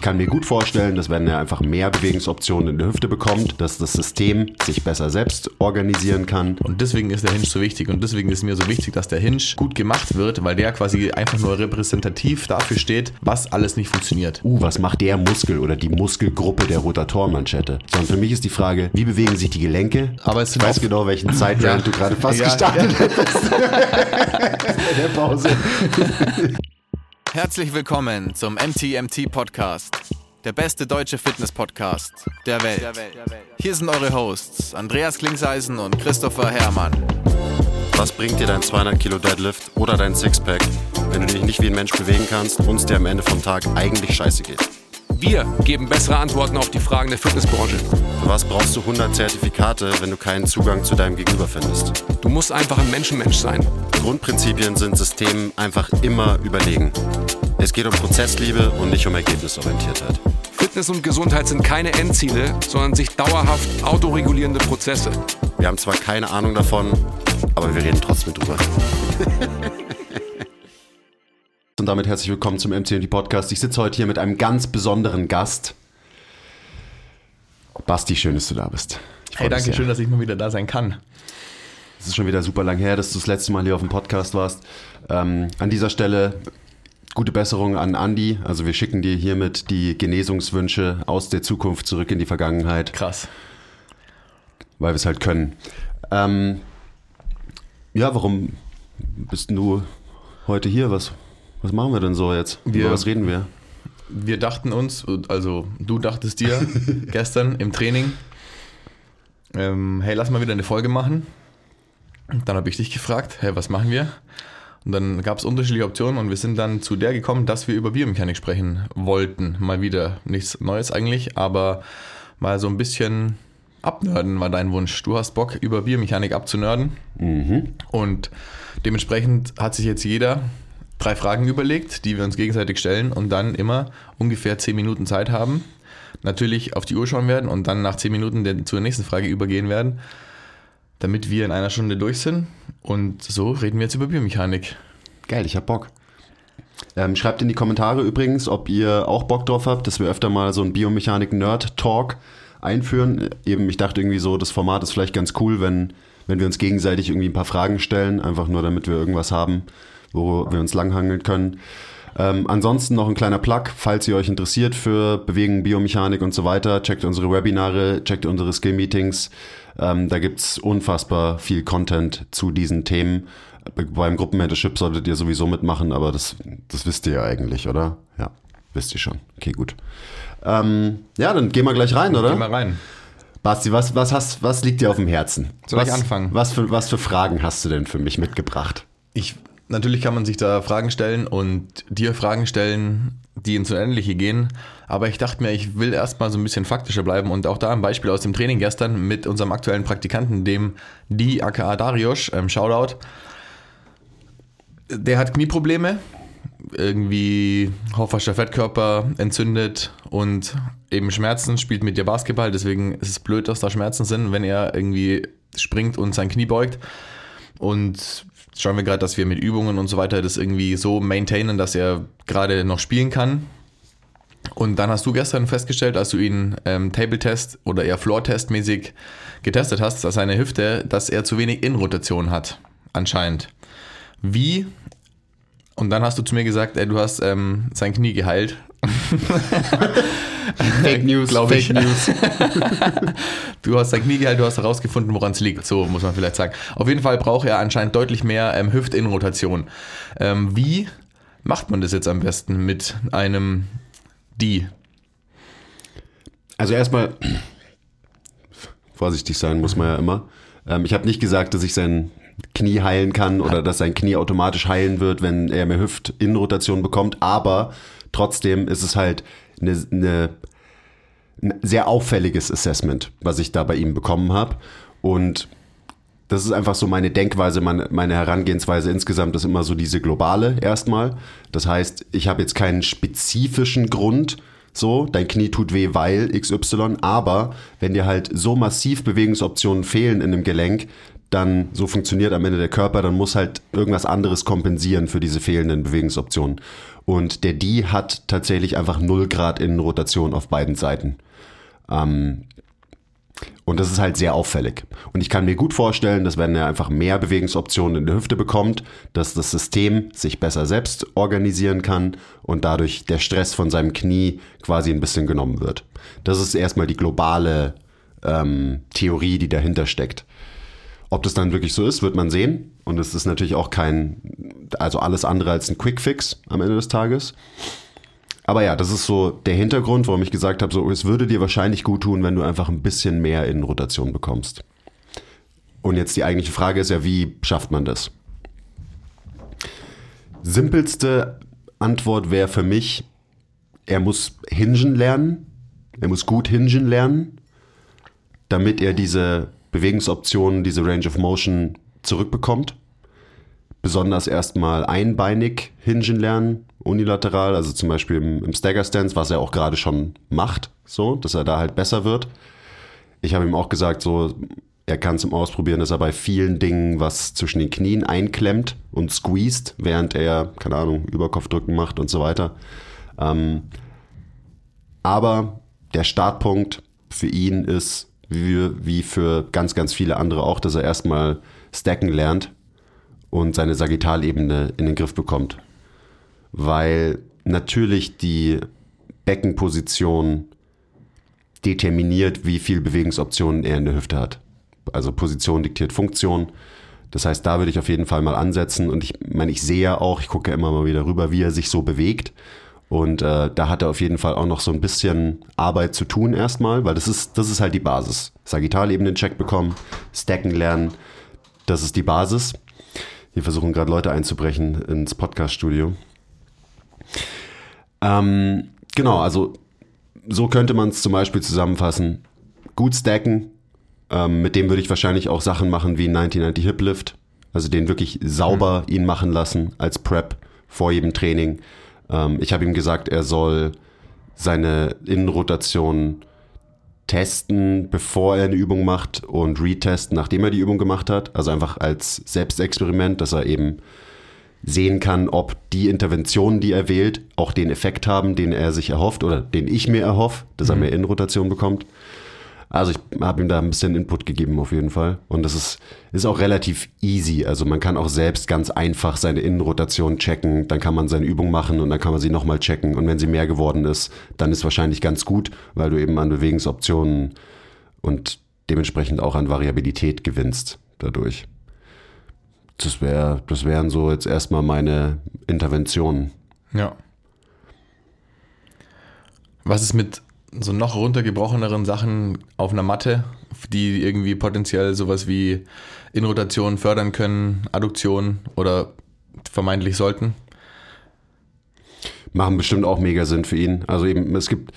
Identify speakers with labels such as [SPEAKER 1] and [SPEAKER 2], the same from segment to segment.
[SPEAKER 1] kann mir gut vorstellen, dass wenn er einfach mehr Bewegungsoptionen in der Hüfte bekommt, dass das System sich besser selbst organisieren kann.
[SPEAKER 2] Und deswegen ist der Hinge so wichtig und deswegen ist mir so wichtig, dass der Hinge gut gemacht wird, weil der quasi einfach nur repräsentativ dafür steht, was alles nicht funktioniert.
[SPEAKER 1] Was macht der Muskel oder die Muskelgruppe der Rotatorenmanschette? Sondern für mich ist die Frage, wie bewegen sich die Gelenke?
[SPEAKER 2] Aber es
[SPEAKER 1] ich weiß genau, welchen Zeitraum du gerade fast gestartet hättest. In der Pause.
[SPEAKER 3] Herzlich willkommen zum MTMT Podcast, der beste deutsche Fitness-Podcast der Welt. Hier sind eure Hosts Andreas Klingseisen und Christopher Herrmann.
[SPEAKER 1] Was bringt dir dein 200 Kilo Deadlift oder dein Sixpack, wenn du dich nicht wie ein Mensch bewegen kannst und es dir am Ende vom Tag eigentlich scheiße geht?
[SPEAKER 4] Wir geben bessere Antworten auf die Fragen der Fitnessbranche.
[SPEAKER 1] Für was brauchst du 100 Zertifikate, wenn du keinen Zugang zu deinem Gegenüber findest?
[SPEAKER 4] Du musst einfach ein Menschenmensch sein.
[SPEAKER 1] Grundprinzipien sind Systemen einfach immer überlegen. Es geht um Prozessliebe und nicht um Ergebnisorientiertheit.
[SPEAKER 4] Fitness und Gesundheit sind keine Endziele, sondern sich dauerhaft autoregulierende Prozesse.
[SPEAKER 1] Wir haben zwar keine Ahnung davon, aber wir reden trotzdem drüber. Und damit herzlich willkommen zum MTMT Podcast. Ich sitze heute hier mit einem ganz besonderen Gast. Basti, schön, dass du da bist.
[SPEAKER 2] Hey, danke, schön, dass ich mal wieder da sein kann.
[SPEAKER 1] Es ist schon wieder super lang her, dass du das letzte Mal hier auf dem Podcast warst. An dieser Stelle gute Besserung an Andi. Also wir schicken dir hiermit die Genesungswünsche aus der Zukunft zurück in die Vergangenheit.
[SPEAKER 2] Krass. Weil
[SPEAKER 1] wir es halt können. Warum bist du heute hier? Was machen wir denn so jetzt? Über was reden wir?
[SPEAKER 2] Wir dachten uns, also du dachtest dir gestern im Training, hey, lass mal wieder eine Folge machen. Und dann habe ich dich gefragt, hey, was machen wir? Und dann gab es unterschiedliche Optionen und wir sind dann zu der gekommen, dass wir über Biomechanik sprechen wollten. Mal wieder nichts Neues eigentlich, aber mal so ein bisschen abnörden war dein Wunsch. Du hast Bock, über Biomechanik abzunörden. Und dementsprechend hat sich jetzt jeder 3 Fragen überlegt, die wir uns gegenseitig stellen und dann immer ungefähr 10 Minuten Zeit haben. Natürlich auf die Uhr schauen werden und dann nach 10 Minuten zur nächsten Frage übergehen werden, damit wir in einer Stunde durch sind. Und so reden wir jetzt über Biomechanik.
[SPEAKER 1] Geil, ich hab Bock. Schreibt in die Kommentare übrigens, ob ihr auch Bock drauf habt, dass wir öfter mal so einen Biomechanik-Nerd-Talk einführen. Eben, ich dachte irgendwie so, das Format ist vielleicht ganz cool, wenn wir uns gegenseitig irgendwie ein paar Fragen stellen, einfach nur damit wir irgendwas haben, wo wir uns langhangeln können. Ansonsten noch ein kleiner Plug, falls ihr euch interessiert für Bewegung, Biomechanik und so weiter, checkt unsere Webinare, checkt unsere Skill-Meetings. Da gibt's unfassbar viel Content zu diesen Themen. Beim Gruppenmentorship solltet ihr sowieso mitmachen, aber das wisst ihr ja eigentlich, oder? Ja, wisst ihr schon. Okay, gut. Dann gehen wir gleich rein, oder?
[SPEAKER 2] Gehen wir rein.
[SPEAKER 1] Basti, was liegt dir auf dem Herzen?
[SPEAKER 2] Soll ich anfangen?
[SPEAKER 1] Was für Fragen hast du denn für mich mitgebracht?
[SPEAKER 2] Natürlich kann man sich da Fragen stellen und dir Fragen stellen, die ins Unendliche gehen. Aber ich dachte mir, ich will erstmal so ein bisschen faktischer bleiben und auch da ein Beispiel aus dem Training gestern mit unserem aktuellen Praktikanten, dem aka Darius, Shoutout. Der hat Knieprobleme, irgendwie Hofascher Fettkörper entzündet und eben Schmerzen, spielt mit dir Basketball, deswegen ist es blöd, dass da Schmerzen sind, wenn er irgendwie springt und sein Knie beugt. Und schauen wir gerade, dass wir mit Übungen und so weiter das irgendwie so maintainen, dass er gerade noch spielen kann. Und dann hast du gestern festgestellt, als du ihn Table-Test oder eher Floor-Test-mäßig getestet hast, dass seine Hüfte, dass er zu wenig Innenrotation hat, anscheinend. Wie? Und dann hast du zu mir gesagt, du hast sein Knie geheilt.
[SPEAKER 1] Fake News, glaube ich.
[SPEAKER 2] Fake News. Du hast sein Knie geheilt, du hast herausgefunden, woran es liegt. So muss man vielleicht sagen. Auf jeden Fall braucht er anscheinend deutlich mehr Hüftinnenrotation. Wie macht man das jetzt am besten mit einem D?
[SPEAKER 1] Also erstmal, vorsichtig sein muss man ja immer. Ich habe nicht gesagt, dass ich sein Knie heilen kann oder dass sein Knie automatisch heilen wird, wenn er mehr Hüftinnenrotation bekommt, aber trotzdem ist es halt ein sehr auffälliges Assessment, was ich da bei ihm bekommen habe. Und das ist einfach so meine Denkweise, meine Herangehensweise insgesamt ist immer so diese globale erstmal. Das heißt, ich habe jetzt keinen spezifischen Grund, so, dein Knie tut weh, weil XY, aber wenn dir halt so massiv Bewegungsoptionen fehlen in einem Gelenk, dann so funktioniert am Ende der Körper, dann muss halt irgendwas anderes kompensieren für diese fehlenden Bewegungsoptionen. Und der D hat tatsächlich einfach 0 Grad Innenrotation auf beiden Seiten. Und das ist halt sehr auffällig. Und ich kann mir gut vorstellen, dass wenn er einfach mehr Bewegungsoptionen in der Hüfte bekommt, dass das System sich besser selbst organisieren kann und dadurch der Stress von seinem Knie quasi ein bisschen genommen wird. Das ist erstmal die globale Theorie, die dahinter steckt. Ob das dann wirklich so ist, wird man sehen. Und es ist natürlich auch also alles andere als ein Quick-Fix am Ende des Tages. Aber ja, das ist so der Hintergrund, warum ich gesagt habe, so, es würde dir wahrscheinlich gut tun, wenn du einfach ein bisschen mehr Innenrotation bekommst. Und jetzt die eigentliche Frage ist ja, wie schafft man das? Simpelste Antwort wäre für mich, er muss hingen lernen. Er muss gut hingen lernen, damit er diese Bewegungsoptionen, diese Range of Motion zurückbekommt. Besonders erstmal einbeinig hingen lernen, unilateral, also zum Beispiel im Stagger Stance, was er auch gerade schon macht, so, dass er da halt besser wird. Ich habe ihm auch gesagt, so, er kann es im Ausprobieren, dass er bei vielen Dingen was zwischen den Knien einklemmt und squeezed, während er, keine Ahnung, Überkopfdrücken macht und so weiter. Aber der Startpunkt für ihn ist, wie für ganz, ganz viele andere auch, dass er erstmal stacken lernt und seine Sagittalebene in den Griff bekommt. Weil natürlich die Beckenposition determiniert, wie viel Bewegungsoptionen er in der Hüfte hat. Also Position diktiert Funktion. Das heißt, da würde ich auf jeden Fall mal ansetzen. Und ich meine, ich sehe ja auch, ich gucke ja immer mal wieder rüber, wie er sich so bewegt. Und da hat er auf jeden Fall auch noch so ein bisschen Arbeit zu tun erstmal, weil das ist halt die Basis. Sagittalebenen-Check bekommen, stacken lernen, das ist die Basis. Hier versuchen gerade Leute einzubrechen ins Podcast-Studio. Genau, also so könnte man es zum Beispiel zusammenfassen. Gut stacken, mit dem würde ich wahrscheinlich auch Sachen machen wie 1990 Hip Lift, also den wirklich sauber ihn machen lassen als Prep vor jedem Training. Ich habe ihm gesagt, er soll seine Innenrotation testen, bevor er eine Übung macht und retesten, nachdem er die Übung gemacht hat. Also einfach als Selbstexperiment, dass er eben sehen kann, ob die Interventionen, die er wählt, auch den Effekt haben, den er sich erhofft oder den ich mir erhoffe, dass er mehr Innenrotation bekommt. Also ich habe ihm da ein bisschen Input gegeben auf jeden Fall. Und das ist auch relativ easy. Also man kann auch selbst ganz einfach seine Innenrotation checken. Dann kann man seine Übung machen und dann kann man sie nochmal checken. Und wenn sie mehr geworden ist, dann ist wahrscheinlich ganz gut, weil du eben an Bewegungsoptionen und dementsprechend auch an Variabilität gewinnst dadurch. Das wären so jetzt erstmal meine Interventionen.
[SPEAKER 2] Ja. Was ist mit so noch runtergebrocheneren Sachen auf einer Matte, die irgendwie potenziell sowas wie Innenrotation fördern können, Adduktion oder vermeintlich sollten?
[SPEAKER 1] Machen bestimmt auch mega Sinn für ihn. Also eben, es gibt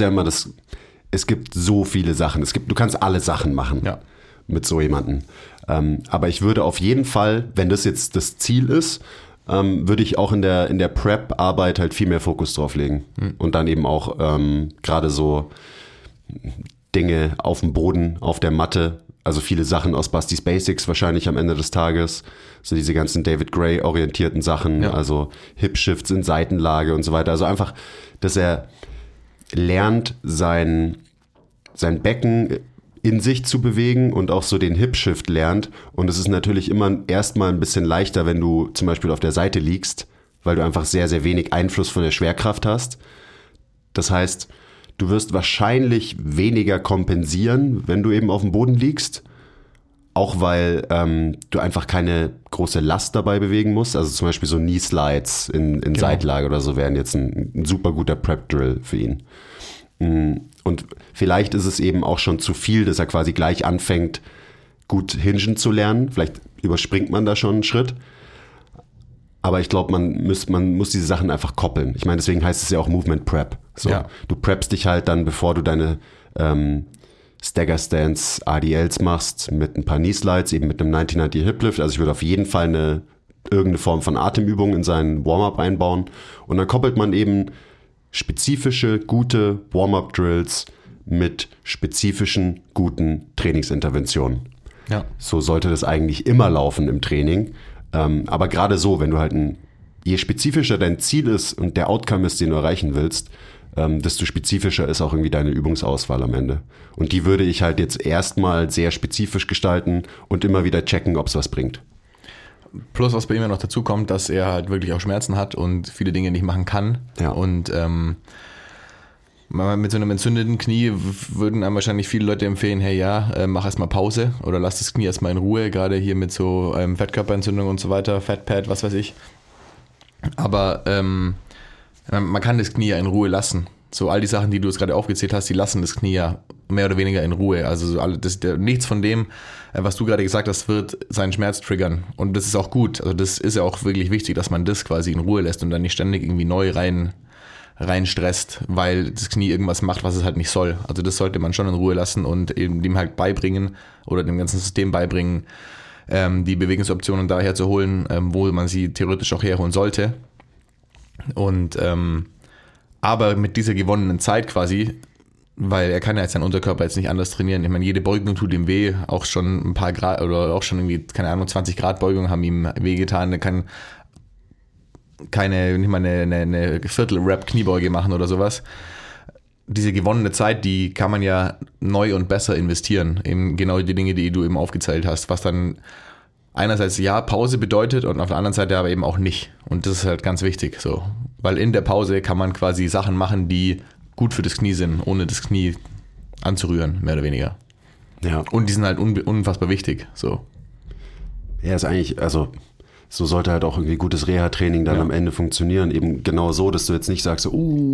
[SPEAKER 1] so viele Sachen. Du kannst alle Sachen machen mit so jemandem. Aber ich würde auf jeden Fall, wenn das jetzt das Ziel ist, würde ich auch in der Prep-Arbeit halt viel mehr Fokus drauf legen. Und dann eben auch gerade so Dinge auf dem Boden, auf der Matte, also viele Sachen aus Basti's Basics wahrscheinlich am Ende des Tages, so diese ganzen David Gray orientierten Sachen, also Hip-Shifts in Seitenlage und so weiter. Also einfach, dass er lernt, sein Becken in sich zu bewegen und auch so den Hip-Shift lernt. Und es ist natürlich immer erstmal ein bisschen leichter, wenn du zum Beispiel auf der Seite liegst, weil du einfach sehr, sehr wenig Einfluss von der Schwerkraft hast. Das heißt, du wirst wahrscheinlich weniger kompensieren, wenn du eben auf dem Boden liegst. Auch weil du einfach keine große Last dabei bewegen musst. Also zum Beispiel so Knee-Slides in Seitlage oder so wären jetzt ein super guter Prep-Drill für ihn. Und vielleicht ist es eben auch schon zu viel, dass er quasi gleich anfängt, gut hingen zu lernen. Vielleicht überspringt man da schon einen Schritt. Aber ich glaube, man muss diese Sachen einfach koppeln. Ich meine, deswegen heißt es ja auch Movement Prep. So, du preppst dich halt dann, bevor du deine Stagger Stance ADLs machst, mit ein paar Knee Slides, eben mit einem 1990 Hip Lift. Also ich würde auf jeden Fall irgendeine Form von Atemübung in seinen Warm-Up einbauen. Und dann koppelt man eben spezifische, gute Warm-Up-Drills mit spezifischen, guten Trainingsinterventionen.
[SPEAKER 2] Ja.
[SPEAKER 1] So sollte das eigentlich immer laufen im Training. Aber gerade so, wenn du halt je spezifischer dein Ziel ist und der Outcome ist, den du erreichen willst, desto spezifischer ist auch irgendwie deine Übungsauswahl am Ende. Und die würde ich halt jetzt erstmal sehr spezifisch gestalten und immer wieder checken, ob es was bringt.
[SPEAKER 2] Plus, was bei ihm ja noch dazu kommt, dass er halt wirklich auch Schmerzen hat und viele Dinge nicht machen kann.
[SPEAKER 1] Ja.
[SPEAKER 2] Und mit so einem entzündeten Knie würden einem wahrscheinlich viele Leute empfehlen, hey ja, mach erstmal Pause oder lass das Knie erstmal in Ruhe, gerade hier mit so Fettkörperentzündung und so weiter, Fatpad, was weiß ich. Aber man kann das Knie ja in Ruhe lassen. So all die Sachen, die du jetzt gerade aufgezählt hast, die lassen das Knie ja mehr oder weniger in Ruhe. Also so nichts von dem, was du gerade gesagt hast, wird seinen Schmerz triggern. Und das ist auch gut. Also das ist ja auch wirklich wichtig, dass man das quasi in Ruhe lässt und dann nicht ständig irgendwie neu rein stresst, weil das Knie irgendwas macht, was es halt nicht soll. Also das sollte man schon in Ruhe lassen und eben dem halt beibringen oder dem ganzen System beibringen, die Bewegungsoptionen daher zu holen, wo man sie theoretisch auch herholen sollte. Und aber mit dieser gewonnenen Zeit quasi, weil er kann ja jetzt seinen Unterkörper jetzt nicht anders trainieren. Ich meine, jede Beugung tut ihm weh, auch schon ein paar Grad oder auch schon irgendwie, keine Ahnung, 20 Grad Beugung haben ihm wehgetan. Er kann nicht mal eine Viertel-Rap-Kniebeuge machen oder sowas. Diese gewonnene Zeit, die kann man ja neu und besser investieren. Eben genau die Dinge, die du eben aufgezählt hast, was dann einerseits ja Pause bedeutet und auf der anderen Seite aber eben auch nicht. Und das ist halt ganz wichtig, so. Weil in der Pause kann man quasi Sachen machen, die gut für das Knie sind, ohne das Knie anzurühren, mehr oder weniger.
[SPEAKER 1] Ja.
[SPEAKER 2] Und die sind halt unfassbar wichtig, so.
[SPEAKER 1] Ja, ist eigentlich, also so sollte halt auch irgendwie gutes Reha-Training dann am Ende funktionieren. Eben genau so, dass du jetzt nicht sagst,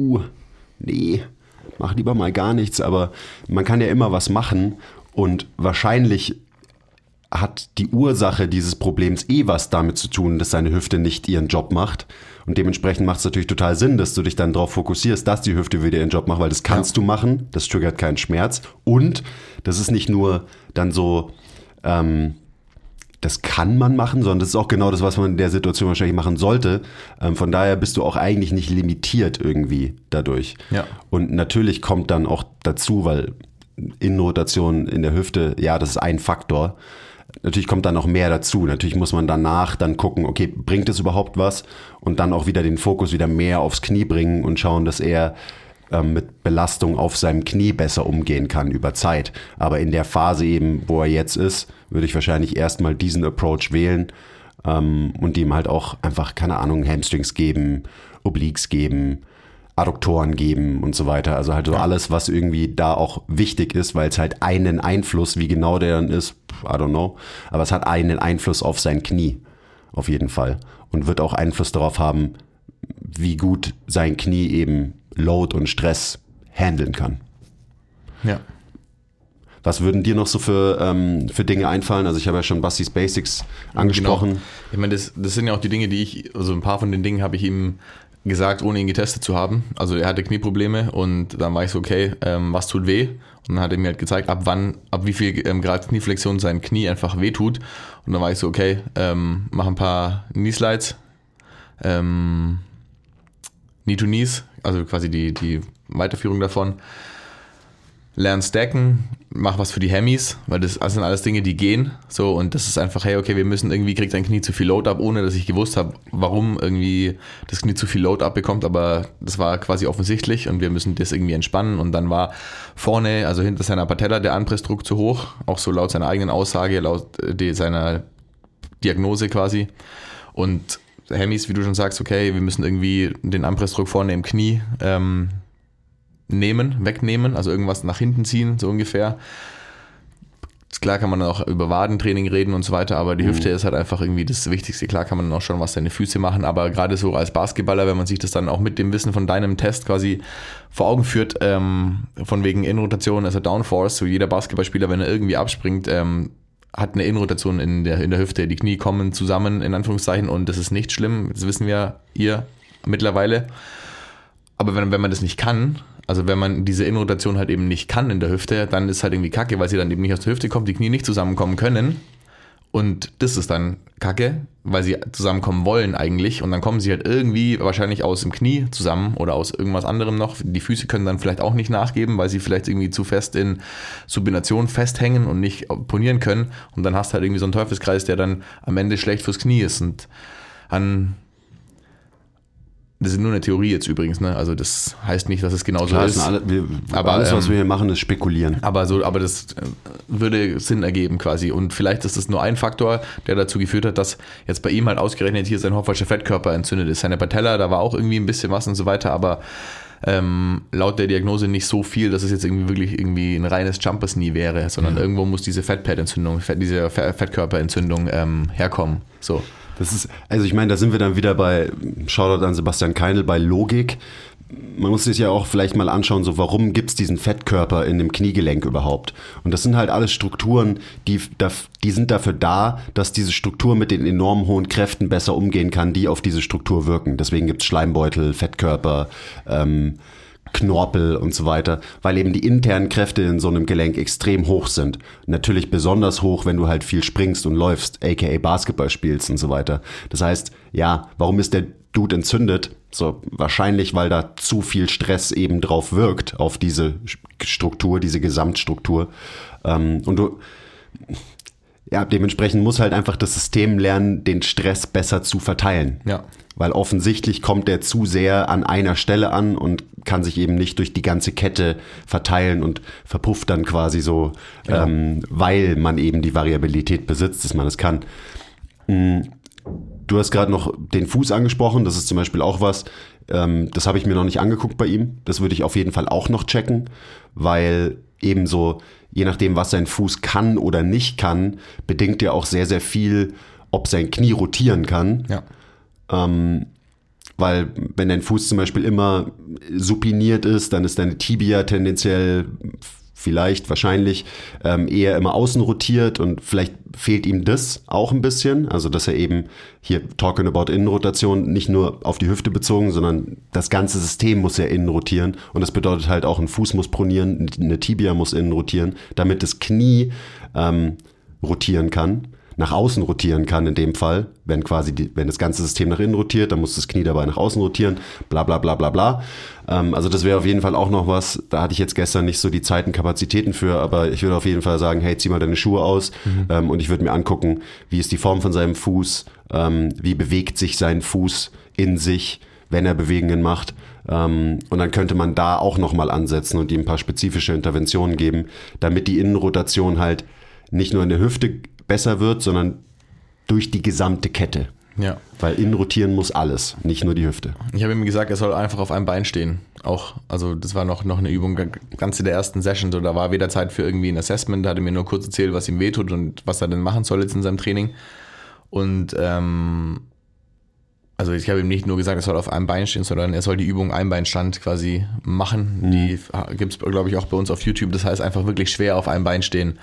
[SPEAKER 1] nee, mach lieber mal gar nichts. Aber man kann ja immer was machen und wahrscheinlich hat die Ursache dieses Problems was damit zu tun, dass deine Hüfte nicht ihren Job macht. Und dementsprechend macht es natürlich total Sinn, dass du dich dann darauf fokussierst, dass die Hüfte wieder ihren Job macht, weil das kannst du machen, das triggert keinen Schmerz. Und das ist nicht nur dann so, das kann man machen, sondern das ist auch genau das, was man in der Situation wahrscheinlich machen sollte. Von daher bist du auch eigentlich nicht limitiert irgendwie dadurch.
[SPEAKER 2] Ja.
[SPEAKER 1] Und natürlich kommt dann auch dazu, weil Innenrotation in der Hüfte, ja, das ist ein Faktor. Natürlich kommt dann noch mehr dazu. Natürlich muss man danach dann gucken, okay, bringt es überhaupt was? Und dann auch wieder den Fokus wieder mehr aufs Knie bringen und schauen, dass er mit Belastung auf seinem Knie besser umgehen kann über Zeit. Aber in der Phase eben, wo er jetzt ist, würde ich wahrscheinlich erstmal diesen Approach wählen und ihm halt auch einfach, keine Ahnung, Hamstrings geben, Obliques geben, Adduktoren geben und so weiter. Also halt so alles, was irgendwie da auch wichtig ist, weil es halt einen Einfluss, wie genau der dann ist, I don't know, aber es hat einen Einfluss auf sein Knie, auf jeden Fall. Und wird auch Einfluss darauf haben, wie gut sein Knie eben Load und Stress handeln kann.
[SPEAKER 2] Ja.
[SPEAKER 1] Was würden dir noch so für Dinge einfallen? Also ich habe ja schon Bastis Basics angesprochen.
[SPEAKER 2] Genau. Ich meine, das sind ja auch die Dinge, also ein paar von den Dingen habe ich ihm gesagt, ohne ihn getestet zu haben. Also er hatte Knieprobleme und dann war ich so, okay, was tut weh? Und dann hat er mir halt gezeigt, ab wie viel Grad Knieflexion sein Knie einfach weh tut. Und dann war ich so, okay, mach ein paar Knee-Slides, Knee-to-Knees, also quasi die Weiterführung davon. Lern stacken, mach was für die Hemis, weil das sind alles Dinge, die gehen. So, und das ist einfach, hey, okay, wir müssen irgendwie, kriegt dein Knie zu viel Load ab, ohne dass ich gewusst habe, warum irgendwie das Knie zu viel Load abbekommt, aber das war quasi offensichtlich und wir müssen das irgendwie entspannen. Und dann war vorne, also hinter seiner Patella, der Anpressdruck zu hoch, auch so laut seiner eigenen Aussage, laut seiner Diagnose quasi. Und Hemis, wie du schon sagst, okay, wir müssen irgendwie den Anpressdruck vorne im Knie wegnehmen, also irgendwas nach hinten ziehen, so ungefähr. Klar kann man auch über Wadentraining reden und so weiter, aber die Hüfte ist halt einfach irgendwie das Wichtigste. Klar kann man auch schon was deine Füße machen, aber gerade so als Basketballer, wenn man sich das dann auch mit dem Wissen von deinem Test quasi vor Augen führt, von wegen Innenrotation, also Downforce, so jeder Basketballspieler, wenn er irgendwie abspringt, hat eine Innenrotation in der Hüfte. Die Knie kommen zusammen, in Anführungszeichen, und das ist nicht schlimm, das wissen wir mittlerweile. Aber wenn man das nicht kann, also wenn man diese Innenrotation halt eben nicht kann in der Hüfte, dann ist halt irgendwie kacke, weil sie dann eben nicht aus der Hüfte kommt, die Knie nicht zusammenkommen können Und das ist dann Kacke, weil sie zusammenkommen wollen eigentlich. Und dann kommen sie halt irgendwie wahrscheinlich aus dem Knie zusammen oder aus irgendwas anderem noch. Die Füße können dann vielleicht auch nicht nachgeben, weil sie vielleicht irgendwie zu fest in Supination festhängen und nicht ponieren können. Und dann hast du halt irgendwie so einen Teufelskreis, der dann am Ende schlecht fürs Knie ist. Und das ist nur eine Theorie jetzt übrigens, ne? Also das heißt nicht, dass es genauso ist.
[SPEAKER 1] Aber alles, was wir hier machen, ist spekulieren.
[SPEAKER 2] Aber das würde Sinn ergeben quasi. Und vielleicht ist das nur ein Faktor, der dazu geführt hat, dass jetzt bei ihm halt ausgerechnet hier sein Hofferscher Fettkörper entzündet ist. Seine Patella, da war auch irgendwie ein bisschen was und so weiter, aber laut der Diagnose nicht so viel, dass es jetzt wirklich ein reines Jumpers Knee wäre, sondern irgendwo muss diese Fettpad-Entzündung, diese Fettkörperentzündung herkommen. So.
[SPEAKER 1] Das ist, also ich meine, da sind wir dann wieder bei, Shoutout an Sebastian Keinl, bei Logik. Man muss sich ja auch vielleicht mal anschauen, so warum gibt es diesen Fettkörper in dem Kniegelenk überhaupt? Und das sind halt alles Strukturen, die sind dafür da, dass diese Struktur mit den enorm hohen Kräften besser umgehen kann, die auf diese Struktur wirken. Deswegen gibt es Schleimbeutel, Fettkörper, Knorpel und so weiter, weil eben die internen Kräfte in so einem Gelenk extrem hoch sind. Natürlich besonders hoch, wenn du halt viel springst und läufst, aka Basketball spielst und so weiter. Das heißt, ja, warum ist der Dude entzündet? So, wahrscheinlich, weil da zu viel Stress eben drauf wirkt, auf diese Struktur, diese Gesamtstruktur. Dementsprechend muss halt einfach das System lernen, den Stress besser zu verteilen.
[SPEAKER 2] Ja.
[SPEAKER 1] Weil offensichtlich kommt der zu sehr an einer Stelle an und kann sich eben nicht durch die ganze Kette verteilen und verpufft dann quasi so, weil man eben die Variabilität besitzt, dass man es kann. Du hast gerade noch den Fuß angesprochen, das ist zum Beispiel auch was, das habe ich mir noch nicht angeguckt bei ihm. Das würde ich auf jeden Fall auch noch checken, weil eben so, je nachdem, was sein Fuß kann oder nicht kann, bedingt ja auch sehr, sehr viel, ob sein Knie rotieren kann.
[SPEAKER 2] Ja.
[SPEAKER 1] Weil wenn dein Fuß zum Beispiel immer supiniert ist, dann ist deine Tibia tendenziell wahrscheinlich eher immer außen rotiert und vielleicht fehlt ihm das auch ein bisschen, also dass er eben hier talking about Innenrotation nicht nur auf die Hüfte bezogen, sondern das ganze System muss ja innen rotieren und das bedeutet halt auch, ein Fuß muss pronieren, eine Tibia muss innen rotieren, damit das Knie rotieren kann. Nach außen rotieren kann in dem Fall, wenn das ganze System nach innen rotiert, dann muss das Knie dabei nach außen rotieren, bla bla bla bla bla. Also das wäre auf jeden Fall auch noch was, da hatte ich jetzt gestern nicht so die Zeit und Kapazitäten für, aber ich würde auf jeden Fall sagen, hey, zieh mal deine Schuhe aus und ich würde mir angucken, wie ist die Form von seinem Fuß, wie bewegt sich sein Fuß in sich, wenn er Bewegungen macht. Und dann könnte man da auch nochmal ansetzen und ihm ein paar spezifische Interventionen geben, damit die Innenrotation halt nicht nur in der Hüfte besser wird, sondern durch die gesamte Kette.
[SPEAKER 2] Ja.
[SPEAKER 1] Weil innen rotieren muss alles, nicht nur die Hüfte.
[SPEAKER 2] Ich habe ihm gesagt, er soll einfach auf einem Bein stehen. Auch, also das war noch eine Übung, ganz in der ersten Session, so, da war weder Zeit für irgendwie ein Assessment, da hat er mir nur kurz erzählt, was ihm wehtut und was er denn machen soll jetzt in seinem Training. Und also ich habe ihm nicht nur gesagt, er soll auf einem Bein stehen, sondern er soll die Übung Einbeinstand quasi machen. Die gibt es, glaube ich, auch bei uns auf YouTube. Das heißt einfach wirklich schwer auf einem Bein stehen.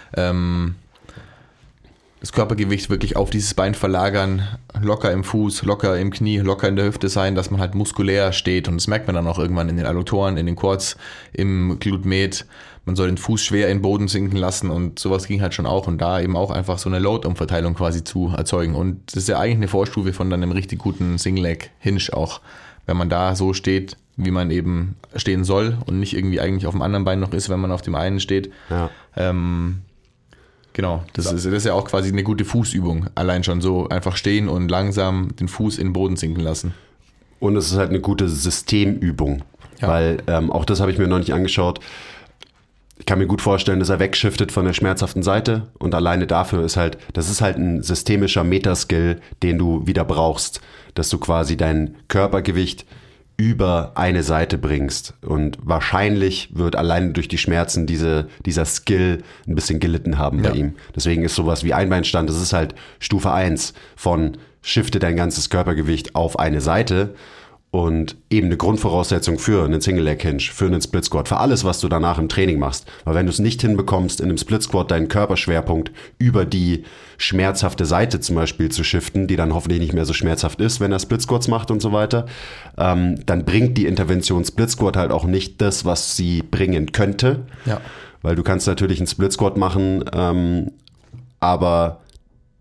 [SPEAKER 2] Das Körpergewicht wirklich auf dieses Bein verlagern, locker im Fuß, locker im Knie, locker in der Hüfte sein, dass man halt muskulär steht und das merkt man dann auch irgendwann in den Adduktoren, in den Quads, im Glute Med. Man soll den Fuß schwer in den Boden sinken lassen und sowas ging halt schon auch und da eben auch einfach so eine Load-Umverteilung quasi zu erzeugen und das ist ja eigentlich eine Vorstufe von dann einem richtig guten Single-Leg-Hinge auch, wenn man da so steht, wie man eben stehen soll und nicht irgendwie eigentlich auf dem anderen Bein noch ist, wenn man auf dem einen steht. Ja. Genau, das ist ja auch quasi eine gute Fußübung. Allein schon so einfach stehen und langsam den Fuß in den Boden sinken lassen.
[SPEAKER 1] Und es ist halt eine gute Systemübung, weil auch das habe ich mir noch nicht angeschaut. Ich kann mir gut vorstellen, dass er wegshiftet von der schmerzhaften Seite und alleine dafür ist halt, das ist halt ein systemischer Metaskill, den du wieder brauchst, dass du quasi dein Körpergewicht über eine Seite bringst und wahrscheinlich wird alleine durch die Schmerzen dieser Skill ein bisschen gelitten haben bei ihm. Deswegen ist sowas wie Einbeinstand, das ist halt Stufe 1 von shifte dein ganzes Körpergewicht auf eine Seite und eben eine Grundvoraussetzung für einen Single Leg Hinge, für einen Split Squat, für alles, was du danach im Training machst. Weil wenn du es nicht hinbekommst, in einem Split Squat deinen Körperschwerpunkt über die schmerzhafte Seite zum Beispiel zu shiften, die dann hoffentlich nicht mehr so schmerzhaft ist, wenn er Split Squats macht und so weiter, dann bringt die Intervention Split Squat halt auch nicht das, was sie bringen könnte. Ja. Weil du kannst natürlich einen Split Squat machen, aber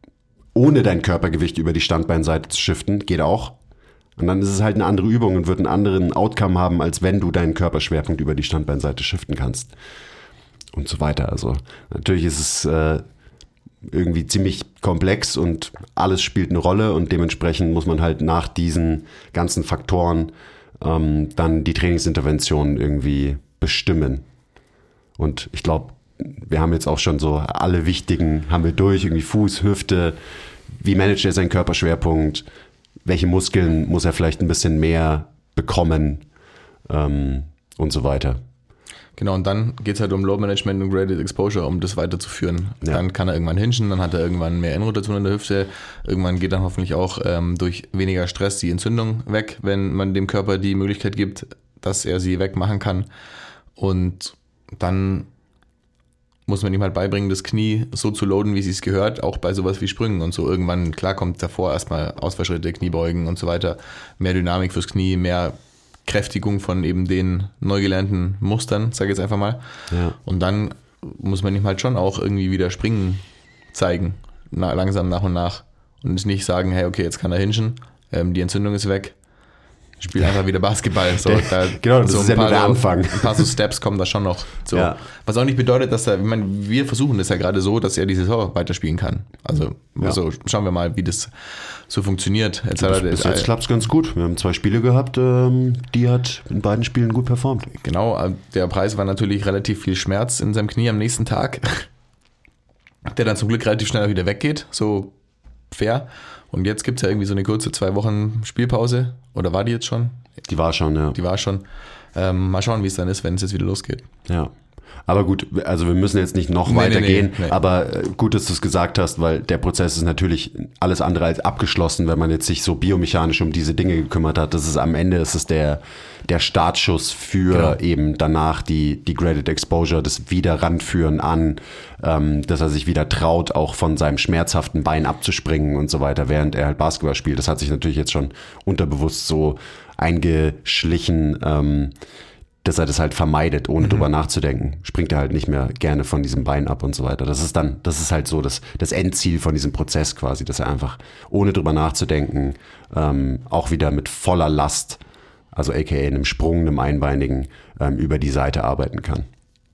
[SPEAKER 1] ohne dein Körpergewicht über die Standbeinseite zu shiften, geht auch. Und dann ist es halt eine andere Übung und wird einen anderen Outcome haben, als wenn du deinen Körperschwerpunkt über die Standbeinseite shiften kannst. Und so weiter. Also natürlich ist es irgendwie ziemlich komplex und alles spielt eine Rolle und dementsprechend muss man halt nach diesen ganzen Faktoren dann die Trainingsintervention irgendwie bestimmen. Und ich glaube, wir haben jetzt auch schon so alle wichtigen, haben wir durch, irgendwie Fuß, Hüfte, wie managt er seinen Körperschwerpunkt, welche Muskeln muss er vielleicht ein bisschen mehr bekommen und so weiter.
[SPEAKER 2] Genau, und dann geht es halt um Load Management und Graded Exposure, um das weiterzuführen. Ja. Dann kann er irgendwann hingen, dann hat er irgendwann mehr Innenrotation in der Hüfte. Irgendwann geht dann hoffentlich auch durch weniger Stress die Entzündung weg, wenn man dem Körper die Möglichkeit gibt, dass er sie wegmachen kann. Und dann muss man ihm halt beibringen, das Knie so zu loaden, wie es sich gehört, auch bei sowas wie Sprüngen und so. Irgendwann, klar, kommt davor erstmal Ausfallschritte, Kniebeugen und so weiter. Mehr Dynamik fürs Knie, mehr Kräftigung von eben den neu gelernten Mustern, sage ich jetzt einfach mal. Ja. Und dann muss man ihm halt schon auch irgendwie wieder Springen zeigen, langsam nach und nach. Und nicht sagen, hey, okay, jetzt kann er hingen, die Entzündung ist weg, spiel einfach wieder Basketball. So,
[SPEAKER 1] genau, das ist ja nur der Anfang.
[SPEAKER 2] Ein paar so Steps kommen da schon noch. So. Ja. Was auch nicht bedeutet, dass wir versuchen das ja gerade so, dass er die Saison weiterspielen kann. Also schauen wir mal, wie das so funktioniert. Jetzt
[SPEAKER 1] klappt es ganz gut. Wir haben 2 Spiele gehabt, die hat in beiden Spielen gut performt.
[SPEAKER 2] Genau, der Preis war natürlich relativ viel Schmerz in seinem Knie am nächsten Tag, der dann zum Glück relativ schnell wieder weggeht, so fair. Und jetzt gibt es ja irgendwie so eine kurze 2 Wochen Spielpause. Oder war die jetzt schon?
[SPEAKER 1] Die war schon, ja.
[SPEAKER 2] Die war schon. Mal schauen, wie es dann ist, wenn es jetzt wieder losgeht.
[SPEAKER 1] Ja. Aber gut, also wir müssen jetzt nicht noch weitergehen, aber gut, dass du es gesagt hast, weil der Prozess ist natürlich alles andere als abgeschlossen, wenn man jetzt sich so biomechanisch um diese Dinge gekümmert hat. Das ist am Ende, ist es der Startschuss für eben danach die Graded Exposure, das wieder ranführen an, dass er sich wieder traut, auch von seinem schmerzhaften Bein abzuspringen und so weiter, während er halt Basketball spielt. Das hat sich natürlich jetzt schon unterbewusst so eingeschlichen, dass er das halt vermeidet, ohne drüber nachzudenken. Springt er halt nicht mehr gerne von diesem Bein ab und so weiter. Das ist halt so das Endziel von diesem Prozess quasi, dass er einfach, ohne drüber nachzudenken, auch wieder mit voller Last, also aka einem Sprung, einem Einbeinigen, über die Seite arbeiten kann.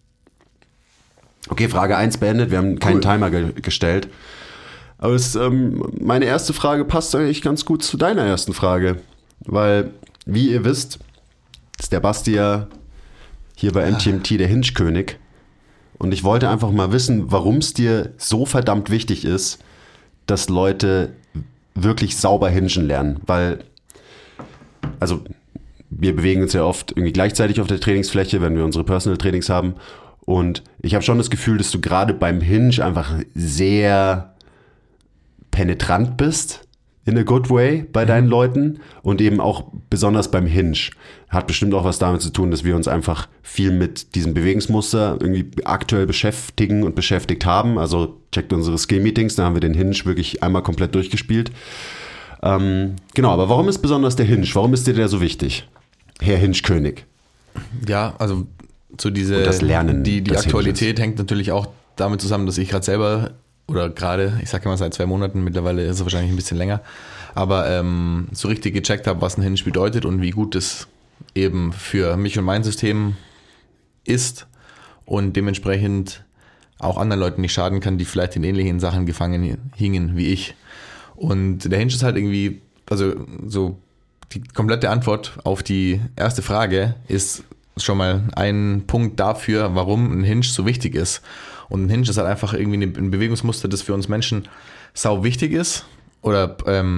[SPEAKER 1] Okay, Frage 1 beendet. Wir haben keinen Timer gestellt. Aber meine erste Frage passt eigentlich ganz gut zu deiner ersten Frage. Weil, wie ihr wisst, ist der Basti ja hier bei MTMT der Hinge-König. Und ich wollte einfach mal wissen, warum es dir so verdammt wichtig ist, dass Leute wirklich sauber hingen lernen. Weil, also wir bewegen uns ja oft irgendwie gleichzeitig auf der Trainingsfläche, wenn wir unsere Personal Trainings haben. Und ich habe schon das Gefühl, dass du gerade beim Hinge einfach sehr penetrant bist. In a good way bei deinen Leuten und eben auch besonders beim Hinge. Hat bestimmt auch was damit zu tun, dass wir uns einfach viel mit diesem Bewegungsmuster irgendwie aktuell beschäftigen und beschäftigt haben. Also checkt unsere Skill-Meetings, da haben wir den Hinge wirklich einmal komplett durchgespielt. Genau, aber warum ist besonders der Hinge? Warum ist dir der so wichtig? Herr Hinge-König.
[SPEAKER 2] Ja, also so diese,
[SPEAKER 1] das Lernen
[SPEAKER 2] die Aktualität hängt natürlich auch damit zusammen, dass ich gerade selber oder gerade, ich sage immer seit 2 Monaten, mittlerweile ist es wahrscheinlich ein bisschen länger, aber so richtig gecheckt habe, was ein Hinge bedeutet und wie gut es eben für mich und mein System ist und dementsprechend auch anderen Leuten nicht schaden kann, die vielleicht in ähnlichen Sachen gefangen hingen wie ich. Und der Hinge ist halt irgendwie, also so die komplette Antwort auf die erste Frage ist schon mal ein Punkt dafür, warum ein Hinge so wichtig ist. Und ein Hinge ist halt einfach irgendwie ein Bewegungsmuster, das für uns Menschen sau wichtig ist. Oder,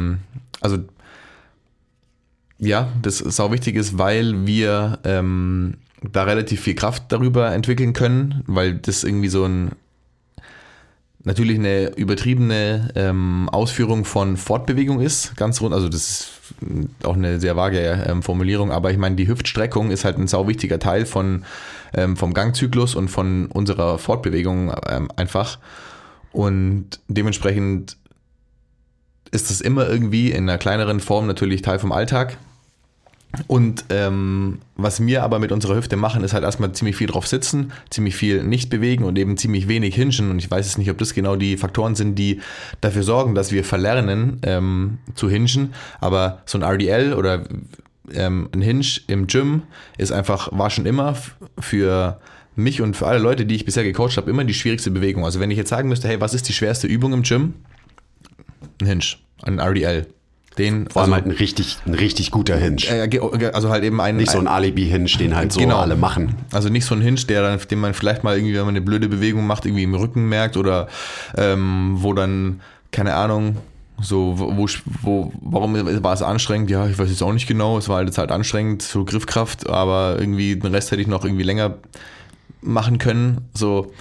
[SPEAKER 2] das sau wichtig ist, weil wir da relativ viel Kraft darüber entwickeln können, weil das irgendwie so natürlich eine übertriebene Ausführung von Fortbewegung ist, ganz rund, also das ist auch eine sehr vage Formulierung, aber ich meine, die Hüftstreckung ist halt ein sau wichtiger Teil vom Gangzyklus und von unserer Fortbewegung einfach und dementsprechend ist das immer irgendwie in einer kleineren Form natürlich Teil vom Alltag Und was wir aber mit unserer Hüfte machen, ist halt erstmal ziemlich viel drauf sitzen, ziemlich viel nicht bewegen und eben ziemlich wenig hingen. Und ich weiß jetzt nicht, ob das genau die Faktoren sind, die dafür sorgen, dass wir verlernen zu hingen. Aber so ein RDL oder ein Hinge im Gym war schon immer für mich und für alle Leute, die ich bisher gecoacht habe, immer die schwierigste Bewegung. Also wenn ich jetzt sagen müsste, hey, was ist die schwerste Übung im Gym? Ein Hinge, ein RDL.
[SPEAKER 1] Vor allem halt ein richtig guter Hinge.
[SPEAKER 2] Also halt eben
[SPEAKER 1] nicht so ein Alibi-Hinge, den halt so alle machen.
[SPEAKER 2] Also nicht so ein Hinge, den man vielleicht mal irgendwie, wenn man eine blöde Bewegung macht, irgendwie im Rücken merkt oder wo dann, keine Ahnung, so, warum war es anstrengend? Ja, ich weiß jetzt auch nicht genau. Es war halt anstrengend, so Griffkraft, aber irgendwie den Rest hätte ich noch irgendwie länger machen können. So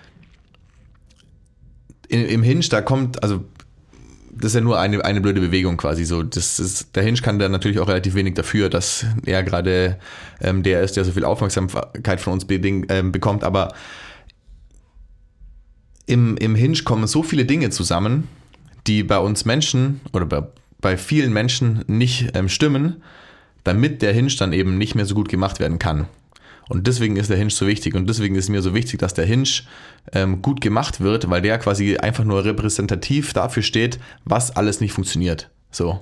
[SPEAKER 2] im Hinge, da kommt, also das ist ja nur eine blöde Bewegung quasi so. Der Hinge kann da natürlich auch relativ wenig dafür, dass er gerade der ist, der so viel Aufmerksamkeit von uns bekommt. Aber im Hinge kommen so viele Dinge zusammen, die bei uns Menschen oder bei vielen Menschen nicht stimmen, damit der Hinge dann eben nicht mehr so gut gemacht werden kann. Und deswegen ist der Hinge so wichtig und deswegen ist mir so wichtig, dass der Hinge gut gemacht wird, weil der quasi einfach nur repräsentativ dafür steht, was alles nicht funktioniert. So,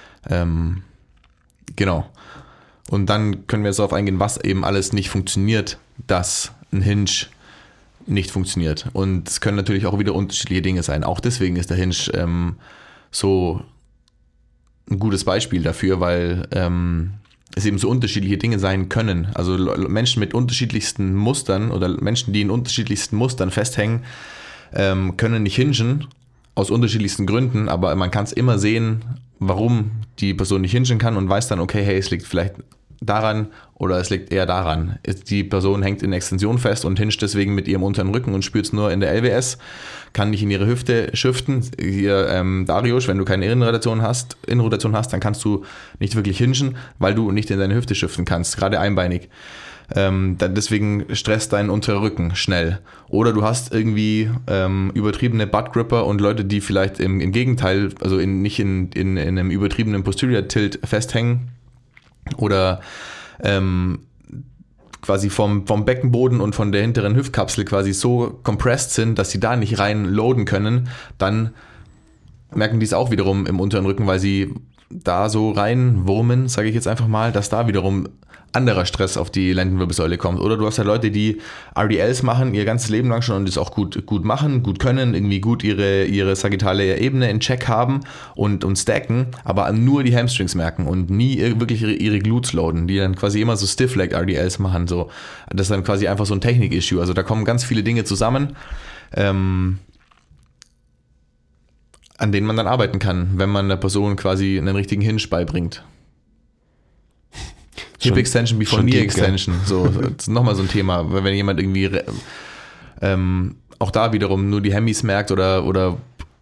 [SPEAKER 2] genau. Und dann können wir jetzt darauf eingehen, was eben alles nicht funktioniert, dass ein Hinge nicht funktioniert. Und es können natürlich auch wieder unterschiedliche Dinge sein. Auch deswegen ist der Hinge so ein gutes Beispiel dafür, weil es eben so unterschiedliche Dinge sein können. Also Menschen mit unterschiedlichsten Mustern oder Menschen, die in unterschiedlichsten Mustern festhängen, können nicht hingen aus unterschiedlichsten Gründen, aber man kann es immer sehen, warum die Person nicht hingen kann und weiß dann, okay, hey, es liegt vielleicht daran oder es liegt eher daran. Die Person hängt in Extension fest und hingt deswegen mit ihrem unteren Rücken und spürt es nur in der LWS, kann nicht in ihre Hüfte shiften. Hier, Darius, wenn du keine Innenrotation hast, dann kannst du nicht wirklich hingen, weil du nicht in deine Hüfte shiften kannst, gerade einbeinig. Deswegen stresst dein unterer Rücken schnell. Oder du hast irgendwie übertriebene Buttgripper und Leute, die vielleicht im Gegenteil, also nicht in einem übertriebenen Posterior Tilt festhängen oder quasi vom Beckenboden und von der hinteren Hüftkapsel quasi so compressed sind, dass sie da nicht rein loaden können, dann merken die es auch wiederum im unteren Rücken, weil sie da so reinwurmen, sage ich jetzt einfach mal, dass da wiederum anderer Stress auf die Lendenwirbelsäule kommt. Oder du hast halt Leute, die RDLs machen, ihr ganzes Leben lang schon und das auch gut machen, gut können, irgendwie gut ihre sagittale Ebene in Check haben und stacken, aber nur die Hamstrings merken und nie wirklich ihre Glutes loaden, die dann quasi immer so Stiff-Leg RDLs machen. So. Das ist dann quasi einfach so ein Technik-Issue. Also da kommen ganz viele Dinge zusammen, an denen man dann arbeiten kann, wenn man einer Person quasi einen richtigen Hinge beibringt. Hip Extension before Knee Extension, so, das ist nochmal so ein Thema, weil wenn jemand irgendwie auch da wiederum nur die Hemis merkt oder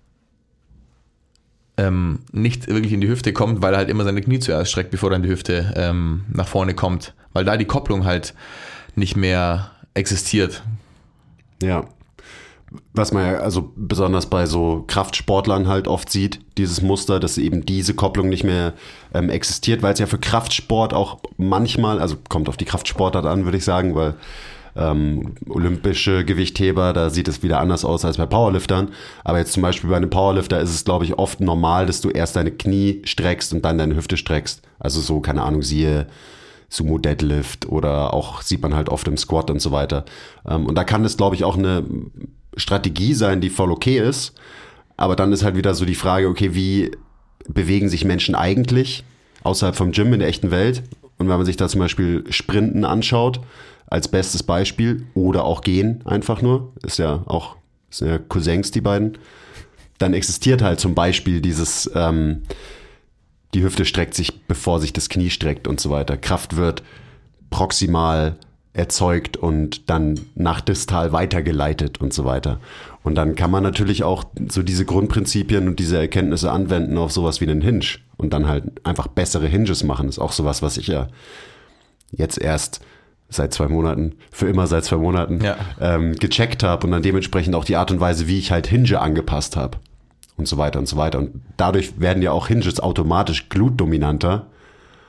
[SPEAKER 2] nicht wirklich in die Hüfte kommt, weil er halt immer seine Knie zuerst streckt, bevor dann die Hüfte nach vorne kommt, weil da die Kopplung halt nicht mehr existiert.
[SPEAKER 1] Ja. Was man ja also besonders bei so Kraftsportlern halt oft sieht, dieses Muster, dass eben diese Kopplung nicht mehr existiert, weil es ja für Kraftsport auch manchmal, also kommt auf die Kraftsportart an, würde ich sagen, weil olympische Gewichtheber, da sieht es wieder anders aus als bei Powerliftern, aber jetzt zum Beispiel bei einem Powerlifter ist es, glaube ich, oft normal, dass du erst deine Knie streckst und dann deine Hüfte streckst, also so, keine Ahnung, siehe Sumo Deadlift oder auch sieht man halt oft im Squat und so weiter. Und da kann das, glaube ich, auch eine Strategie sein, die voll okay ist. Aber dann ist halt wieder so die Frage, okay, wie bewegen sich Menschen eigentlich außerhalb vom Gym in der echten Welt? Und wenn man sich da zum Beispiel Sprinten anschaut, als bestes Beispiel, oder auch Gehen einfach nur, sind ja Cousins, die beiden, dann existiert halt zum Beispiel dieses die Hüfte streckt sich, bevor sich das Knie streckt und so weiter. Kraft wird proximal erzeugt und dann nach distal weitergeleitet und so weiter. Und dann kann man natürlich auch so diese Grundprinzipien und diese Erkenntnisse anwenden auf sowas wie einen Hinge und dann halt einfach bessere Hinges machen. Das ist auch sowas, was ich ja jetzt erst seit 2 Monaten, für immer seit 2 Monaten gecheckt habe und dann dementsprechend auch die Art und Weise, wie ich halt Hinge angepasst habe. Und so weiter und so weiter. Und dadurch werden ja auch Hinges automatisch glutdominanter.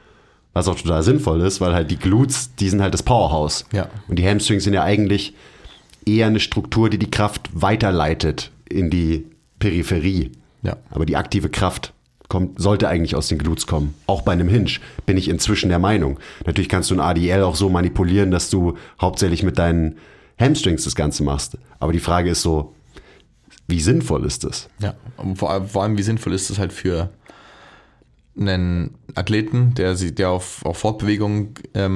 [SPEAKER 1] Was auch total sinnvoll ist, weil halt die Glutes, die sind halt das Powerhouse.
[SPEAKER 2] Ja.
[SPEAKER 1] Und die Hamstrings sind ja eigentlich eher eine Struktur, die die Kraft weiterleitet in die Peripherie.
[SPEAKER 2] Ja.
[SPEAKER 1] Aber die aktive Kraft sollte eigentlich aus den Glutes kommen. Auch bei einem Hinge bin ich inzwischen der Meinung. Natürlich kannst du ein ADL auch so manipulieren, dass du hauptsächlich mit deinen Hamstrings das Ganze machst. Aber die Frage ist so, wie sinnvoll ist das?
[SPEAKER 2] Ja, und vor allem wie sinnvoll ist das halt für einen Athleten, der auf Fortbewegung,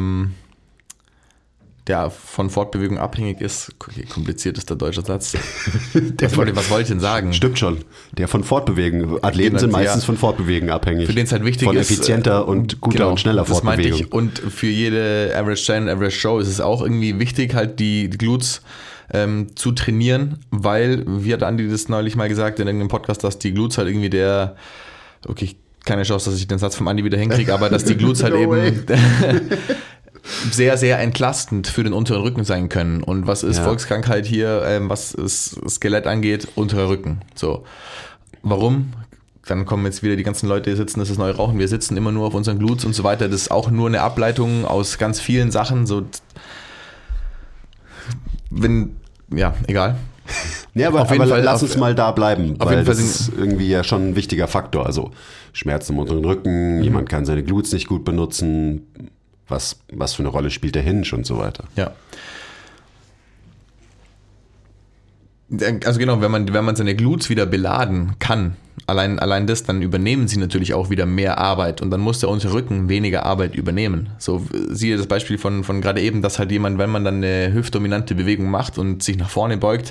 [SPEAKER 2] der von Fortbewegung abhängig ist. Okay, kompliziert ist der deutsche Satz. Was wollte ich denn sagen?
[SPEAKER 1] Stimmt schon. Der von Fortbewegen. Athleten sind meistens von Fortbewegen abhängig.
[SPEAKER 2] Für den es halt wichtig
[SPEAKER 1] von
[SPEAKER 2] ist.
[SPEAKER 1] Von effizienter und guter und schneller
[SPEAKER 2] das
[SPEAKER 1] Fortbewegung.
[SPEAKER 2] Meinte ich. Und für jede Average Channel, Average Show ist es auch irgendwie wichtig, halt die Glutes zu trainieren, weil, wie hat Andi das neulich mal gesagt in irgendeinem Podcast, dass die Glutes halt irgendwie okay, keine Chance, dass ich den Satz vom Andi wieder hinkriege, aber dass die Glutes halt eben sehr, sehr entlastend für den unteren Rücken sein können. Und was ist Volkskrankheit hier, was das Skelett angeht? Unterer Rücken. So. Warum? Dann kommen jetzt wieder die ganzen Leute, die sitzen, das ist neue Rauchen, wir sitzen immer nur auf unseren Glutes und so weiter. Das ist auch nur eine Ableitung aus ganz vielen Sachen. So, egal.
[SPEAKER 1] Ja, aber lass uns mal da bleiben,
[SPEAKER 2] auf
[SPEAKER 1] weil
[SPEAKER 2] jeden Fall
[SPEAKER 1] das ist irgendwie ja schon ein wichtiger Faktor. Also Schmerzen im unteren Rücken, jemand kann seine Glutes nicht gut benutzen, was für eine Rolle spielt der Hinge und so weiter.
[SPEAKER 2] Ja. Also genau, wenn man seine Glutes wieder beladen kann, allein das, dann übernehmen sie natürlich auch wieder mehr Arbeit und dann muss der untere Rücken weniger Arbeit übernehmen. So, siehe das Beispiel von gerade eben, dass halt jemand, wenn man dann eine hüftdominante Bewegung macht und sich nach vorne beugt,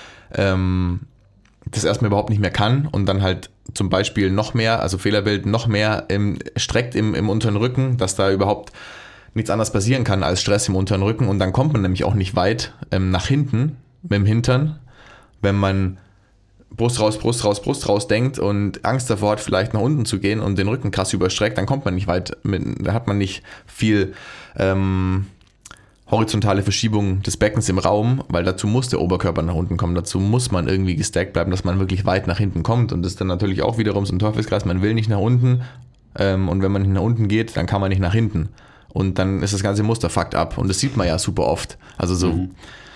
[SPEAKER 2] das erstmal überhaupt nicht mehr kann und dann halt zum Beispiel noch mehr, also Fehlerbild noch mehr streckt im unteren Rücken, dass da überhaupt nichts anderes passieren kann als Stress im unteren Rücken und dann kommt man nämlich auch nicht weit nach hinten mit dem Hintern, wenn man Brust raus denkt und Angst davor hat, vielleicht nach unten zu gehen und den Rücken krass überstreckt, dann kommt man nicht weit, da hat man nicht viel horizontale Verschiebung des Beckens im Raum, weil dazu muss der Oberkörper nach unten kommen, dazu muss man irgendwie gestackt bleiben, dass man wirklich weit nach hinten kommt und das ist dann natürlich auch wiederum so ein Teufelskreis, man will nicht nach unten und wenn man nicht nach unten geht, dann kann man nicht nach hinten und dann ist das ganze Muster fucked up und das sieht man ja super oft, also so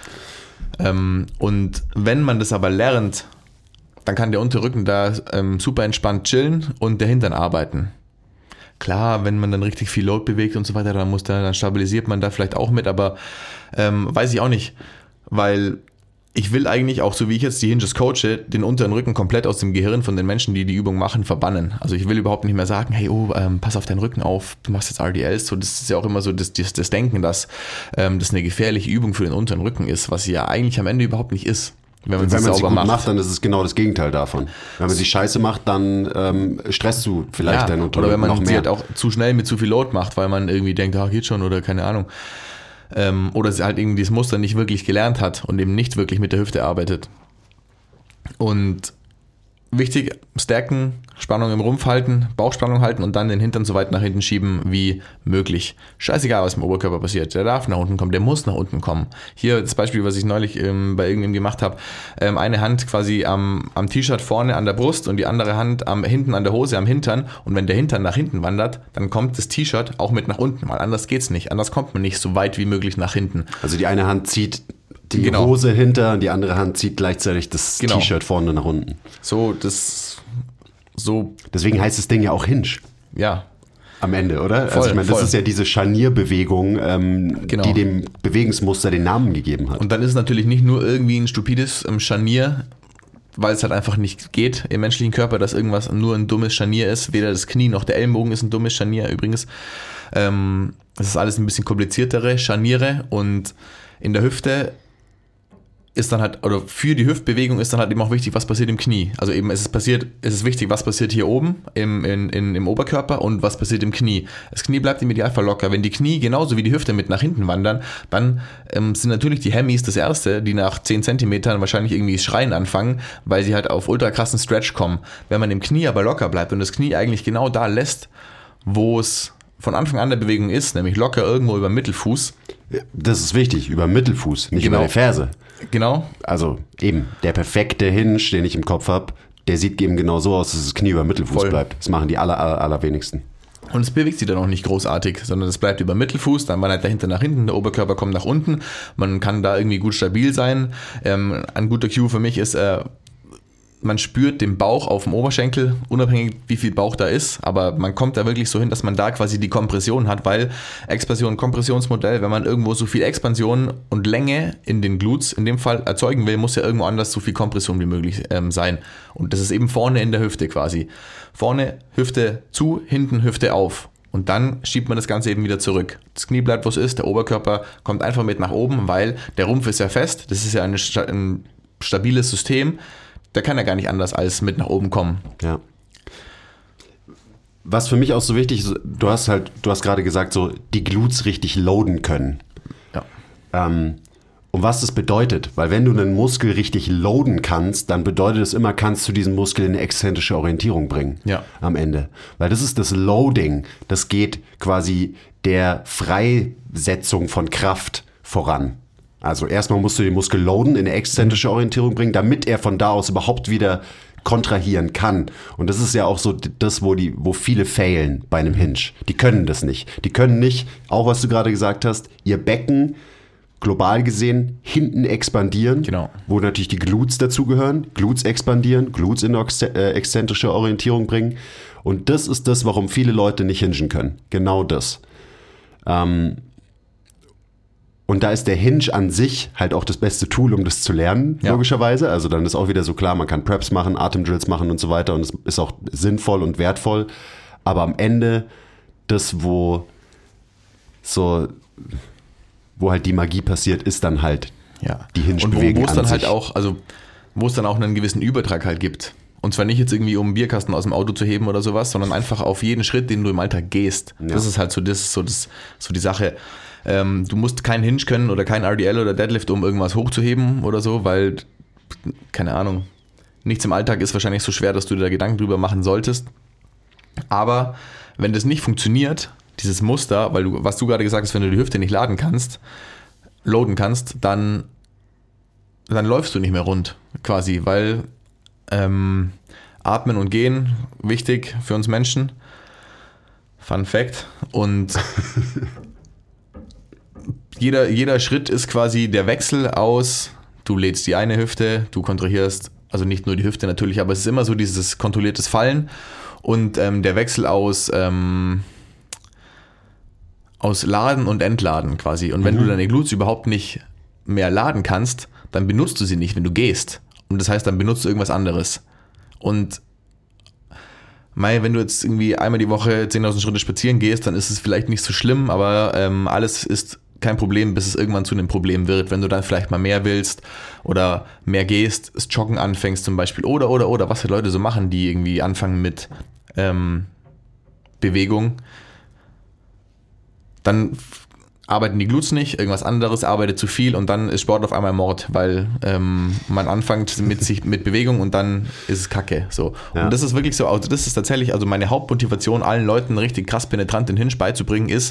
[SPEAKER 2] und wenn man das aber lernt, dann kann der Unterrücken da super entspannt chillen und der Hintern arbeiten. Klar, wenn man dann richtig viel Load bewegt und so weiter, dann stabilisiert man da vielleicht auch mit, aber weiß ich auch nicht, weil ich will eigentlich auch, so wie ich jetzt die Hinges coache, den unteren Rücken komplett aus dem Gehirn von den Menschen, die die Übung machen, verbannen. Also ich will überhaupt nicht mehr sagen, hey, pass auf deinen Rücken auf, du machst jetzt RDLs. So, das ist ja auch immer so das Denken, dass das eine gefährliche Übung für den unteren Rücken ist, was sie ja eigentlich am Ende überhaupt nicht ist. Wenn man
[SPEAKER 1] sie gut macht, dann ist es genau das Gegenteil davon. Wenn man sie scheiße macht, dann stresst du vielleicht deinen Unterrücken noch mehr.
[SPEAKER 2] Oder wenn man sie halt auch zu schnell mit zu viel Load macht, weil man irgendwie denkt, geht schon oder keine Ahnung. Oder sie halt irgendwie das Muster nicht wirklich gelernt hat und eben nicht wirklich mit der Hüfte arbeitet. Und wichtig, stacken, Spannung im Rumpf halten, Bauchspannung halten und dann den Hintern so weit nach hinten schieben wie möglich. Scheißegal, was im Oberkörper passiert. Der darf nach unten kommen, der muss nach unten kommen. Hier das Beispiel, was ich neulich bei irgendjemandem gemacht habe. Eine Hand quasi am T-Shirt vorne an der Brust und die andere Hand hinten an der Hose am Hintern. Und wenn der Hintern nach hinten wandert, dann kommt das T-Shirt auch mit nach unten, weil anders geht's nicht. Anders kommt man nicht so weit wie möglich nach hinten.
[SPEAKER 1] Also die eine Hand zieht die Hose hinter und die andere Hand zieht gleichzeitig das T-Shirt vorne nach unten. Deswegen heißt das Ding ja auch Hinge.
[SPEAKER 2] Ja.
[SPEAKER 1] Am Ende, oder? Also ich meine, das ist ja diese Scharnierbewegung, die dem Bewegungsmuster den Namen gegeben hat.
[SPEAKER 2] Und dann ist es natürlich nicht nur irgendwie ein stupides Scharnier, weil es halt einfach nicht geht im menschlichen Körper, dass irgendwas nur ein dummes Scharnier ist. Weder das Knie noch der Ellenbogen ist ein dummes Scharnier übrigens. Das ist alles ein bisschen kompliziertere Scharniere und in der Hüfte ist dann halt, oder für die Hüftbewegung ist dann halt eben auch wichtig, was passiert im Knie. Also eben ist es wichtig, was passiert hier oben im Oberkörper und was passiert im Knie. Das Knie bleibt im Idealfall locker. Wenn die Knie genauso wie die Hüfte mit nach hinten wandern, dann sind natürlich die Hemmis das Erste, die nach 10 Zentimetern wahrscheinlich irgendwie schreien anfangen, weil sie halt auf ultra krassen Stretch kommen. Wenn man im Knie aber locker bleibt und das Knie eigentlich genau da lässt, wo es von Anfang an der Bewegung ist, nämlich locker irgendwo über Mittelfuß.
[SPEAKER 1] Das ist wichtig, über Mittelfuß, nicht über die Ferse.
[SPEAKER 2] Genau.
[SPEAKER 1] Also eben, der perfekte Hinge, den ich im Kopf habe, der sieht eben genau so aus, dass das Knie über Mittelfuß bleibt. Das machen die allerwenigsten.
[SPEAKER 2] Und es bewegt sich dann auch nicht großartig, sondern es bleibt über Mittelfuß, dann wandert der Hintern nach hinten, der Oberkörper kommt nach unten. Man kann da irgendwie gut stabil sein. Ein guter Cue für mich ist, man spürt den Bauch auf dem Oberschenkel, unabhängig wie viel Bauch da ist, aber man kommt da wirklich so hin, dass man da quasi die Kompression hat, weil Expansion, Kompressionsmodell, wenn man irgendwo so viel Expansion und Länge in den Glutes in dem Fall erzeugen will, muss ja irgendwo anders so viel Kompression wie möglich sein. Und das ist eben vorne in der Hüfte quasi. Vorne Hüfte zu, hinten Hüfte auf. Und dann schiebt man das Ganze eben wieder zurück. Das Knie bleibt, wo es ist, der Oberkörper kommt einfach mit nach oben, weil der Rumpf ist ja fest, das ist ja ein stabiles System. Da kann er gar nicht anders als mit nach oben kommen.
[SPEAKER 1] Ja. Was für mich auch so wichtig ist, du hast gerade gesagt, so die Glutes richtig loaden können.
[SPEAKER 2] Ja.
[SPEAKER 1] Und was das bedeutet, weil wenn du einen Muskel richtig loaden kannst, dann bedeutet es immer, kannst du diesen Muskel in eine exzentrische Orientierung bringen.
[SPEAKER 2] Ja.
[SPEAKER 1] Am Ende. Weil das ist das Loading, das geht quasi der Freisetzung von Kraft voran. Also erstmal musst du den Muskel loaden, in eine exzentrische Orientierung bringen, damit er von da aus überhaupt wieder kontrahieren kann. Und das ist ja auch so das, wo viele failen bei einem Hinge. Die können das nicht. Die können nicht, auch was du gerade gesagt hast, ihr Becken global gesehen hinten expandieren,
[SPEAKER 2] genau,
[SPEAKER 1] wo natürlich die Glutes dazugehören, Glutes expandieren, Glutes in eine exzentrische Orientierung bringen. Und das ist das, warum viele Leute nicht hingen können. Genau das. Und da ist der Hinge an sich halt auch das beste Tool, um das zu lernen, logischerweise. Also dann ist auch wieder so klar, man kann Preps machen, Atemdrills machen und so weiter und es ist auch sinnvoll und wertvoll. Aber am Ende das, wo halt die Magie passiert, ist dann halt die Hinge-Bewegung
[SPEAKER 2] an sich. Und wo es dann halt auch, also wo es dann auch einen gewissen Übertrag halt gibt. Und zwar nicht jetzt irgendwie, um einen Bierkasten aus dem Auto zu heben oder sowas, sondern einfach auf jeden Schritt, den du im Alltag gehst. Ja. Das ist halt so die Sache. Du musst keinen Hinge können oder kein RDL oder Deadlift, um irgendwas hochzuheben oder so, weil, keine Ahnung, nichts im Alltag ist wahrscheinlich so schwer, dass du dir da Gedanken drüber machen solltest. Aber wenn das nicht funktioniert, dieses Muster, weil was du gerade gesagt hast, wenn du die Hüfte nicht loaden kannst, dann läufst du nicht mehr rund, quasi, weil Atmen und Gehen, wichtig für uns Menschen. Fun Fact. Und jeder Schritt ist quasi der Wechsel aus, du lädst die eine Hüfte, du kontrahierst, also nicht nur die Hüfte natürlich, aber es ist immer so dieses kontrolliertes Fallen und der Wechsel aus Laden und Entladen quasi. Und wenn du deine Glutes überhaupt nicht mehr laden kannst, dann benutzt du sie nicht, wenn du gehst. Und das heißt, dann benutzt du irgendwas anderes. Und wenn du jetzt irgendwie einmal die Woche 10.000 Schritte spazieren gehst, dann ist es vielleicht nicht so schlimm, aber alles ist kein Problem, bis es irgendwann zu einem Problem wird. Wenn du dann vielleicht mal mehr willst oder mehr gehst, das Joggen anfängst zum Beispiel oder was halt Leute so machen, die irgendwie anfangen mit Bewegung, dann arbeiten die Glutes nicht, irgendwas anderes arbeitet zu viel und dann ist Sport auf einmal Mord, weil man anfängt mit Bewegung und dann ist es Kacke. So. Ja. Und das ist wirklich so, also das ist tatsächlich, also meine Hauptmotivation, allen Leuten richtig krass penetrant den Hinge beizubringen, ist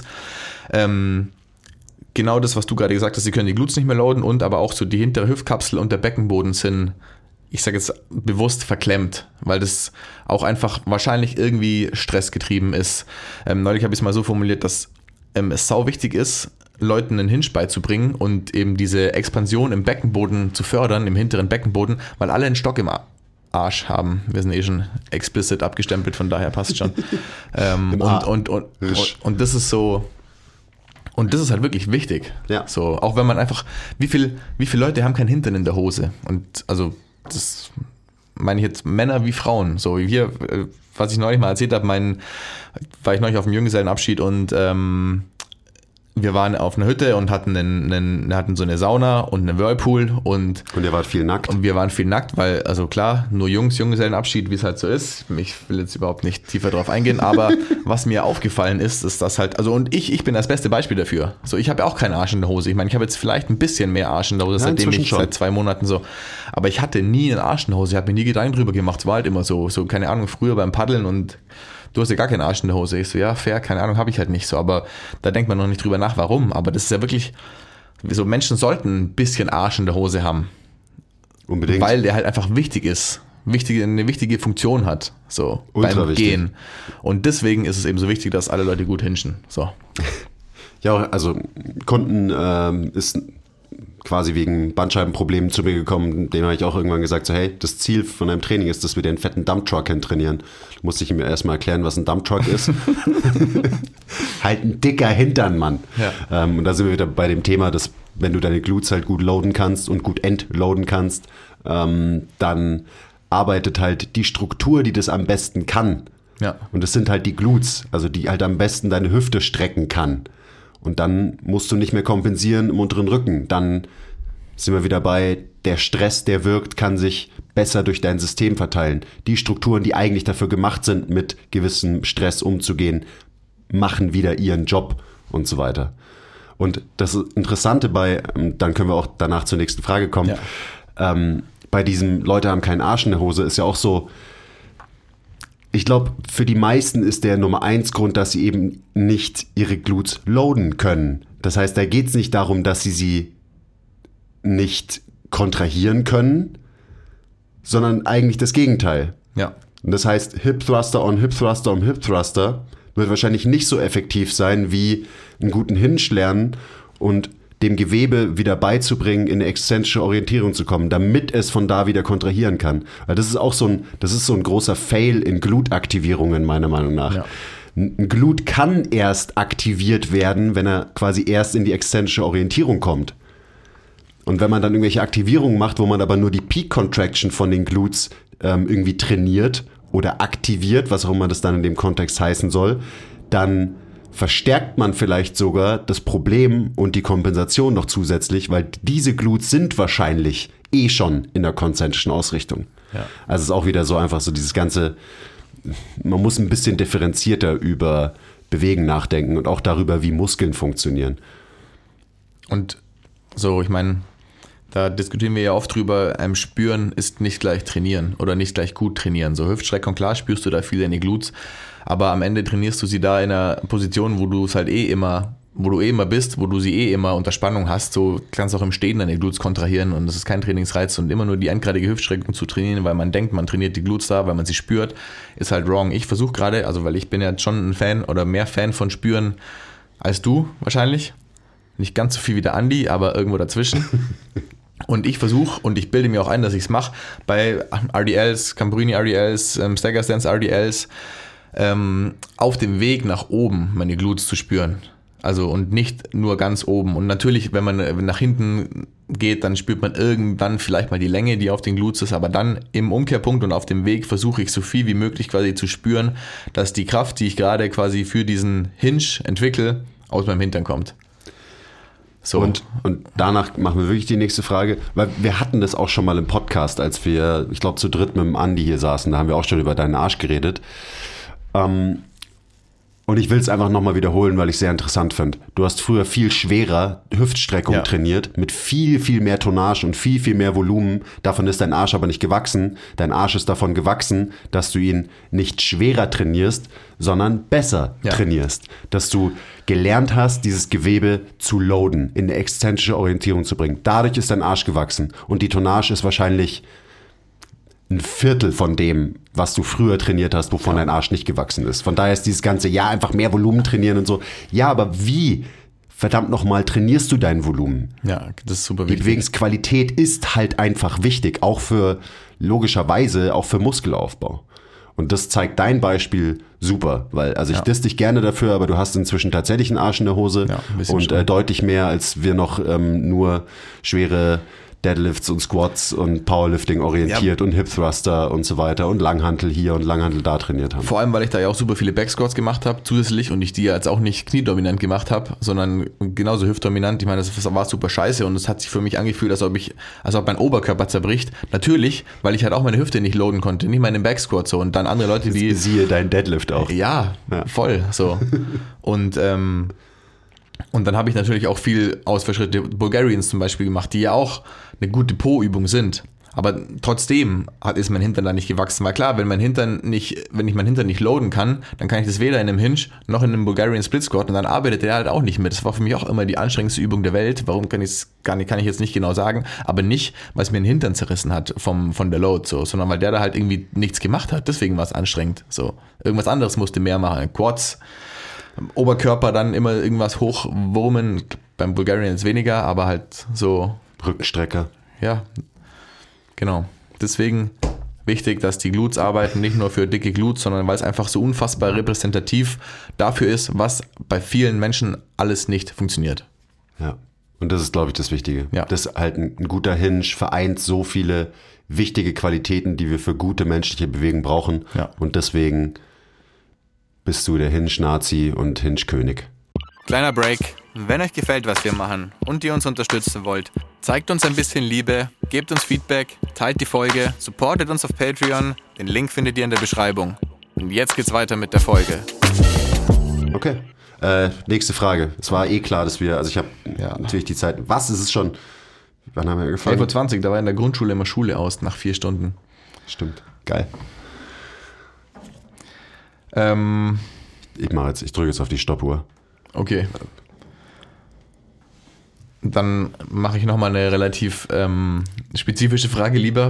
[SPEAKER 2] genau das, was du gerade gesagt hast, sie können die Glutes nicht mehr loaden und aber auch so die hintere Hüftkapsel und der Beckenboden sind, ich sage jetzt bewusst verklemmt, weil das auch einfach wahrscheinlich irgendwie stressgetrieben ist. Neulich habe ich es mal so formuliert, dass es sau wichtig ist, Leuten einen Hinge beizubringen und eben diese Expansion im Beckenboden zu fördern, im hinteren Beckenboden, weil alle einen Stock im Arsch haben. Wir sind schon explicit abgestempelt, von daher passt schon. Und das ist so, und das ist halt wirklich wichtig. Ja. So, auch wenn man einfach, wie viele Leute haben keinen Hintern in der Hose? Und also, das meine ich jetzt Männer wie Frauen. So wie wir, was ich neulich mal erzählt habe, war ich neulich auf dem Junggesellenabschied und wir waren auf einer Hütte und hatten so eine Sauna und einen Whirlpool und
[SPEAKER 1] ihr wart viel nackt.
[SPEAKER 2] Und wir waren viel nackt, weil, also klar, nur Junggesellenabschied, wie es halt so ist. Ich will jetzt überhaupt nicht tiefer drauf eingehen, aber was mir aufgefallen ist das halt, also und ich bin das beste Beispiel dafür. So, ich habe ja auch keinen Arsch in der Hose. Ich meine, ich habe jetzt vielleicht ein bisschen mehr Arsch in der Hose, seit 2 Monaten so. Aber ich hatte nie einen Arsch in der Hose. Ich habe mir nie Gedanken drüber gemacht. Es war halt immer so, keine Ahnung, früher beim Paddeln und du hast ja gar keinen Arsch in der Hose. Ich so, ja, fair, keine Ahnung, habe ich halt nicht so. Aber da denkt man noch nicht drüber nach, warum. Aber das ist ja wirklich, so Menschen sollten ein bisschen Arsch in der Hose haben.
[SPEAKER 1] Unbedingt.
[SPEAKER 2] Weil der halt einfach wichtig ist. eine wichtige Funktion hat, so
[SPEAKER 1] Ultra
[SPEAKER 2] beim
[SPEAKER 1] wichtig.
[SPEAKER 2] Gehen. Und deswegen ist es eben so wichtig, dass alle Leute gut hinschen. So.
[SPEAKER 1] Ja, also Kunden ist quasi wegen Bandscheibenproblemen zu mir gekommen, dem habe ich auch irgendwann gesagt, so hey, das Ziel von deinem Training ist, dass wir den fetten Dumptruck hintrainieren. Da musste ich ihm erstmal erklären, was ein Dumptruck ist. Halt ein dicker Hintern, Mann.
[SPEAKER 2] Ja.
[SPEAKER 1] Und da sind wir wieder bei dem Thema, dass wenn du deine Glutes halt gut loaden kannst und gut entloaden kannst, dann arbeitet halt die Struktur, die das am besten kann.
[SPEAKER 2] Ja.
[SPEAKER 1] Und das sind halt die Glutes, also die halt am besten deine Hüfte strecken kann. Und dann musst du nicht mehr kompensieren im unteren Rücken. Dann sind wir wieder bei, der Stress, der wirkt, kann sich besser durch dein System verteilen. Die Strukturen, die eigentlich dafür gemacht sind, mit gewissem Stress umzugehen, machen wieder ihren Job und so weiter. Und das Interessante dann können wir auch danach zur nächsten Frage kommen, bei diesem Leute haben keinen Arsch in der Hose ist ja auch so, ich glaube, für die meisten ist der Nummer 1 Grund, dass sie eben nicht ihre Glutes loaden können. Das heißt, da geht es nicht darum, dass sie nicht kontrahieren können, sondern eigentlich das Gegenteil.
[SPEAKER 2] Ja.
[SPEAKER 1] Und das heißt, Hip Thruster on Hip Thruster on Hip Thruster wird wahrscheinlich nicht so effektiv sein, wie einen guten Hinge lernen und dem Gewebe wieder beizubringen, in eine exzentrische Orientierung zu kommen, damit es von da wieder kontrahieren kann. Weil das ist auch so ein großer Fail in Glutaktivierungen, meiner Meinung nach. Ja. Ein Glut kann erst aktiviert werden, wenn er quasi erst in die exzentrische Orientierung kommt. Und wenn man dann irgendwelche Aktivierungen macht, wo man aber nur die Peak Contraction von den Glutes irgendwie trainiert oder aktiviert, was auch immer das dann in dem Kontext heißen soll, dann verstärkt man vielleicht sogar das Problem und die Kompensation noch zusätzlich, weil diese Glutes sind wahrscheinlich schon in der konzentrischen Ausrichtung. Ja. Also es ist auch wieder so einfach so dieses ganze, man muss ein bisschen differenzierter über Bewegen nachdenken und auch darüber, wie Muskeln funktionieren.
[SPEAKER 2] Und so, ich meine, da diskutieren wir ja oft drüber, Spüren ist nicht gleich trainieren oder nicht gleich gut trainieren. So Hüftstreckung, klar spürst du da viel in die Glutes, aber am Ende trainierst du sie da in einer Position, wo du es halt immer bist, wo du sie immer unter Spannung hast. So kannst du auch im Stehen deine Glutes kontrahieren und das ist kein Trainingsreiz und immer nur die endgradige Hüftstreckung zu trainieren, weil man denkt, man trainiert die Glutes da, weil man sie spürt, ist halt wrong. Ich versuche gerade, also weil ich bin ja schon ein Fan oder mehr Fan von Spüren als du wahrscheinlich. Nicht ganz so viel wie der Andi, aber irgendwo dazwischen. Und ich versuche, und ich bilde mir auch ein, dass ich es mache, bei RDLs, Camporini RDLs, Stagger Stance RDLs, auf dem Weg nach oben meine Glutes zu spüren. Also und nicht nur ganz oben. Und natürlich, wenn man nach hinten geht, dann spürt man irgendwann vielleicht mal die Länge, die auf den Glutes ist. Aber dann im Umkehrpunkt und auf dem Weg versuche ich so viel wie möglich quasi zu spüren, dass die Kraft, die ich gerade quasi für diesen Hinge entwickle, aus meinem Hintern kommt. So.
[SPEAKER 1] Und danach machen wir wirklich die nächste Frage, weil wir hatten das auch schon mal im Podcast, als wir, ich glaube, zu dritt mit dem Andi hier saßen, da haben wir auch schon über deinen Arsch geredet. Und ich will es einfach nochmal wiederholen, weil ich es sehr interessant finde. Du hast früher viel schwerer Hüftstreckung trainiert, mit viel, viel mehr Tonnage und viel, viel mehr Volumen. Davon ist dein Arsch aber nicht gewachsen. Dein Arsch ist davon gewachsen, dass du ihn nicht schwerer trainierst, sondern besser trainierst. Dass du gelernt hast, dieses Gewebe zu loaden, in eine exzentrische Orientierung zu bringen. Dadurch ist dein Arsch gewachsen. Und die Tonnage ist wahrscheinlich ein Viertel von dem, was du früher trainiert hast, wovon dein Arsch nicht gewachsen ist. Von daher ist dieses ganze, einfach mehr Volumen trainieren und so. Ja, aber wie, verdammt nochmal, trainierst du dein Volumen?
[SPEAKER 2] Ja, das ist super
[SPEAKER 1] Die
[SPEAKER 2] wichtig.
[SPEAKER 1] Bewegungsqualität ist halt einfach wichtig, auch logischerweise auch für Muskelaufbau. Und das zeigt dein Beispiel super, weil, also ich diss dich gerne dafür, aber du hast inzwischen tatsächlich einen Arsch in der Hose und deutlich mehr, als wir noch nur schwere Deadlifts und Squats und Powerlifting orientiert und Hip Thruster und so weiter und Langhantel hier und Langhantel da trainiert haben.
[SPEAKER 2] Vor allem, weil ich da ja auch super viele Backsquats gemacht habe zusätzlich und ich die ja jetzt auch nicht kniedominant gemacht habe, sondern genauso hüftdominant. Ich meine, das war super scheiße und es hat sich für mich angefühlt, als ob mein Oberkörper zerbricht. Natürlich, weil ich halt auch meine Hüfte nicht loaden konnte, nicht meinen Backsquat so und dann andere Leute, die...
[SPEAKER 1] Siehe dein Deadlift auch.
[SPEAKER 2] Ja, voll so. Und dann habe ich natürlich auch viel Ausfallschritte Bulgarians zum Beispiel gemacht, die ja auch eine gute Po-Übung sind. Aber trotzdem ist mein Hintern da nicht gewachsen. Weil klar, wenn ich mein Hintern nicht loaden kann, dann kann ich das weder in einem Hinge noch in einem Bulgarian Split Squat und dann arbeitet der halt auch nicht mit. Das war für mich auch immer die anstrengendste Übung der Welt. Warum kann ich jetzt nicht genau sagen. Aber nicht, weil es mir den Hintern zerrissen hat von der Load, so, sondern weil der da halt irgendwie nichts gemacht hat. Deswegen war es anstrengend. So. Irgendwas anderes musste mehr machen. Quads, Oberkörper dann immer irgendwas hochwurmen. Beim Bulgarian jetzt weniger, aber halt so.
[SPEAKER 1] Rückenstrecker.
[SPEAKER 2] Ja, genau. Deswegen wichtig, dass die Glutes arbeiten, nicht nur für dicke Glutes, sondern weil es einfach so unfassbar repräsentativ dafür ist, was bei vielen Menschen alles nicht funktioniert.
[SPEAKER 1] Ja, und das ist, glaube ich, das Wichtige.
[SPEAKER 2] Ja.
[SPEAKER 1] Das halt ein guter Hinge vereint so viele wichtige Qualitäten, die wir für gute menschliche Bewegung brauchen.
[SPEAKER 2] Ja.
[SPEAKER 1] Und deswegen bist du der Hinge-Nazi und Hinge-König.
[SPEAKER 3] Kleiner Break. Wenn euch gefällt, was wir machen und ihr uns unterstützen wollt, zeigt uns ein bisschen Liebe, gebt uns Feedback, teilt die Folge, supportet uns auf Patreon. Den Link findet ihr in der Beschreibung. Und jetzt geht's weiter mit der Folge.
[SPEAKER 1] Okay. Nächste Frage. Es war klar, dass ich habe natürlich die Zeit. Was ist es schon? Wann haben wir angefangen?
[SPEAKER 2] 11.20 Uhr, da war in der Grundschule immer Schule aus, nach 4 Stunden.
[SPEAKER 1] Stimmt. Geil. Ich drücke jetzt auf die Stoppuhr.
[SPEAKER 2] Okay. Dann mache ich nochmal eine relativ spezifische Frage lieber.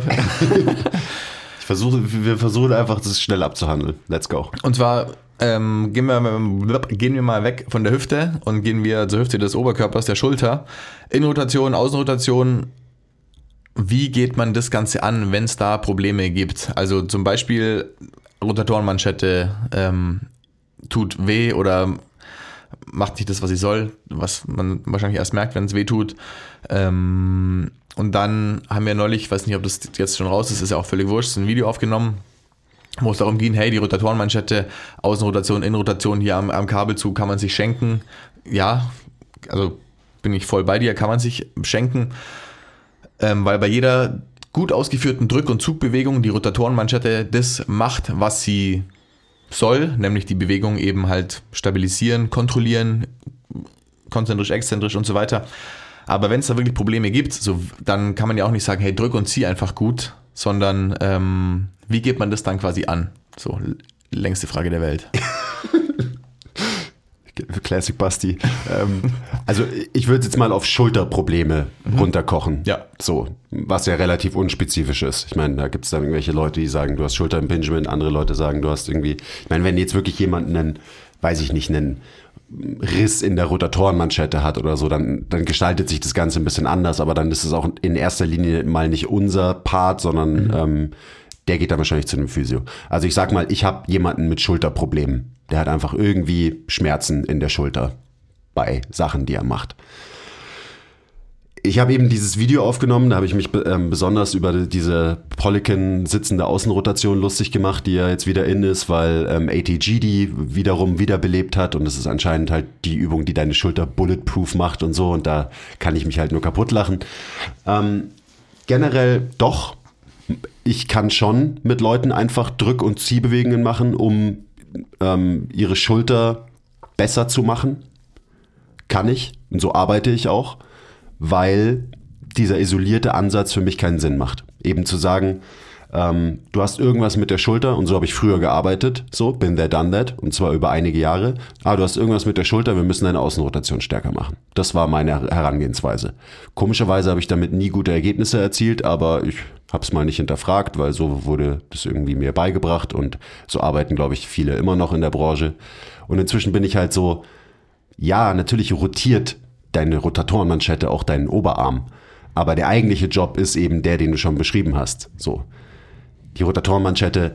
[SPEAKER 1] Wir versuchen einfach, das schnell abzuhandeln. Let's go.
[SPEAKER 2] Und zwar gehen wir mal weg von der Hüfte und gehen wir zur Hüfte des Oberkörpers, der Schulter. Innenrotation, Außenrotation. Wie geht man das Ganze an, wenn es da Probleme gibt? Also zum Beispiel Rotatorenmanschette tut weh oder macht nicht das, was sie soll, was man wahrscheinlich erst merkt, wenn es weh tut. Und dann haben wir neulich, ich weiß nicht, ob das jetzt schon raus ist ja auch völlig wurscht, ein Video aufgenommen, wo es darum ging, hey, die Rotatorenmanschette, Außenrotation, Innenrotation hier am Kabelzug kann man sich schenken. Ja, also bin ich voll bei dir, kann man sich schenken, weil bei jeder gut ausgeführten Drück- und Zugbewegung die Rotatorenmanschette das macht, was sie soll, nämlich die Bewegung eben halt stabilisieren, kontrollieren, konzentrisch, exzentrisch und so weiter. Aber wenn es da wirklich Probleme gibt, so, dann kann man ja auch nicht sagen, hey, drück und zieh einfach gut, sondern wie geht man das dann quasi an? So, längste Frage der Welt.
[SPEAKER 1] Classic Basti. Also ich würde jetzt mal auf Schulterprobleme runterkochen.
[SPEAKER 2] Ja.
[SPEAKER 1] So, was ja relativ unspezifisch ist. Ich meine, da gibt es dann irgendwelche Leute, die sagen, du hast Schulterimpingement, andere Leute sagen, du hast irgendwie, ich meine, wenn jetzt wirklich jemand einen Riss in der Rotatorenmanschette hat oder so, dann gestaltet sich das Ganze ein bisschen anders, aber dann ist es auch in erster Linie mal nicht unser Part, sondern der geht dann wahrscheinlich zu einem Physio. Also ich sag mal, ich habe jemanden mit Schulterproblemen. Der hat einfach irgendwie Schmerzen in der Schulter bei Sachen, die er macht. Ich habe eben dieses Video aufgenommen, da habe ich mich besonders über diese Polican sitzende Außenrotation lustig gemacht, die ja jetzt wieder in ist, weil ATG die wiederum wiederbelebt hat und das ist anscheinend halt die Übung, die deine Schulter bulletproof macht und so und da kann ich mich halt nur kaputt lachen. Generell doch, ich kann schon mit Leuten einfach Drück- und Ziehbewegungen machen, um ihre Schulter besser zu machen. Kann ich. Und so arbeite ich auch, weil dieser isolierte Ansatz für mich keinen Sinn macht. Eben zu sagen, du hast irgendwas mit der Schulter und so habe ich früher gearbeitet, so, been there, done that und zwar über einige Jahre. Du hast irgendwas mit der Schulter, wir müssen deine Außenrotation stärker machen. Das war meine Herangehensweise. Komischerweise habe ich damit nie gute Ergebnisse erzielt, aber ich habe es mal nicht hinterfragt, weil so wurde das irgendwie mir beigebracht und so arbeiten, glaube ich, viele immer noch in der Branche. Und inzwischen bin ich halt so, ja, natürlich rotiert deine Rotatorenmanschette auch deinen Oberarm, aber der eigentliche Job ist eben der, den du schon beschrieben hast. So. Die Rotatorenmanschette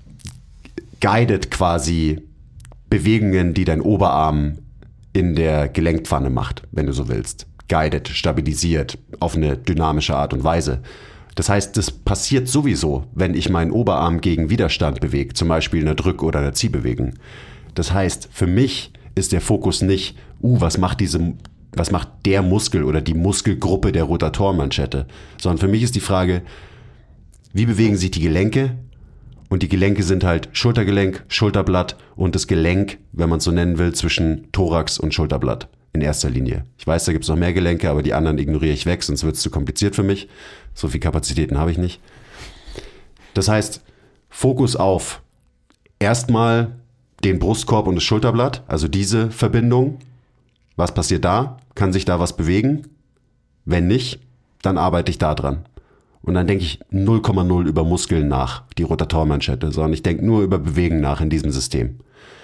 [SPEAKER 1] guidet quasi Bewegungen, die dein Oberarm in der Gelenkpfanne macht, wenn du so willst. Guidet, stabilisiert, auf eine dynamische Art und Weise. Das heißt, das passiert sowieso, wenn ich meinen Oberarm gegen Widerstand bewege, zum Beispiel in einer Drück- oder einer Ziehbewegung. Das heißt, für mich ist der Fokus nicht, was macht der Muskel oder die Muskelgruppe der Rotatorenmanschette, sondern für mich ist die Frage, wie bewegen sich die Gelenke? Und die Gelenke sind halt Schultergelenk, Schulterblatt und das Gelenk, wenn man es so nennen will, zwischen Thorax und Schulterblatt. in erster Linie. Ich weiß, da gibt es noch mehr Gelenke, aber die anderen ignoriere ich weg, sonst wird es zu kompliziert für mich. So viel Kapazitäten habe ich nicht. Das heißt, Fokus auf erstmal den Brustkorb und das Schulterblatt, also diese Verbindung. Was passiert da? Kann sich da was bewegen? Wenn nicht, dann arbeite ich da dran. Und dann denke ich 0,0 über Muskeln nach, die Rotatormanschette, sondern ich denke nur über Bewegen nach in diesem System.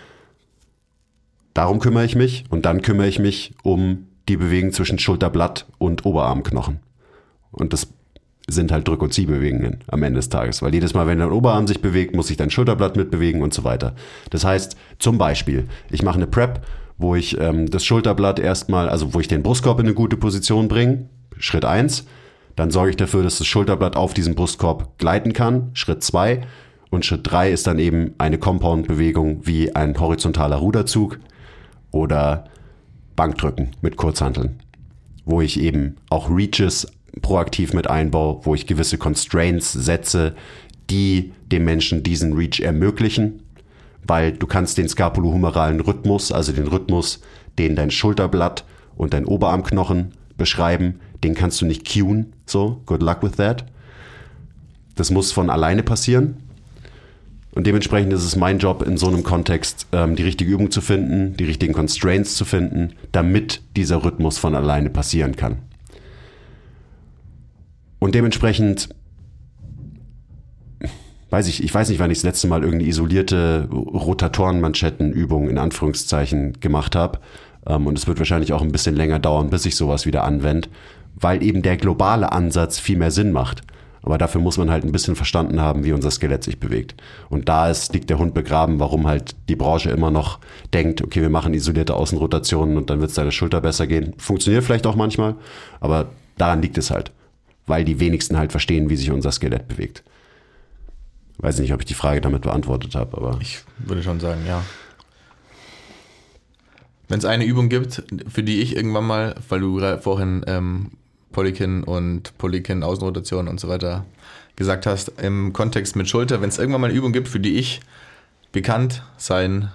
[SPEAKER 1] Darum kümmere ich mich und dann kümmere ich mich um die Bewegung zwischen Schulterblatt und Oberarmknochen. Und das sind halt Drück- und Ziehbewegungen am Ende des Tages. Weil jedes Mal, wenn dein Oberarm sich bewegt, muss sich dein Schulterblatt mitbewegen und so weiter. Das heißt, zum Beispiel, ich mache eine Prep, wo ich das Schulterblatt erstmal, also wo ich den Brustkorb in eine gute Position bringe, Schritt 1. Dann sorge ich dafür, dass das Schulterblatt auf diesen Brustkorb gleiten kann, Schritt 2. Und Schritt 3 ist dann eben eine Compound-Bewegung wie ein horizontaler Ruderzug oder Bankdrücken mit Kurzhanteln, wo ich eben auch Reaches proaktiv mit einbaue, wo ich gewisse Constraints setze, die dem Menschen diesen Reach ermöglichen, weil du kannst den scapulohumeralen Rhythmus, also den Rhythmus, den dein Schulterblatt und dein Oberarmknochen beschreiben, den kannst du nicht cueen, so, good luck with that. Das muss von alleine passieren. Und dementsprechend ist es mein Job, in so einem Kontext die richtige Übung zu finden, die richtigen Constraints zu finden, damit dieser Rhythmus von alleine passieren kann. Und dementsprechend, ich weiß nicht, wann ich das letzte Mal irgendeine isolierte Rotatorenmanschettenübung in Anführungszeichen gemacht habe. Und es wird wahrscheinlich auch ein bisschen länger dauern, bis ich sowas wieder anwende, weil eben der globale Ansatz viel mehr Sinn macht. Aber dafür muss man halt ein bisschen verstanden haben, wie unser Skelett sich bewegt. Und da liegt der Hund begraben, warum halt die Branche immer noch denkt, okay, wir machen isolierte Außenrotationen und dann wird es deiner Schulter besser gehen. Funktioniert vielleicht auch manchmal, aber daran liegt es halt. Weil die wenigsten halt verstehen, wie sich unser Skelett bewegt. Weiß nicht, ob ich die Frage damit beantwortet habe, aber...
[SPEAKER 2] Ich würde schon sagen, ja. Wenn es eine Übung gibt, für die ich irgendwann mal, weil du vorhin Polykin und Polykin, Außenrotation und so weiter gesagt hast, im Kontext mit Schulter, wenn es irgendwann mal eine Übung gibt, für die ich bekannt sein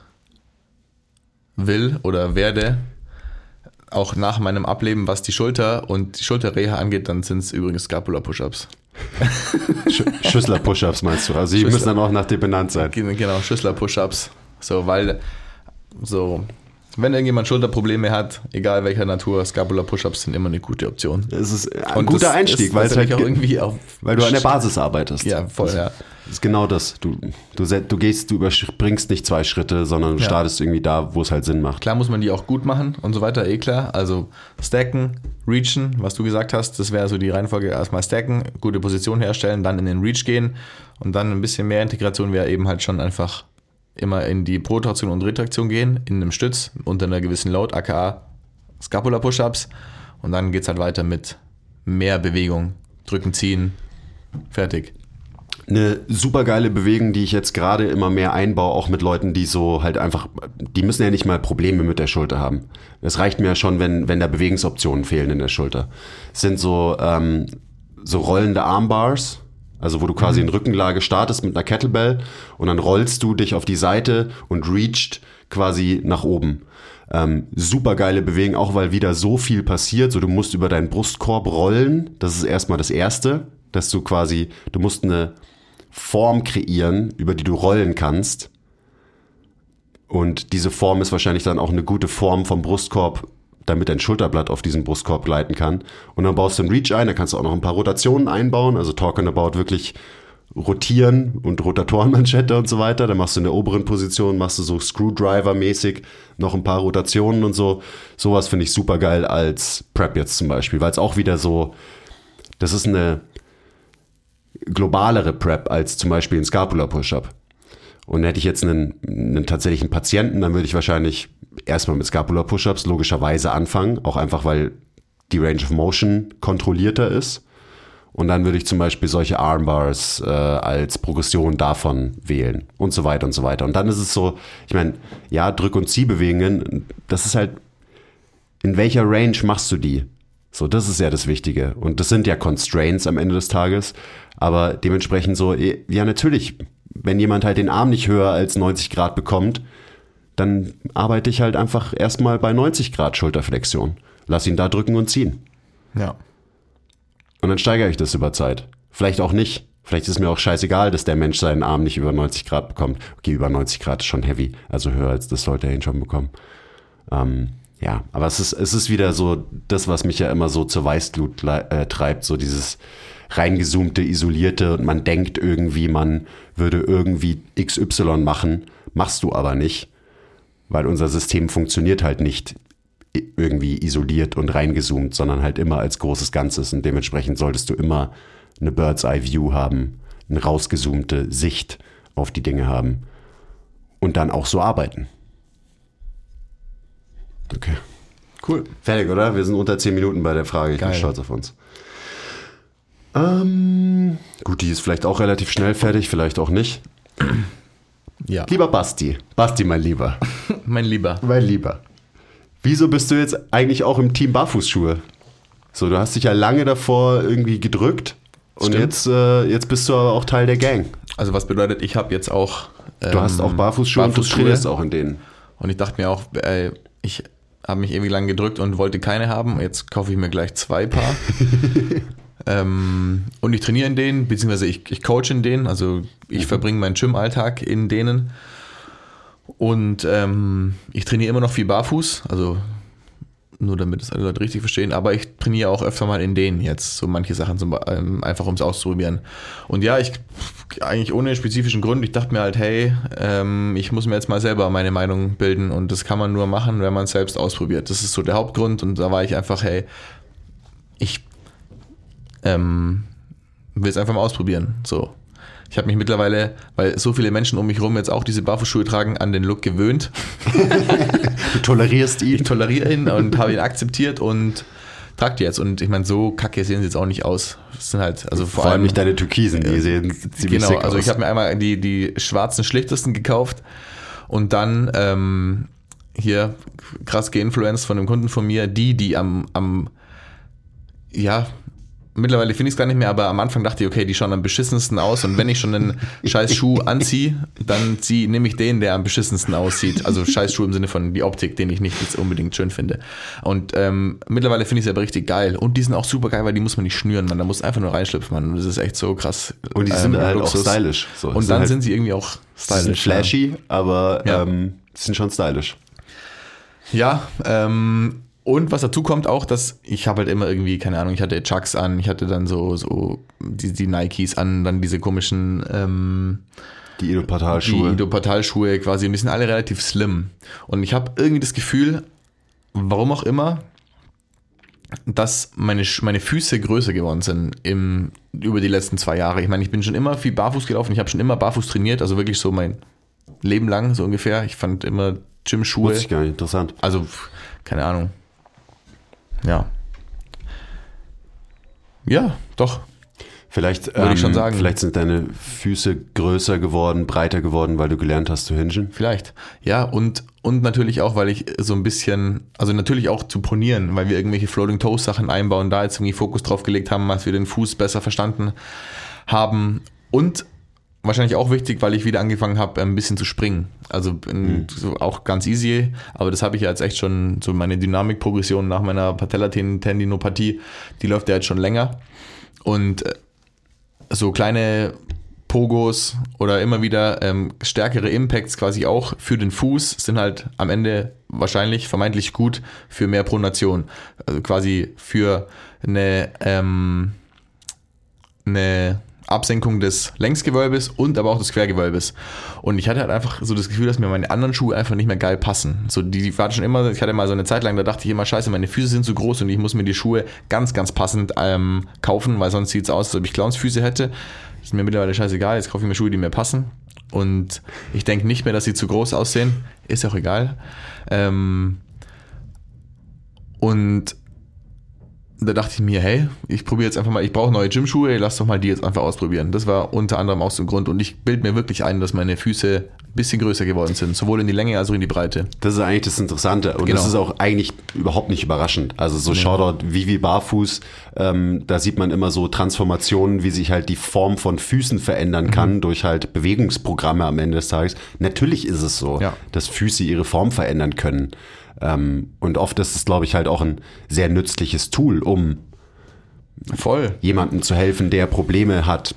[SPEAKER 2] will oder werde, auch nach meinem Ableben, was die Schulter und die Schulterreha angeht, dann sind es übrigens Scapula-Push-Ups.
[SPEAKER 1] Schüssler-Push-Ups meinst du? Also die müssen dann auch nach dir benannt sein.
[SPEAKER 2] Genau, Schüssler-Push-Ups. So, weil so... Wenn irgendjemand Schulterprobleme hat, egal welcher Natur, Scapula-Push-Ups sind immer eine gute Option.
[SPEAKER 1] Es ist ein guter Einstieg, weil es halt
[SPEAKER 2] auch irgendwie
[SPEAKER 1] weil du an der Basis arbeitest.
[SPEAKER 2] Ja, voll, ja.
[SPEAKER 1] Das ist genau das. Du überspringst nicht 2 Schritte, sondern du startest irgendwie da, wo es halt Sinn macht.
[SPEAKER 2] Klar muss man die auch gut machen und so weiter, klar. Also stacken, reachen, was du gesagt hast, das wäre so die Reihenfolge. Erstmal stacken, gute Position herstellen, dann in den Reach gehen und dann ein bisschen mehr Integration wäre eben halt schon einfach immer in die Protraktion und Retraktion gehen, in einem Stütz unter einer gewissen Load, aka Scapula-Push-Ups. Und dann geht es halt weiter mit mehr Bewegung. Drücken, ziehen, fertig.
[SPEAKER 1] Eine super geile Bewegung, die ich jetzt gerade immer mehr einbaue, auch mit Leuten, die so halt einfach, die müssen ja nicht mal Probleme mit der Schulter haben. Es reicht mir ja schon, wenn da Bewegungsoptionen fehlen in der Schulter. Es sind so rollende Armbars, also wo du quasi in Rückenlage startest mit einer Kettlebell und dann rollst du dich auf die Seite und reachst quasi nach oben. Super geile Bewegung, auch weil wieder so viel passiert. So, du musst über deinen Brustkorb rollen. Das ist erstmal das Erste, dass du musst eine Form kreieren, über die du rollen kannst. Und diese Form ist wahrscheinlich dann auch eine gute Form vom Brustkorb, damit dein Schulterblatt auf diesen Brustkorb gleiten kann. Und dann baust du einen Reach ein, da kannst du auch noch ein paar Rotationen einbauen, also Talking About wirklich rotieren und Rotatorenmanschette und so weiter. Dann machst du in der oberen Position, machst du so Screwdriver-mäßig noch ein paar Rotationen und so. Sowas finde ich super geil als Prep jetzt zum Beispiel, weil es auch wieder so, das ist eine globalere Prep als zum Beispiel ein Scapula-Push-Up. Und hätte ich jetzt einen tatsächlichen Patienten, dann würde ich wahrscheinlich erstmal mit Scapula-Push-Ups logischerweise anfangen, auch einfach, weil die Range of Motion kontrollierter ist. Und dann würde ich zum Beispiel solche Armbars als Progression davon wählen und so weiter und so weiter. Und dann ist es so, ich meine, ja, Drück- und Ziehbewegungen, das ist halt, in welcher Range machst du die? So, das ist ja das Wichtige. Und das sind ja Constraints am Ende des Tages. Aber dementsprechend so, ja, natürlich, wenn jemand halt den Arm nicht höher als 90 Grad bekommt, dann arbeite ich halt einfach erstmal bei 90 Grad Schulterflexion. Lass ihn da drücken und ziehen.
[SPEAKER 2] Ja.
[SPEAKER 1] Und dann steigere ich das über Zeit. Vielleicht auch nicht. Vielleicht ist mir auch scheißegal, dass der Mensch seinen Arm nicht über 90 Grad bekommt. Okay, über 90 Grad ist schon heavy. Also höher als das sollte er ihn schon bekommen. Ja, aber es ist wieder so das, was mich ja immer so zur Weißglut treibt. So dieses reingezoomte, isolierte und man denkt irgendwie, man würde irgendwie XY machen. Machst du aber nicht. Weil unser System funktioniert halt nicht irgendwie isoliert und reingezoomt, sondern halt immer als großes Ganzes. Und dementsprechend solltest du immer eine Bird's-Eye-View haben, eine rausgezoomte Sicht auf die Dinge haben und dann auch so arbeiten. Okay. Cool. Fertig, oder? Wir sind unter 10 Minuten bei der Frage. Ich bin stolz auf uns. Gut, die ist vielleicht auch relativ schnell fertig, vielleicht auch nicht.
[SPEAKER 2] Ja.
[SPEAKER 1] Lieber Basti, mein Lieber.
[SPEAKER 2] Mein Lieber.
[SPEAKER 1] Wieso bist du jetzt eigentlich auch im Team Barfußschuhe? So, du hast dich ja lange davor irgendwie gedrückt und jetzt bist du aber auch Teil der Gang.
[SPEAKER 2] Also was bedeutet, ich habe jetzt auch...
[SPEAKER 1] du hast auch Barfußschuhe und du trainierst auch in denen.
[SPEAKER 2] Und ich dachte mir auch, ich habe mich irgendwie lang gedrückt und wollte keine haben. Jetzt kaufe ich mir gleich 2 Paar. Und ich trainiere in denen, beziehungsweise ich coach in denen. Also ich verbringe meinen Gym-Alltag in denen. Und ich trainiere immer noch viel barfuß. Also nur damit es alle Leute richtig verstehen. Aber ich trainiere auch öfter mal in denen jetzt. So manche Sachen, einfach um es auszuprobieren. Und ja, eigentlich ohne spezifischen Grund. Ich dachte mir halt, hey, ich muss mir jetzt mal selber meine Meinung bilden. Und das kann man nur machen, wenn man es selbst ausprobiert. Das ist so der Hauptgrund. Und da war ich einfach, hey, ich will es einfach mal ausprobieren. So. Ich habe mich mittlerweile, weil so viele Menschen um mich rum jetzt auch diese Barfußschuhe tragen, an den Look gewöhnt.
[SPEAKER 1] Du tolerierst ihn?
[SPEAKER 2] Ich toleriere ihn und habe ihn akzeptiert und trage die jetzt. Und ich meine, so kacke sehen sie jetzt auch nicht aus. Das sind halt, also vor allem
[SPEAKER 1] nicht deine Türkisen, die sehen ziemlich
[SPEAKER 2] genau,
[SPEAKER 1] sick aus.
[SPEAKER 2] also ich habe mir einmal die schwarzen, schlichtesten gekauft und dann hier krass geinfluenced von einem Kunden von mir, die mittlerweile finde ich es gar nicht mehr, aber am Anfang dachte ich, okay, die schauen am beschissensten aus und wenn ich schon einen scheiß Schuh anziehe, dann nehme ich den, der am beschissensten aussieht. Also scheiß Schuh im Sinne von die Optik, den ich nicht jetzt unbedingt schön finde. Und mittlerweile finde ich es aber richtig geil. Und die sind auch super geil, weil die muss man nicht schnüren, man. Da muss einfach nur reinschlüpfen, man. Das ist echt so krass.
[SPEAKER 1] Und die sind halt Luxus. Auch stylisch. So,
[SPEAKER 2] und dann halt, sind sie irgendwie auch stylisch.
[SPEAKER 1] Sind flashy, aber sind schon stylisch.
[SPEAKER 2] Ja, und was dazu kommt auch, dass ich habe halt immer irgendwie, keine Ahnung, ich hatte Chucks an, ich hatte dann so die Nikes an, dann diese komischen
[SPEAKER 1] die Ido-Portal-Schuhe.
[SPEAKER 2] Die Ido-Portal-Schuhe quasi und die sind alle relativ slim. Und ich habe irgendwie das Gefühl, warum auch immer, dass meine Füße größer geworden sind über die letzten 2 Jahre. Ich meine, ich bin schon immer viel barfuß gelaufen, ich habe schon immer barfuß trainiert, also wirklich so mein Leben lang so ungefähr. Ich fand immer Gym-Schuhe.
[SPEAKER 1] Wusste ich gar nicht, interessant.
[SPEAKER 2] Also, keine Ahnung. Ja. Ja, doch.
[SPEAKER 1] Vielleicht,
[SPEAKER 2] würde ich schon sagen.
[SPEAKER 1] Vielleicht sind deine Füße größer geworden, breiter geworden, weil du gelernt hast zu hingen.
[SPEAKER 2] Vielleicht. Ja, und natürlich auch, weil ich so ein bisschen, also natürlich auch zu ponieren, weil wir irgendwelche Floating Toes Sachen einbauen, da jetzt irgendwie Fokus drauf gelegt haben, als wir den Fuß besser verstanden haben. Und wahrscheinlich auch wichtig, weil ich wieder angefangen habe, ein bisschen zu springen. Also so auch ganz easy, aber das habe ich ja jetzt echt schon, so meine Dynamikprogression nach meiner Patellatendinopathie, die läuft ja jetzt schon länger. Und so kleine Pogos oder immer wieder stärkere Impacts quasi auch für den Fuß sind halt am Ende wahrscheinlich vermeintlich gut für mehr Pronation. Also quasi für eine Absenkung des Längsgewölbes und aber auch des Quergewölbes. Und ich hatte halt einfach so das Gefühl, dass mir meine anderen Schuhe einfach nicht mehr geil passen. So die waren schon immer, ich hatte mal so eine Zeit lang, da dachte ich immer, scheiße, meine Füße sind zu groß und ich muss mir die Schuhe ganz, ganz passend kaufen, weil sonst sieht es aus, als ob ich Clownsfüße hätte. Das ist mir mittlerweile scheißegal, jetzt kaufe ich mir Schuhe, die mir passen. Und ich denke nicht mehr, dass sie zu groß aussehen. Ist auch egal. Und da dachte ich mir, hey, ich probiere jetzt einfach mal, ich brauche neue Gymschuhe, lass doch mal die jetzt einfach ausprobieren. Das war unter anderem auch so ein Grund und ich bilde mir wirklich ein, dass meine Füße bisschen größer geworden sind, sowohl in die Länge als auch in die Breite.
[SPEAKER 1] Das ist eigentlich das Interessante und das ist auch eigentlich überhaupt nicht überraschend. Also so Shoutout Vivi Barfuß, da sieht man immer so Transformationen, wie sich halt die Form von Füßen verändern kann durch halt Bewegungsprogramme am Ende des Tages. Natürlich ist es so, dass Füße ihre Form verändern können. Und oft ist es, glaube ich, halt auch ein sehr nützliches Tool, um jemandem zu helfen, der Probleme hat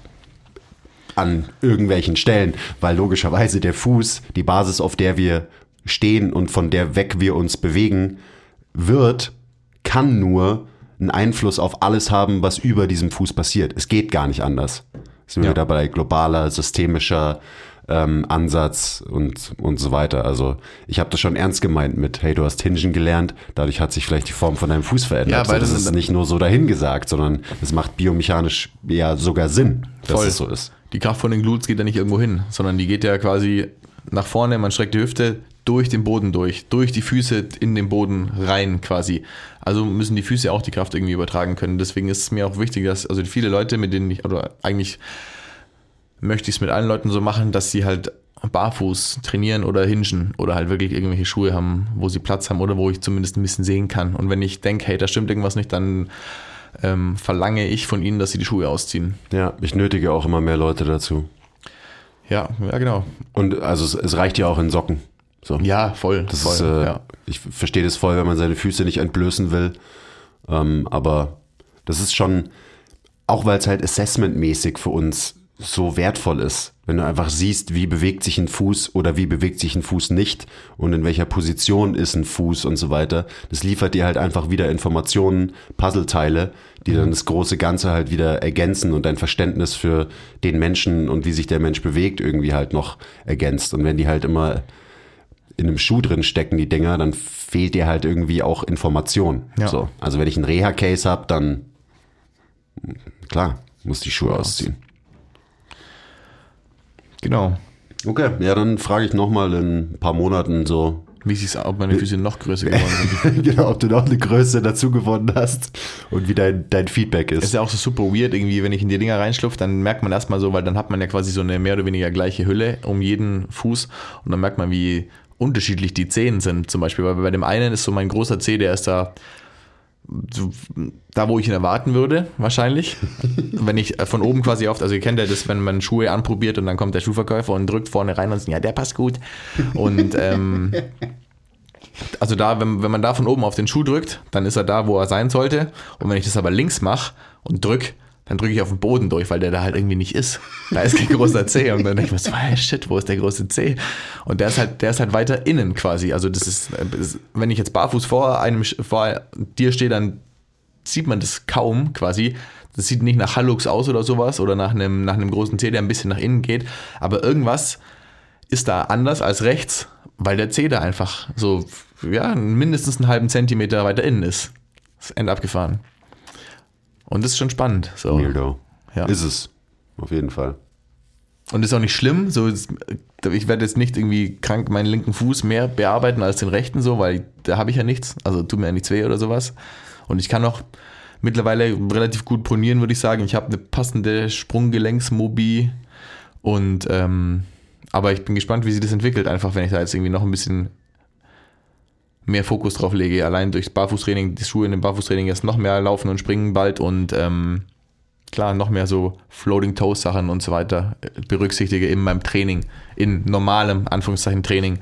[SPEAKER 1] an irgendwelchen Stellen, weil logischerweise der Fuß, die Basis, auf der wir stehen und von der weg wir uns bewegen, kann nur einen Einfluss auf alles haben, was über diesem Fuß passiert. Es geht gar nicht anders. Sind wir wieder bei globaler, systemischer Ansatz und so weiter. Also ich habe das schon ernst gemeint mit, hey, du hast Hingen gelernt, dadurch hat sich vielleicht die Form von deinem Fuß verändert. Ja, weil das ist nicht nur so dahingesagt, sondern es macht biomechanisch ja sogar Sinn, dass es so ist.
[SPEAKER 2] Die Kraft von den Glutes geht ja nicht irgendwo hin, sondern die geht ja quasi nach vorne, man streckt die Hüfte durch den Boden durch die Füße in den Boden rein quasi. Also müssen die Füße auch die Kraft irgendwie übertragen können. Deswegen ist es mir auch wichtig, dass also viele Leute, mit denen eigentlich möchte ich es mit allen Leuten so machen, dass sie halt barfuß trainieren oder hingen oder halt wirklich irgendwelche Schuhe haben, wo sie Platz haben oder wo ich zumindest ein bisschen sehen kann. Und wenn ich denke, hey, da stimmt irgendwas nicht, dann verlange ich von ihnen, dass sie die Schuhe ausziehen.
[SPEAKER 1] Ja, ich nötige auch immer mehr Leute dazu.
[SPEAKER 2] Ja, genau.
[SPEAKER 1] Und also es reicht ja auch in Socken. So.
[SPEAKER 2] Ja, voll.
[SPEAKER 1] Ich verstehe das voll, wenn man seine Füße nicht entblößen will. Aber das ist schon, auch weil es halt assessmentmäßig für uns so wertvoll ist, wenn du einfach siehst, wie bewegt sich ein Fuß oder wie bewegt sich ein Fuß nicht und in welcher Position ist ein Fuß und so weiter. Das liefert dir halt einfach wieder Informationen, Puzzleteile, die dann das große Ganze halt wieder ergänzen und dein Verständnis für den Menschen und wie sich der Mensch bewegt irgendwie halt noch ergänzt. Und wenn die halt immer in einem Schuh drin stecken, die Dinger, dann fehlt dir halt irgendwie auch Information. Ja. So. Also wenn ich einen Reha-Case habe, dann klar, muss die Schuhe ausziehen.
[SPEAKER 2] Genau.
[SPEAKER 1] Okay, ja, dann frage ich nochmal in ein paar Monaten so.
[SPEAKER 2] Ob meine Füße noch größer geworden sind.
[SPEAKER 1] Genau, ob du noch eine Größe dazu gewonnen hast und wie dein Feedback ist.
[SPEAKER 2] Ist ja auch so super weird irgendwie, wenn ich in die Dinger reinschlupfe, dann merkt man erstmal so, weil dann hat man ja quasi so eine mehr oder weniger gleiche Hülle um jeden Fuß und dann merkt man, wie unterschiedlich die Zehen sind zum Beispiel, weil bei dem einen ist so mein großer Zeh, der ist da, wo ich ihn erwarten würde, wahrscheinlich. Wenn ich von oben quasi also ihr kennt ja das, wenn man Schuhe anprobiert und dann kommt der Schuhverkäufer und drückt vorne rein und sagt, ja, der passt gut. Und also da, wenn man da von oben auf den Schuh drückt, dann ist er da, wo er sein sollte. Und wenn ich das aber links mache und dann drücke ich auf den Boden durch, weil der da halt irgendwie nicht ist. Da ist kein großer Zeh. Und dann denke ich mir so, shit, wo ist der große Zeh? Und der ist halt weiter innen quasi. Also das ist, wenn ich jetzt barfuß vor dir stehe, dann sieht man das kaum quasi. Das sieht nicht nach Hallux aus oder sowas oder nach einem großen Zeh, der ein bisschen nach innen geht. Aber irgendwas ist da anders als rechts, weil der Zeh da einfach so, ja, mindestens einen halben Zentimeter weiter innen ist. Das ist abgefahren. Und das ist schon spannend. So.
[SPEAKER 1] Weirdo. Ja. Ist es. Auf jeden Fall.
[SPEAKER 2] Und ist auch nicht schlimm. So, ich werde jetzt nicht irgendwie krank meinen linken Fuß mehr bearbeiten als den rechten, so, weil da habe ich ja nichts. Also tut mir ja nichts weh oder sowas. Und ich kann auch mittlerweile relativ gut pronieren, würde ich sagen. Ich habe eine passende Sprunggelenksmobi. Und aber ich bin gespannt, wie sich das entwickelt. Einfach, wenn ich da jetzt irgendwie noch ein bisschen mehr Fokus drauf lege, allein durchs Barfußtraining, die Schuhe in dem Barfußtraining jetzt noch mehr laufen und springen bald und klar, noch mehr so Floating Toes Sachen und so weiter berücksichtige in meinem Training, in normalem, Anführungszeichen, Training,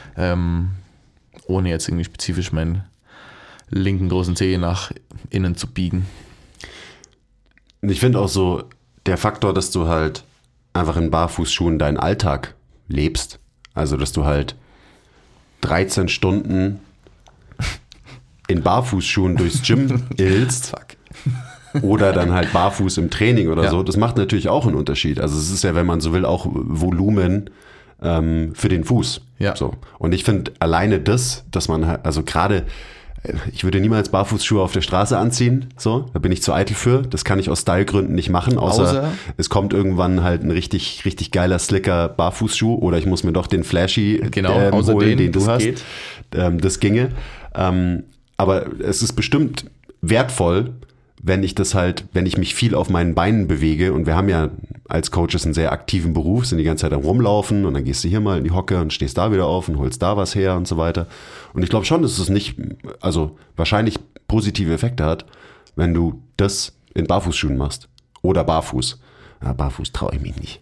[SPEAKER 2] ohne jetzt irgendwie spezifisch meinen linken großen Zeh nach innen zu biegen.
[SPEAKER 1] Ich finde auch so, der Faktor, dass du halt einfach in Barfußschuhen deinen Alltag lebst, also dass du halt 13 Stunden in Barfußschuhen durchs Gym illst oder dann halt barfuß im Training oder so, das macht natürlich auch einen Unterschied. Also es ist ja, wenn man so will, auch Volumen für den Fuß.
[SPEAKER 2] Ja.
[SPEAKER 1] So. Und ich finde alleine das, dass man halt, also gerade, ich würde niemals Barfußschuhe auf der Straße anziehen, so, da bin ich zu eitel für. Das kann ich aus Stylegründen nicht machen, außer es kommt irgendwann halt ein richtig, richtig geiler, slicker Barfußschuh oder ich muss mir doch den Flashy holen, den du hast. Das ginge. Aber es ist bestimmt wertvoll, wenn ich mich viel auf meinen Beinen bewege und wir haben ja als Coaches einen sehr aktiven Beruf, sind die ganze Zeit am Rumlaufen und dann gehst du hier mal in die Hocke und stehst da wieder auf und holst da was her und so weiter. Und ich glaube schon, dass es nicht, also wahrscheinlich positive Effekte hat, wenn du das in Barfußschuhen machst. Oder barfuß. Ja, barfuß traue ich mich nicht.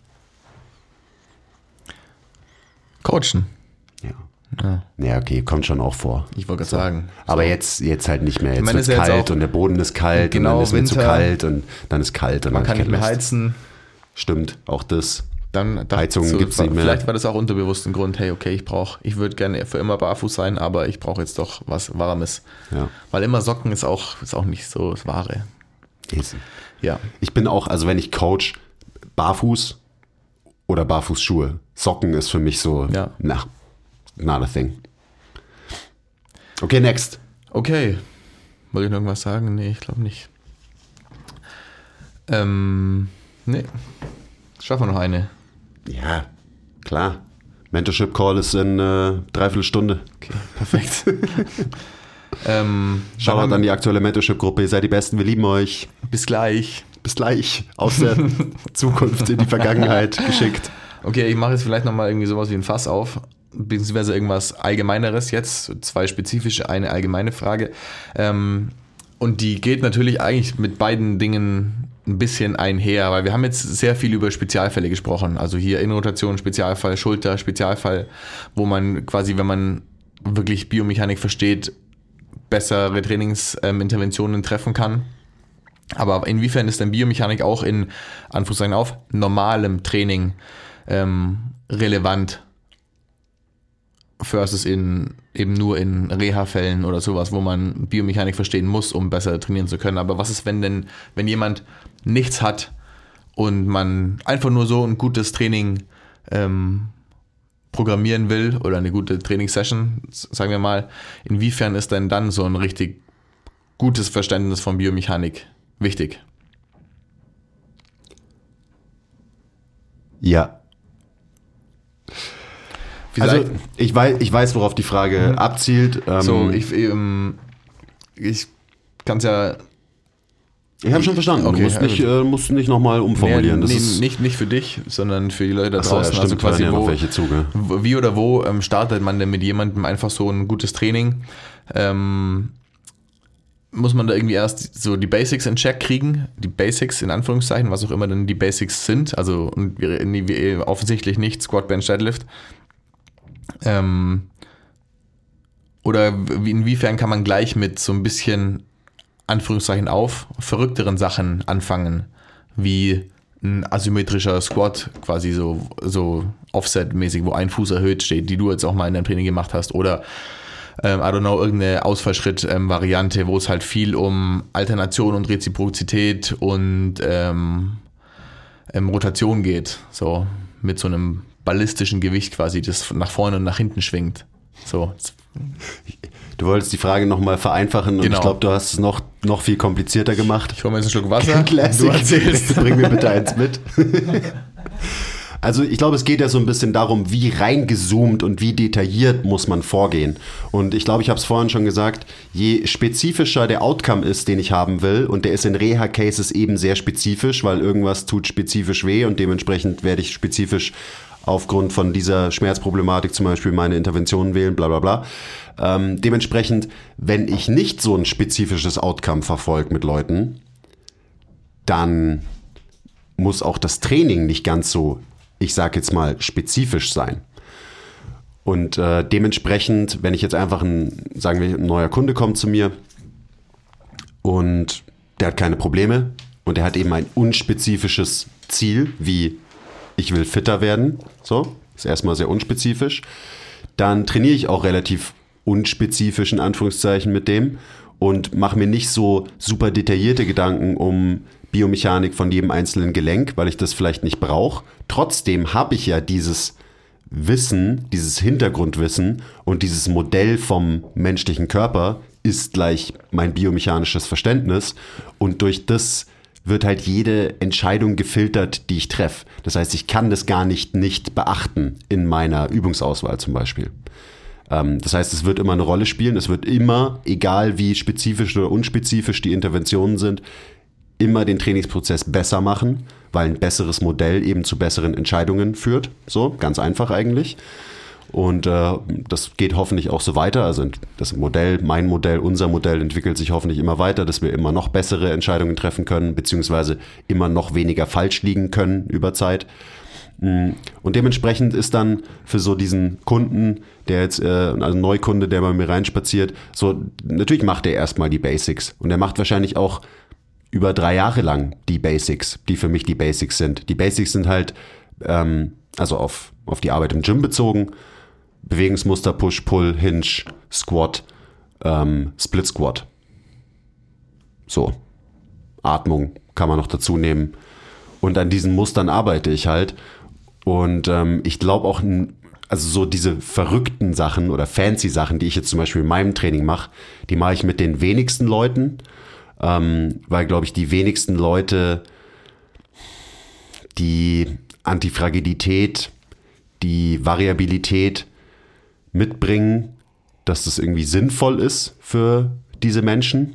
[SPEAKER 2] Coachen.
[SPEAKER 1] Ja, okay, kommt schon auch vor.
[SPEAKER 2] Ich wollte gerade sagen.
[SPEAKER 1] Aber jetzt halt nicht mehr. Jetzt
[SPEAKER 2] meine,
[SPEAKER 1] wird
[SPEAKER 2] ist
[SPEAKER 1] es
[SPEAKER 2] ja jetzt
[SPEAKER 1] kalt
[SPEAKER 2] auch-
[SPEAKER 1] und der Boden ist kalt
[SPEAKER 2] Genau,
[SPEAKER 1] und dann ist mir zu
[SPEAKER 2] Winter.
[SPEAKER 1] kalt und dann ist kalt. Und
[SPEAKER 2] Man
[SPEAKER 1] dann
[SPEAKER 2] kann
[SPEAKER 1] hab ich
[SPEAKER 2] nicht mehr
[SPEAKER 1] keine Lust.
[SPEAKER 2] heizen.
[SPEAKER 1] Stimmt, auch das.
[SPEAKER 2] Dann dachte
[SPEAKER 1] Heizungen
[SPEAKER 2] ich
[SPEAKER 1] gibt's nicht mehr.
[SPEAKER 2] Vielleicht war das auch unterbewusst ein Grund, hey, okay, ich würde gerne für immer barfuß sein, aber ich brauche jetzt doch was Warmes.
[SPEAKER 1] Ja.
[SPEAKER 2] Weil immer Socken ist auch nicht so das Wahre. Ja.
[SPEAKER 1] Ich bin auch, also wenn ich coach, barfuß oder Barfußschuhe. Socken ist für mich so,
[SPEAKER 2] Ja.
[SPEAKER 1] not a thing. Okay, next.
[SPEAKER 2] Okay. Wollte ich noch irgendwas sagen? Nee, ich glaube nicht. Nee. Schaffen wir noch eine.
[SPEAKER 1] Ja, klar. Mentorship Call ist in Dreiviertelstunde.
[SPEAKER 2] Okay, perfekt.
[SPEAKER 1] Schaut an die aktuelle Mentorship-Gruppe. Ihr seid die Besten, wir lieben euch.
[SPEAKER 2] Bis gleich.
[SPEAKER 1] Bis gleich. Aus der Zukunft in die Vergangenheit geschickt.
[SPEAKER 2] Okay, ich mache jetzt vielleicht nochmal irgendwie sowas wie ein Fass auf, beziehungsweise irgendwas Allgemeineres jetzt, 2 spezifische, eine allgemeine Frage. Und die geht natürlich eigentlich mit beiden Dingen ein bisschen einher, weil wir haben jetzt sehr viel über Spezialfälle gesprochen. Also hier Innenrotation, Spezialfall, Schulter, Spezialfall, wo man quasi, wenn man wirklich Biomechanik versteht, bessere Trainingsinterventionen treffen kann. Aber inwiefern ist denn Biomechanik auch in, Anführungszeichen auf, normalem Training relevant versus eben nur in Reha-Fällen oder sowas, wo man Biomechanik verstehen muss, um besser trainieren zu können. Aber was ist, wenn jemand nichts hat und man einfach nur so ein gutes Training programmieren will oder eine gute Trainingssession, sagen wir mal, inwiefern ist denn dann so ein richtig gutes Verständnis von Biomechanik wichtig?
[SPEAKER 1] Ja. Also ich weiß, worauf die Frage abzielt.
[SPEAKER 2] So, ich kann es ja.
[SPEAKER 1] Ich habe schon verstanden.
[SPEAKER 2] Okay,
[SPEAKER 1] Du musst nicht nochmal umformulieren. Das ist,
[SPEAKER 2] nicht für dich, sondern für die Leute da
[SPEAKER 1] Achso, ja,
[SPEAKER 2] draußen.
[SPEAKER 1] stimmt,
[SPEAKER 2] Also quasi,
[SPEAKER 1] hören ja noch welche zu, gell?
[SPEAKER 2] wie oder wo startet man denn mit jemandem einfach so ein gutes Training? Muss man da irgendwie erst so die Basics in Check kriegen? Die Basics in Anführungszeichen, was auch immer denn die Basics sind. Also offensichtlich nicht Squat, Bench, Deadlift. Oder inwiefern kann man gleich mit so ein bisschen Anführungszeichen verrückteren Sachen anfangen, wie ein asymmetrischer Squat, quasi so Offset-mäßig, wo ein Fuß erhöht steht, die du jetzt auch mal in deinem Training gemacht hast, oder I don't know, irgendeine Ausfallschritt-Variante, wo es halt viel um Alternation und Reziprozität und Rotation geht, so mit so einem ballistischen Gewicht quasi, das nach vorne und nach hinten schwingt. So.
[SPEAKER 1] Du wolltest die Frage nochmal vereinfachen und
[SPEAKER 2] Genau.
[SPEAKER 1] ich glaube, du hast es noch viel komplizierter gemacht.
[SPEAKER 2] Ich hole mir jetzt einen Schluck Wasser.
[SPEAKER 1] Classic.
[SPEAKER 2] Du erzählst.
[SPEAKER 1] Bring mir bitte eins mit. Also ich glaube, es geht ja so ein bisschen darum, wie reingezoomt und wie detailliert muss man vorgehen. Und ich glaube, ich habe es vorhin schon gesagt, je spezifischer der Outcome ist, den ich haben will, und der ist in Reha-Cases eben sehr spezifisch, weil irgendwas tut spezifisch weh und dementsprechend werde ich spezifisch aufgrund von dieser Schmerzproblematik zum Beispiel meine Interventionen wählen, bla bla bla. Dementsprechend, wenn ich nicht so ein spezifisches Outcome verfolge mit Leuten, dann muss auch das Training nicht ganz so, ich sag jetzt mal, spezifisch sein. Und dementsprechend, wenn ich jetzt einfach ein neuer Kunde kommt zu mir und der hat keine Probleme und der hat eben ein unspezifisches Ziel, wie ich will fitter werden, so, ist erstmal sehr unspezifisch, dann trainiere ich auch relativ unspezifisch in Anführungszeichen mit dem und mache mir nicht so super detaillierte Gedanken um Biomechanik von jedem einzelnen Gelenk, weil ich das vielleicht nicht brauche. Trotzdem habe ich ja dieses Wissen, dieses Hintergrundwissen und dieses Modell vom menschlichen Körper ist gleich mein biomechanisches Verständnis und durch das wird halt jede Entscheidung gefiltert, die ich treffe. Das heißt, ich kann das gar nicht beachten in meiner Übungsauswahl zum Beispiel. Das heißt, es wird immer eine Rolle spielen. Es wird immer, egal wie spezifisch oder unspezifisch die Interventionen sind, immer den Trainingsprozess besser machen, weil ein besseres Modell eben zu besseren Entscheidungen führt. So, ganz einfach eigentlich. Und das geht hoffentlich auch so weiter. Also das Modell, mein Modell, unser Modell entwickelt sich hoffentlich immer weiter, dass wir immer noch bessere Entscheidungen treffen können, beziehungsweise immer noch weniger falsch liegen können über Zeit. Und dementsprechend ist dann für so diesen Kunden, der jetzt, also Neukunde, der bei mir reinspaziert, so, natürlich macht er erstmal die Basics. Und er macht wahrscheinlich auch über 3 Jahre lang die Basics, die für mich die Basics sind. Die Basics sind halt, also auf die Arbeit im Gym bezogen, Bewegungsmuster, Push, Pull, Hinge, Squat, Split Squat. So. Atmung kann man noch dazu nehmen. Und an diesen Mustern arbeite ich halt. Und ich glaube auch, also so diese verrückten Sachen oder fancy Sachen, die ich jetzt zum Beispiel in meinem Training mache, die mache ich mit den wenigsten Leuten, weil, glaube ich, die wenigsten Leute die Antifragilität, die Variabilität mitbringen, dass das irgendwie sinnvoll ist für diese Menschen.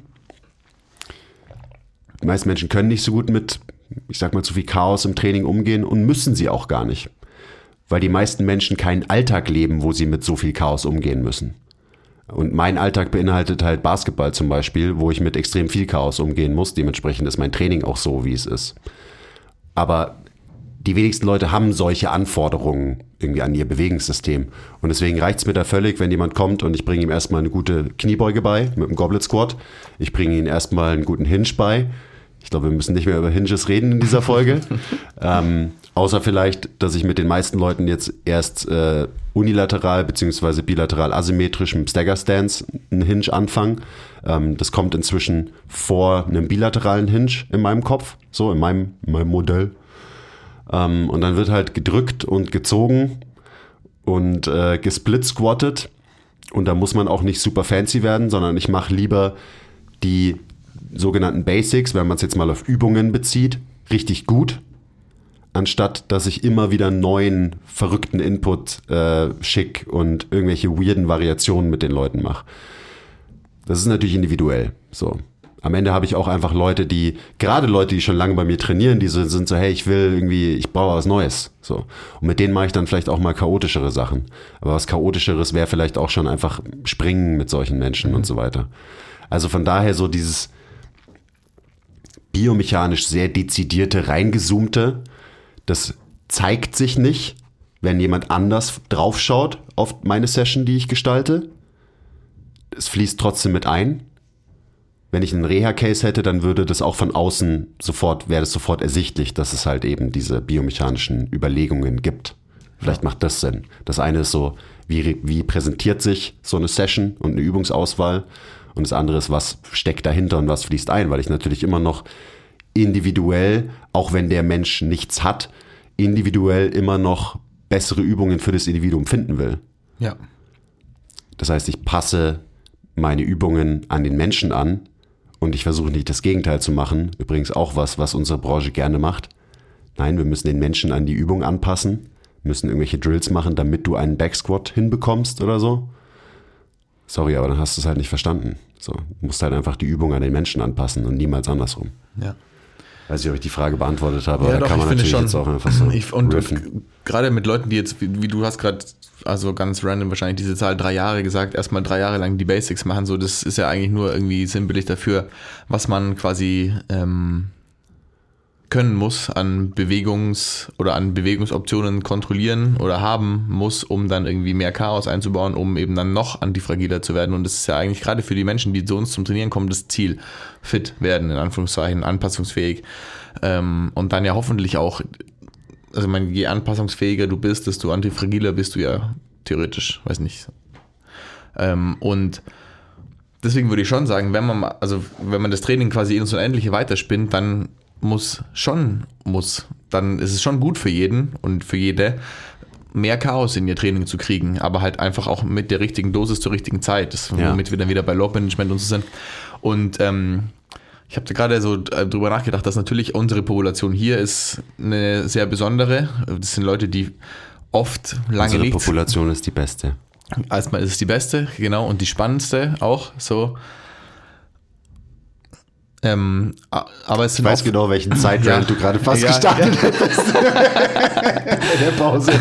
[SPEAKER 1] Die meisten Menschen können nicht so gut mit, ich sag mal, zu viel Chaos im Training umgehen und müssen sie auch gar nicht. Weil die meisten Menschen keinen Alltag leben, wo sie mit so viel Chaos umgehen müssen. Und mein Alltag beinhaltet halt Basketball zum Beispiel, wo ich mit extrem viel Chaos umgehen muss. Dementsprechend ist mein Training auch so, wie es ist. Aber die wenigsten Leute haben solche Anforderungen irgendwie an ihr Bewegungssystem. Und deswegen reicht es mir da völlig, wenn jemand kommt und ich bringe ihm erstmal eine gute Kniebeuge bei mit einem Goblet Squat. Ich bringe ihm erstmal einen guten Hinge bei. Ich glaube, wir müssen nicht mehr über Hinges reden in dieser Folge. Außer vielleicht, dass ich mit den meisten Leuten jetzt erst unilateral bzw. bilateral asymmetrisch mit Stagger Stance einen Hinge anfange. Das kommt inzwischen vor einem bilateralen Hinge in meinem Kopf, so in meinem Modell. Und dann wird halt gedrückt und gezogen und gesplit squattet. Und da muss man auch nicht super fancy werden, sondern ich mache lieber die sogenannten Basics, wenn man es jetzt mal auf Übungen bezieht, richtig gut, anstatt dass ich immer wieder neuen, verrückten Input schick und irgendwelche weirden Variationen mit den Leuten mache. Das ist natürlich individuell. So. Am Ende habe ich auch einfach Leute, die schon lange bei mir trainieren, die sind so, hey, ich brauche was Neues. So. Und mit denen mache ich dann vielleicht auch mal chaotischere Sachen. Aber was chaotischeres wäre vielleicht auch schon einfach Springen mit solchen Menschen und so weiter. Also von daher so dieses biomechanisch sehr dezidierte, reingezoomte, das zeigt sich nicht, wenn jemand anders draufschaut auf meine Session, die ich gestalte. Es fließt trotzdem mit ein. Wenn ich einen Reha-Case hätte, dann würde das auch von außen wäre das sofort ersichtlich, dass es halt eben diese biomechanischen Überlegungen gibt. Vielleicht macht das Sinn. Das eine ist so, wie präsentiert sich so eine Session und eine Übungsauswahl? Und das andere ist, was steckt dahinter und was fließt ein? Weil ich natürlich immer noch individuell, auch wenn der Mensch nichts hat, individuell immer noch bessere Übungen für das Individuum finden will.
[SPEAKER 2] Ja.
[SPEAKER 1] Das heißt, ich passe meine Übungen an den Menschen an und ich versuche nicht das Gegenteil zu machen. Übrigens auch was unsere Branche gerne macht. Nein, wir müssen den Menschen an die Übung anpassen, müssen irgendwelche Drills machen, damit du einen Backsquat hinbekommst oder so. Sorry, aber dann hast du es halt nicht verstanden. So, du musst halt einfach die Übung an den Menschen anpassen und niemals andersrum.
[SPEAKER 2] Ja.
[SPEAKER 1] Weiß nicht, ob ich die Frage beantwortet habe, aber
[SPEAKER 2] Ja,
[SPEAKER 1] da
[SPEAKER 2] doch,
[SPEAKER 1] kann man
[SPEAKER 2] ich finde
[SPEAKER 1] natürlich
[SPEAKER 2] schon.
[SPEAKER 1] jetzt auch einfach so
[SPEAKER 2] Und
[SPEAKER 1] riffen.
[SPEAKER 2] gerade mit Leuten, die jetzt, wie du hast gerade, also ganz random wahrscheinlich diese Zahl 3 Jahre gesagt, erstmal 3 Jahre lang die Basics machen, so, das ist ja eigentlich nur irgendwie sinnbildlich dafür, was man quasi können muss an an Bewegungsoptionen kontrollieren oder haben muss, um dann irgendwie mehr Chaos einzubauen, um eben dann noch antifragiler zu werden. Und das ist ja eigentlich gerade für die Menschen, die zu uns zum Trainieren kommen, das Ziel. Fit werden, in Anführungszeichen, anpassungsfähig. Und dann ja hoffentlich auch, also je anpassungsfähiger du bist, desto antifragiler bist du ja theoretisch, weiß nicht. Und deswegen würde ich schon sagen, wenn man das Training quasi ins Unendliche weiterspinnt, dann dann ist es schon gut für jeden und für jede, mehr Chaos in ihr Training zu kriegen, aber halt einfach auch mit der richtigen Dosis zur richtigen Zeit, womit wir dann wieder bei Load Management und so sind. Und ich habe da gerade so drüber nachgedacht, dass natürlich unsere Population hier ist eine sehr besondere. Das sind Leute, die oft lange
[SPEAKER 1] Unsere Population ist die beste.
[SPEAKER 2] Erstmal ist es die beste, genau, und die spannendste auch so. Aber es
[SPEAKER 1] Ich
[SPEAKER 2] sind
[SPEAKER 1] weiß
[SPEAKER 2] auch,
[SPEAKER 1] genau, welchen Zeitrand du gerade fast
[SPEAKER 2] Ja,
[SPEAKER 1] gestartet hättest. In der Pause.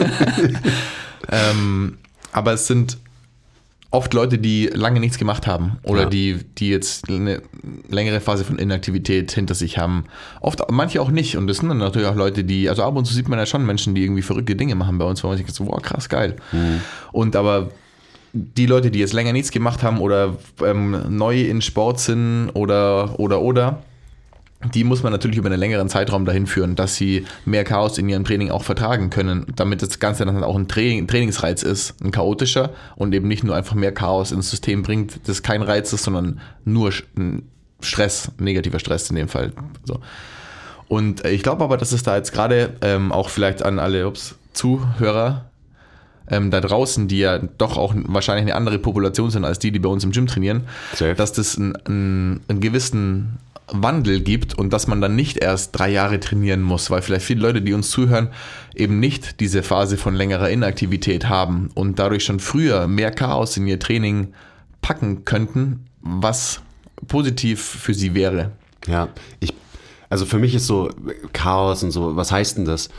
[SPEAKER 2] aber es sind oft Leute, die lange nichts gemacht haben oder
[SPEAKER 1] Ja.
[SPEAKER 2] die jetzt eine längere Phase von Inaktivität hinter sich haben. Oft, manche auch nicht. Und das sind dann natürlich auch Leute, die, also ab und zu sieht man ja schon Menschen, die irgendwie verrückte Dinge machen bei uns, wo man sich so, wow, krass, geil. Und aber die Leute, die jetzt länger nichts gemacht haben oder neu in Sport sind oder, die muss man natürlich über einen längeren Zeitraum dahin führen, dass sie mehr Chaos in ihrem Training auch vertragen können, damit das Ganze dann auch ein Trainingsreiz ist, ein chaotischer und eben nicht nur einfach mehr Chaos ins System bringt, das kein Reiz ist, sondern nur Stress, negativer Stress in dem Fall. So. Und ich glaube aber, dass es da jetzt gerade auch vielleicht an alle Zuhörer da draußen, die ja doch auch wahrscheinlich eine andere Population sind als die bei uns im Gym trainieren,
[SPEAKER 1] Safe.
[SPEAKER 2] dass das einen gewissen Wandel gibt und dass man dann nicht erst 3 Jahre trainieren muss, weil vielleicht viele Leute, die uns zuhören, eben nicht diese Phase von längerer Inaktivität haben und dadurch schon früher mehr Chaos in ihr Training packen könnten, was positiv für sie wäre.
[SPEAKER 1] Ja, also für mich ist so Chaos und so, was heißt denn das?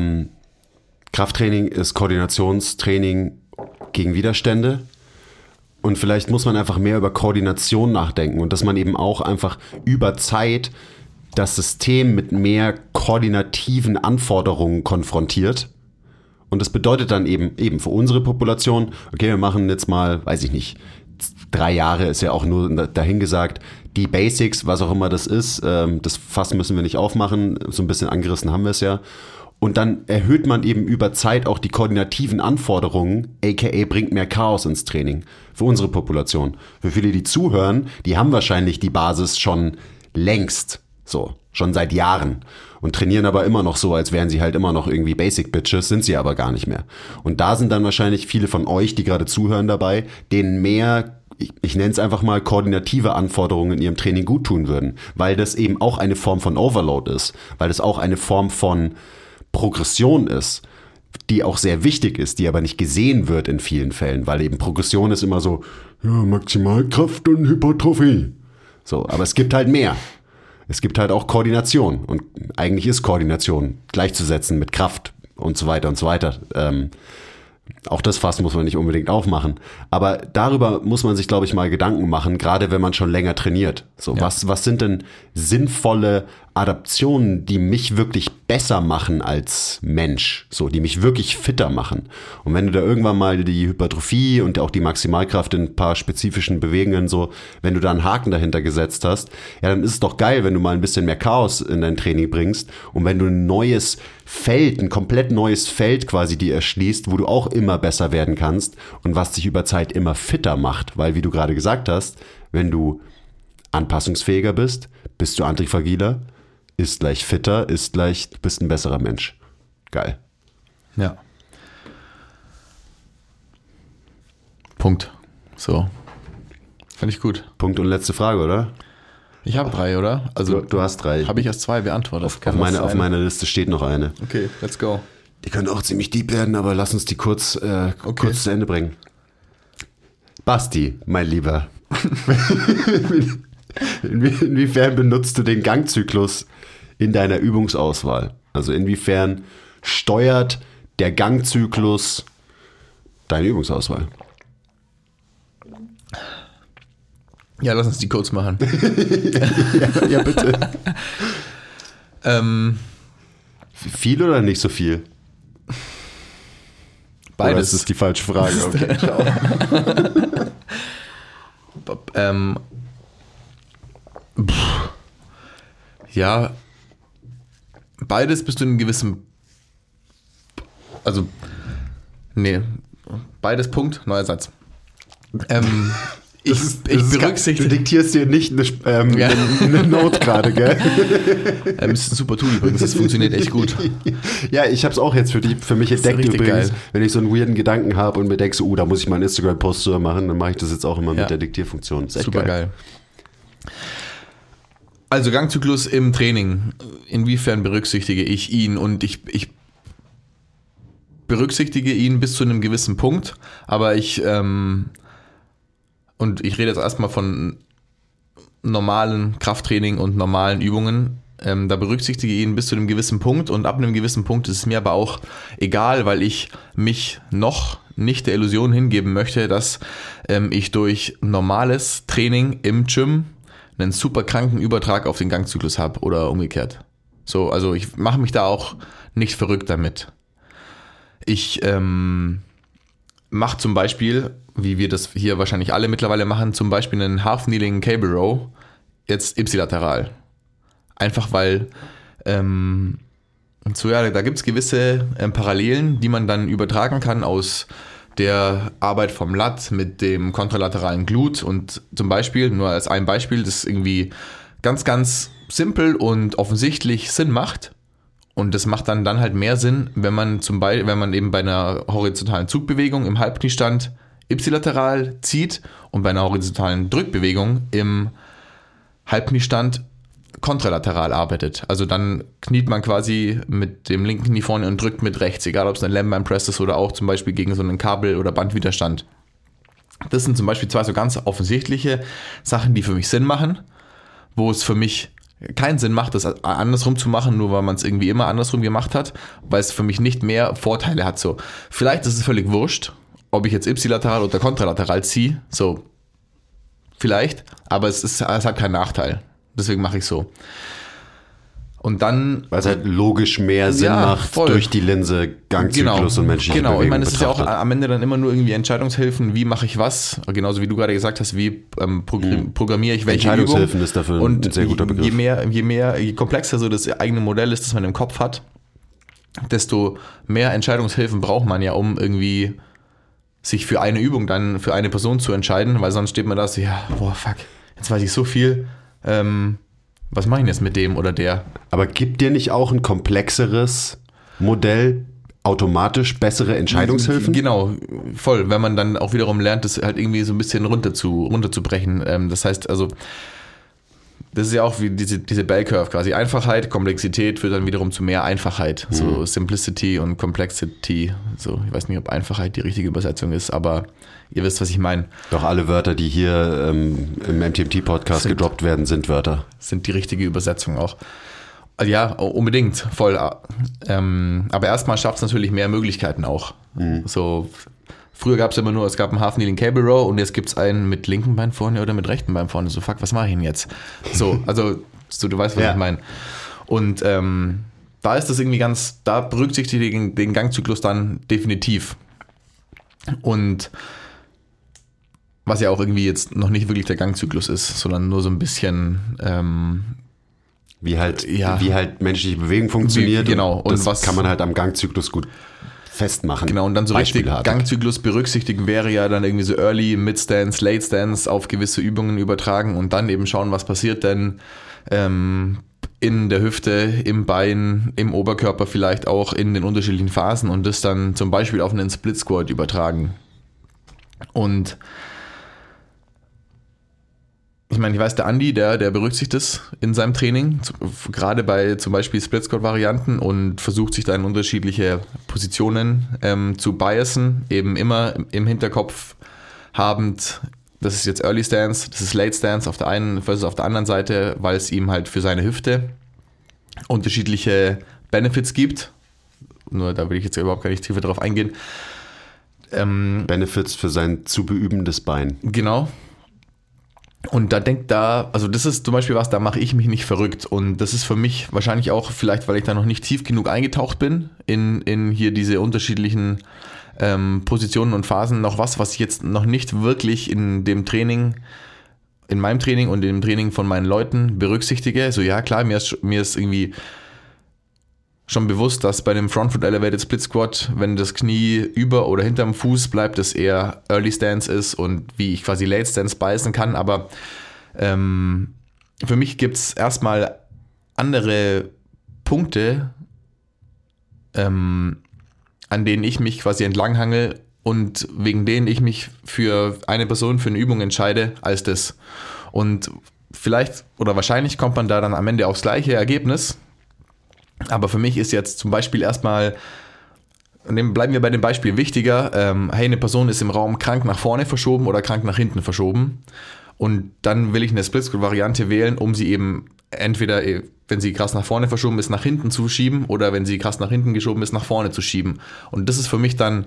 [SPEAKER 1] Krafttraining ist Koordinationstraining gegen Widerstände. Und vielleicht muss man einfach mehr über Koordination nachdenken und dass man eben auch einfach über Zeit das System mit mehr koordinativen Anforderungen konfrontiert. Und das bedeutet dann eben für unsere Population, okay, wir machen jetzt mal, weiß ich nicht, 3 Jahre ist ja auch nur dahingesagt, die Basics, was auch immer das ist, das Fass müssen wir nicht aufmachen, so ein bisschen angerissen haben wir es ja. Und dann erhöht man eben über Zeit auch die koordinativen Anforderungen, aka bringt mehr Chaos ins Training für unsere Population. Für viele, die zuhören, die haben wahrscheinlich die Basis schon längst, so, schon seit Jahren und trainieren aber immer noch so, als wären sie halt immer noch irgendwie Basic Bitches, sind sie aber gar nicht mehr. Und da sind dann wahrscheinlich viele von euch, die gerade zuhören dabei, denen mehr, ich nenne es einfach mal, koordinative Anforderungen in ihrem Training gut tun würden, weil das eben auch eine Form von Overload ist, weil das auch eine Form von Progression ist, die auch sehr wichtig ist, die aber nicht gesehen wird in vielen Fällen, weil eben Progression ist immer so, ja, Maximalkraft und Hypertrophie. So, aber es gibt halt mehr. Es gibt halt auch Koordination und eigentlich ist Koordination gleichzusetzen mit Kraft und so weiter und so weiter. Auch das Fass muss man nicht unbedingt aufmachen. Aber darüber muss man sich, glaube ich, mal Gedanken machen, gerade wenn man schon länger trainiert. So, ja. Was sind denn sinnvolle Adaptionen, die mich wirklich besser machen als Mensch, so, die mich wirklich fitter machen? Und wenn du da irgendwann mal die Hypertrophie und auch die Maximalkraft in ein paar spezifischen Bewegungen so, wenn du da einen Haken dahinter gesetzt hast, ja, dann ist es doch geil, wenn du mal ein bisschen mehr Chaos in dein Training bringst und wenn du ein neues Feld, ein komplett neues Feld quasi dir erschließt, wo du auch immer besser werden kannst und was dich über Zeit immer fitter macht, weil, wie du gerade gesagt hast, wenn du anpassungsfähiger bist du antifragiler, ist gleich fitter, ist gleich, du bist ein besserer Mensch. Geil.
[SPEAKER 2] Ja. Punkt. So. Fand ich gut.
[SPEAKER 1] Punkt und letzte Frage, oder?
[SPEAKER 2] Ich habe 3, oder? Also
[SPEAKER 1] Du hast 3.
[SPEAKER 2] habe ich erst 2 beantwortet.
[SPEAKER 1] Auf meiner Liste steht noch eine.
[SPEAKER 2] Okay, let's go.
[SPEAKER 1] Die können auch ziemlich deep werden, aber lass uns die kurz zu Ende bringen. Basti, mein Lieber. Inwiefern benutzt du den Gangzyklus in deiner Übungsauswahl? Also inwiefern steuert der Gangzyklus deine Übungsauswahl?
[SPEAKER 2] Ja, lass uns die kurz machen.
[SPEAKER 1] ja, bitte. Viel oder nicht so viel?
[SPEAKER 2] Beides.
[SPEAKER 1] Oder ist das die falsche Frage? Okay, ciao.
[SPEAKER 2] Ja, beides bis zu einem gewissen, also, nee, beides Punkt, neuer Satz. Ich berücksichtige.
[SPEAKER 1] Du diktierst dir nicht eine Note gerade, gell?
[SPEAKER 2] Ist ein super Tool übrigens, das funktioniert echt gut.
[SPEAKER 1] Ja, ich habe es auch jetzt für mich entdeckt übrigens.
[SPEAKER 2] Geil.
[SPEAKER 1] Wenn ich so einen weirden Gedanken habe und mir denke, da muss ich mal einen Instagram-Post zu machen, dann mache ich das jetzt auch immer mit der Diktierfunktion. Ist echt
[SPEAKER 2] super geil. Also Gangzyklus im Training. Inwiefern berücksichtige ich ihn? Und ich berücksichtige ihn bis zu einem gewissen Punkt, aber und ich rede jetzt erstmal von normalen Krafttraining und normalen Übungen. Da berücksichtige ich ihn bis zu einem gewissen Punkt und ab einem gewissen Punkt ist es mir aber auch egal, weil ich mich noch nicht der Illusion hingeben möchte, dass ich durch normales Training im Gym einen super kranken Übertrag auf den Gangzyklus habe oder umgekehrt. So, also ich mache mich da auch nicht verrückt damit. Ich mache zum Beispiel, wie wir das hier wahrscheinlich alle mittlerweile machen, zum Beispiel einen Half-Kneeling Cable Row, jetzt ipsilateral. Einfach weil, da gibt es gewisse Parallelen, die man dann übertragen kann aus der Arbeit vom Lat mit dem kontralateralen Glut und zum Beispiel, nur als ein Beispiel, das irgendwie ganz, ganz simpel und offensichtlich Sinn macht. Und das macht dann halt mehr Sinn, wenn man eben bei einer horizontalen Zugbewegung im Halbkniestand ipsilateral zieht und bei einer horizontalen Drückbewegung im Halbkniestand kontralateral arbeitet. Also dann kniet man quasi mit dem linken Knie vorne und drückt mit rechts, egal ob es ein Lamb Press ist oder auch zum Beispiel gegen so einen Kabel- oder Bandwiderstand. Das sind zum Beispiel zwei so ganz offensichtliche Sachen, die für mich Sinn machen, wo es für mich keinen Sinn macht, das andersrum zu machen, nur weil man es irgendwie immer andersrum gemacht hat, weil es für mich nicht mehr Vorteile hat. So, vielleicht ist es völlig wurscht, ob ich jetzt ipsilateral oder kontralateral ziehe, so, vielleicht, aber es hat keinen Nachteil. Deswegen mache ich so. Und dann...
[SPEAKER 1] Weil es halt logisch mehr Sinn macht,
[SPEAKER 2] voll.
[SPEAKER 1] Durch die Linse Gangzyklus und menschliche Bewegung
[SPEAKER 2] ich meine, es ist ja auch
[SPEAKER 1] betrachtet.
[SPEAKER 2] am Ende dann immer nur irgendwie Entscheidungshilfen, wie mache ich was, genauso wie du gerade gesagt hast, wie programmiere ich welche
[SPEAKER 1] Entscheidungshilfen
[SPEAKER 2] Übung.
[SPEAKER 1] ist dafür
[SPEAKER 2] und
[SPEAKER 1] ein sehr guter Begriff.
[SPEAKER 2] Je komplexer so das eigene Modell ist, das man im Kopf hat, desto mehr Entscheidungshilfen braucht man ja, um irgendwie sich für eine Übung dann für eine Person zu entscheiden, weil sonst steht man da so, ja, boah, fuck, jetzt weiß ich so viel, was mache ich jetzt mit dem oder der?
[SPEAKER 1] Aber gibt dir nicht auch ein komplexeres Modell automatisch bessere Entscheidungshilfen?
[SPEAKER 2] Genau, voll, wenn man dann auch wiederum lernt, das halt irgendwie so ein bisschen runterzubrechen. Das heißt also, das ist ja auch wie diese Bell Curve quasi. Einfachheit, Komplexität führt dann wiederum zu mehr Einfachheit. So Simplicity und Complexity. So, ich weiß nicht, ob Einfachheit die richtige Übersetzung ist, aber ihr wisst, was ich meine.
[SPEAKER 1] Doch alle Wörter, die hier im MTMT-Podcast gedroppt werden, sind Wörter.
[SPEAKER 2] Sind die richtige Übersetzung auch. Ja, unbedingt, voll. Aber erstmal schafft es natürlich mehr Möglichkeiten auch. So, früher gab es immer nur, es gab einen Half-Kneeling Cable Row und jetzt gibt es einen mit linkem Bein vorne oder mit rechtem Bein vorne. So, fuck, was mache ich denn jetzt? So, also, du weißt, was ich meine. Und da ist das irgendwie da berücksichtigt den Gangzyklus dann definitiv. Und was ja auch irgendwie jetzt noch nicht wirklich der Gangzyklus ist, sondern nur so ein bisschen
[SPEAKER 1] wie halt menschliche Bewegung funktioniert.
[SPEAKER 2] Genau.
[SPEAKER 1] Und das kann man halt am Gangzyklus gut festmachen.
[SPEAKER 2] Genau, und dann so richtig Gangzyklus berücksichtigen wäre ja dann irgendwie so Early, Mid-Stance, Late-Stance auf gewisse Übungen übertragen und dann eben schauen, was passiert denn in der Hüfte, im Bein, im Oberkörper vielleicht auch in den unterschiedlichen Phasen und das dann zum Beispiel auf einen Split Squat übertragen. Und ich meine, ich weiß, der Andi, der berücksichtigt das in seinem Training, gerade bei zum Beispiel Split-Squat-Varianten und versucht sich da in unterschiedliche Positionen zu biasen, eben immer im Hinterkopf habend, das ist jetzt Early Stance, das ist Late Stance auf der einen versus auf der anderen Seite, weil es ihm halt für seine Hüfte unterschiedliche Benefits gibt. Nur da will ich jetzt überhaupt gar nicht tiefer drauf eingehen.
[SPEAKER 1] Benefits für sein zu beübendes Bein.
[SPEAKER 2] Genau. Und also das ist zum Beispiel was, da mache ich mich nicht verrückt. Und das ist für mich wahrscheinlich auch, vielleicht weil ich da noch nicht tief genug eingetaucht bin, in hier diese unterschiedlichen Positionen und Phasen, noch was ich jetzt noch nicht wirklich in dem Training, in meinem Training und in dem Training von meinen Leuten berücksichtige. So, ja klar, mir ist irgendwie schon bewusst, dass bei dem Front Foot Elevated Split Squat, wenn das Knie über oder hinterm Fuß bleibt, das eher Early Stance ist und wie ich quasi Late Stance beißen kann. Aber für mich gibt es erstmal andere Punkte, an denen ich mich quasi entlanghangel und wegen denen ich mich für eine Person für eine Übung entscheide, als das. Und vielleicht oder wahrscheinlich kommt man da dann am Ende aufs gleiche Ergebnis. Aber für mich ist jetzt zum Beispiel erstmal, bleiben wir bei dem Beispiel wichtiger, hey, eine Person ist im Raum krank nach vorne verschoben oder krank nach hinten verschoben Und dann will ich eine Split-Squat-Variante wählen, um sie eben entweder, wenn sie krass nach vorne verschoben ist, nach hinten zu schieben oder wenn sie krass nach hinten geschoben ist, nach vorne zu schieben. Und das ist für mich dann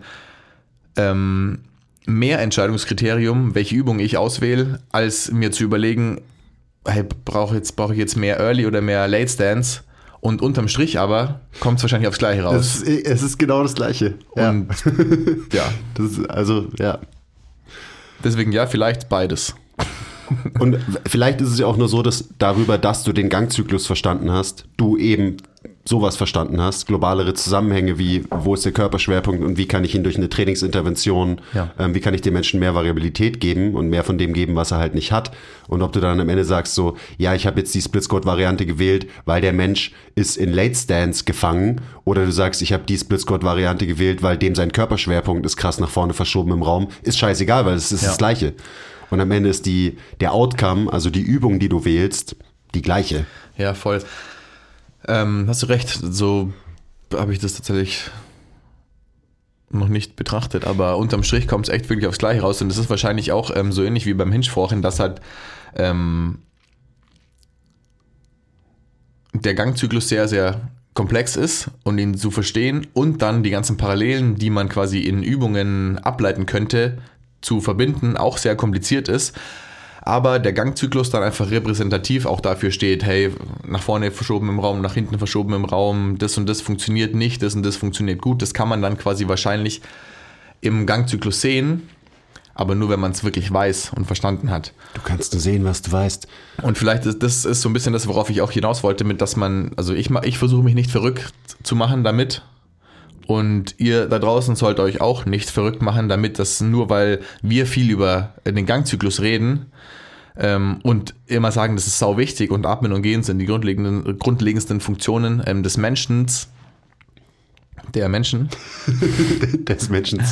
[SPEAKER 2] mehr Entscheidungskriterium, welche Übung ich auswähle, als mir zu überlegen, hey, brauche ich jetzt mehr Early oder mehr Late Stance? Und unterm Strich aber kommt es wahrscheinlich aufs Gleiche raus.
[SPEAKER 1] Es ist genau das Gleiche.
[SPEAKER 2] Und ja.
[SPEAKER 1] Das ist, also, ja.
[SPEAKER 2] Deswegen ja, vielleicht beides.
[SPEAKER 1] Und vielleicht ist es ja auch nur so, dass darüber, dass du den Gangzyklus verstanden hast, du eben sowas verstanden hast, globalere Zusammenhänge wie, wo ist der Körperschwerpunkt und wie kann ich ihn durch eine Trainingsintervention, wie kann ich dem Menschen mehr Variabilität geben und mehr von dem geben, was er halt nicht hat. Und ob du dann am Ende sagst so, ja, ich habe jetzt die Split-Squat-Variante gewählt, weil der Mensch ist in Late Stance gefangen, oder du sagst, ich habe die Split-Squat-Variante gewählt, weil dem sein Körperschwerpunkt ist krass nach vorne verschoben im Raum, ist scheißegal, weil es ist das Gleiche. Und am Ende ist der Outcome, also die Übung, die du wählst, die gleiche.
[SPEAKER 2] Ja, voll. Hast du recht, so habe ich das tatsächlich noch nicht betrachtet, aber unterm Strich kommt es echt wirklich aufs Gleiche raus und das ist wahrscheinlich auch so ähnlich wie beim Hinge vorhin, dass halt der Gangzyklus sehr, sehr komplex ist und ihn zu verstehen und dann die ganzen Parallelen, die man quasi in Übungen ableiten könnte, zu verbinden, auch sehr kompliziert ist. Aber der Gangzyklus dann einfach repräsentativ auch dafür steht, hey, nach vorne verschoben im Raum, nach hinten verschoben im Raum, das und das funktioniert nicht, das und das funktioniert gut. Das kann man dann quasi wahrscheinlich im Gangzyklus sehen, aber nur, wenn man es wirklich weiß und verstanden hat.
[SPEAKER 1] Du kannst nur sehen, was du weißt.
[SPEAKER 2] Und vielleicht das ist so ein bisschen das, worauf ich auch hinaus wollte, mit dass man, also ich versuche mich nicht verrückt zu machen damit. Und ihr da draußen sollt euch auch nicht verrückt machen, damit das nur, weil wir viel über den Gangzyklus reden und immer sagen, das ist sau wichtig und Atmen und Gehen sind die grundlegendsten Funktionen des Menschen. Des Menschen.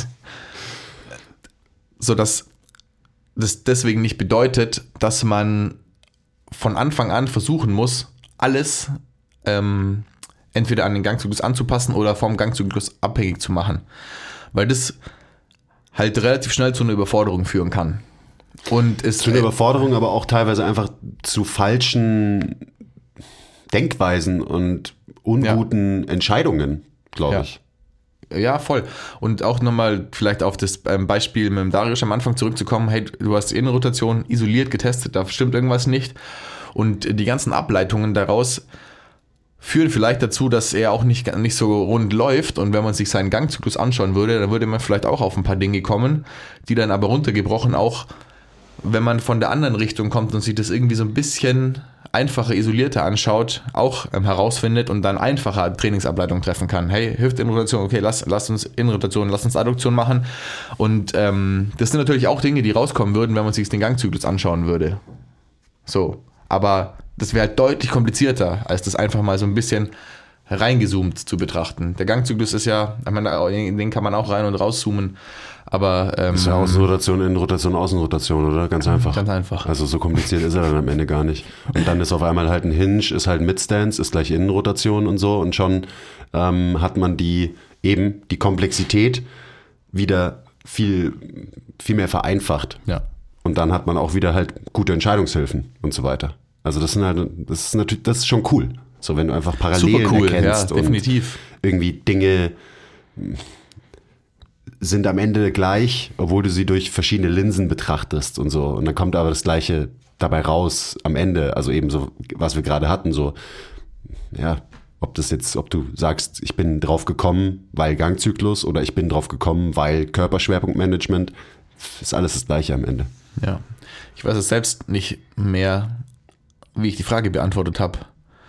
[SPEAKER 2] Sodass das deswegen nicht bedeutet, dass man von Anfang an versuchen muss, alles entweder an den Gangzyklus anzupassen oder vom Gangzyklus abhängig zu machen. Weil das halt relativ schnell zu einer Überforderung führen kann. Und ist
[SPEAKER 1] zu einer Überforderung, aber auch teilweise einfach zu falschen Denkweisen und unguten Entscheidungen, glaube ich.
[SPEAKER 2] Ja, voll. Und auch nochmal vielleicht auf das Beispiel mit dem Darius am Anfang zurückzukommen, hey, du hast die Innenrotation isoliert getestet, da stimmt irgendwas nicht. Und die ganzen Ableitungen daraus führen vielleicht dazu, dass er auch nicht so rund läuft und wenn man sich seinen Gangzyklus anschauen würde, dann würde man vielleicht auch auf ein paar Dinge kommen, die dann aber runtergebrochen auch, wenn man von der anderen Richtung kommt und sich das irgendwie so ein bisschen einfacher, isolierter anschaut, auch herausfindet und dann einfacher Trainingsableitungen treffen kann. Hey, Hüftinnenrotation, okay, lass uns Innenrotation, lass uns Adduktion machen und das sind natürlich auch Dinge, die rauskommen würden, wenn man sich den Gangzyklus anschauen würde. So, aber das wäre halt deutlich komplizierter, als das einfach mal so ein bisschen reingezoomt zu betrachten. Der Gangzyklus ist ja, ich meine, in den kann man auch rein und rauszoomen, aber
[SPEAKER 1] das ist ja Außenrotation, Innenrotation, Außenrotation, oder? Ganz einfach.
[SPEAKER 2] Ganz einfach.
[SPEAKER 1] Also so kompliziert ist er dann am Ende gar nicht. Und dann ist auf einmal halt ein Hinge, ist halt Midstance, ist gleich Innenrotation und so und schon hat man die Komplexität wieder viel, viel mehr vereinfacht.
[SPEAKER 2] Ja.
[SPEAKER 1] Und dann hat man auch wieder halt gute Entscheidungshilfen und so weiter. Also das ist schon cool. So, wenn du einfach Parallelen erkennst,
[SPEAKER 2] ja, definitiv.
[SPEAKER 1] Und irgendwie Dinge sind am Ende gleich, obwohl du sie durch verschiedene Linsen betrachtest und so. Und dann kommt aber das Gleiche dabei raus am Ende. Also eben so, was wir gerade hatten, so, ja, ob du sagst, ich bin drauf gekommen, weil Gangzyklus oder ich bin drauf gekommen, weil Körperschwerpunktmanagement, ist alles das Gleiche am Ende.
[SPEAKER 2] Ja, ich weiß es selbst nicht mehr, wie ich die Frage beantwortet habe.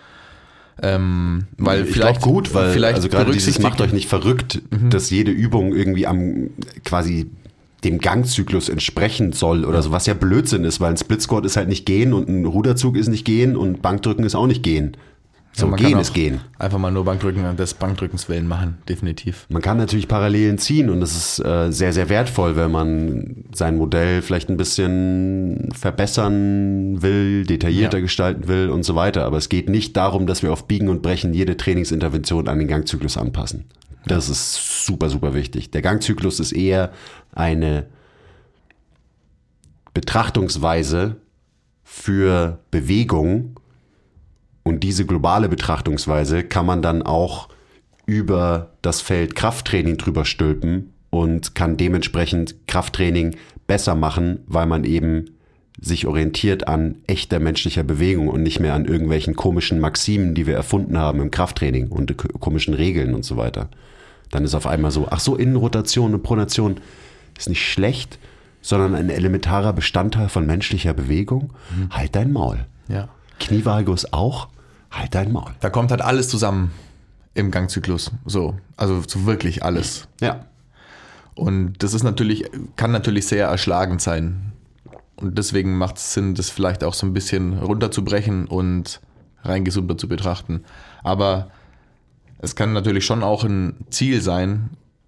[SPEAKER 2] Weil
[SPEAKER 1] ich
[SPEAKER 2] vielleicht
[SPEAKER 1] glaube gut, weil
[SPEAKER 2] vielleicht
[SPEAKER 1] also gerade dieses macht euch nicht verrückt, dass jede Übung irgendwie quasi dem Gangzyklus entsprechen soll oder so, was ja Blödsinn ist, weil ein Split Squat ist halt nicht gehen und ein Ruderzug ist nicht gehen und Bankdrücken ist auch nicht gehen. So,
[SPEAKER 2] ja,
[SPEAKER 1] gehen ist gehen.
[SPEAKER 2] Einfach mal nur Bankdrücken und des Bankdrückens willen machen, definitiv.
[SPEAKER 1] Man kann natürlich Parallelen ziehen und das ist sehr, sehr wertvoll, wenn man sein Modell vielleicht ein bisschen verbessern will, detaillierter gestalten will und so weiter. Aber es geht nicht darum, dass wir auf Biegen und Brechen jede Trainingsintervention an den Gangzyklus anpassen. Das ist super, super wichtig. Der Gangzyklus ist eher eine Betrachtungsweise für Bewegung und diese globale Betrachtungsweise kann man dann auch über das Feld Krafttraining drüber stülpen und kann dementsprechend Krafttraining besser machen, weil man eben sich orientiert an echter menschlicher Bewegung und nicht mehr an irgendwelchen komischen Maximen, die wir erfunden haben im Krafttraining und komischen Regeln und so weiter. Dann ist auf einmal so, ach so, Innenrotation und Pronation ist nicht schlecht, sondern ein elementarer Bestandteil von menschlicher Bewegung. Halt dein Maul.
[SPEAKER 2] Ja.
[SPEAKER 1] Knievalgus auch, halt dein Maul.
[SPEAKER 2] Da kommt halt alles zusammen im Gangzyklus. So, also so wirklich alles.
[SPEAKER 1] Ja.
[SPEAKER 2] Und das ist kann natürlich sehr erschlagend sein. Und deswegen macht es Sinn, das vielleicht auch so ein bisschen runterzubrechen und reingesumter zu betrachten. Aber es kann natürlich schon auch ein Ziel sein,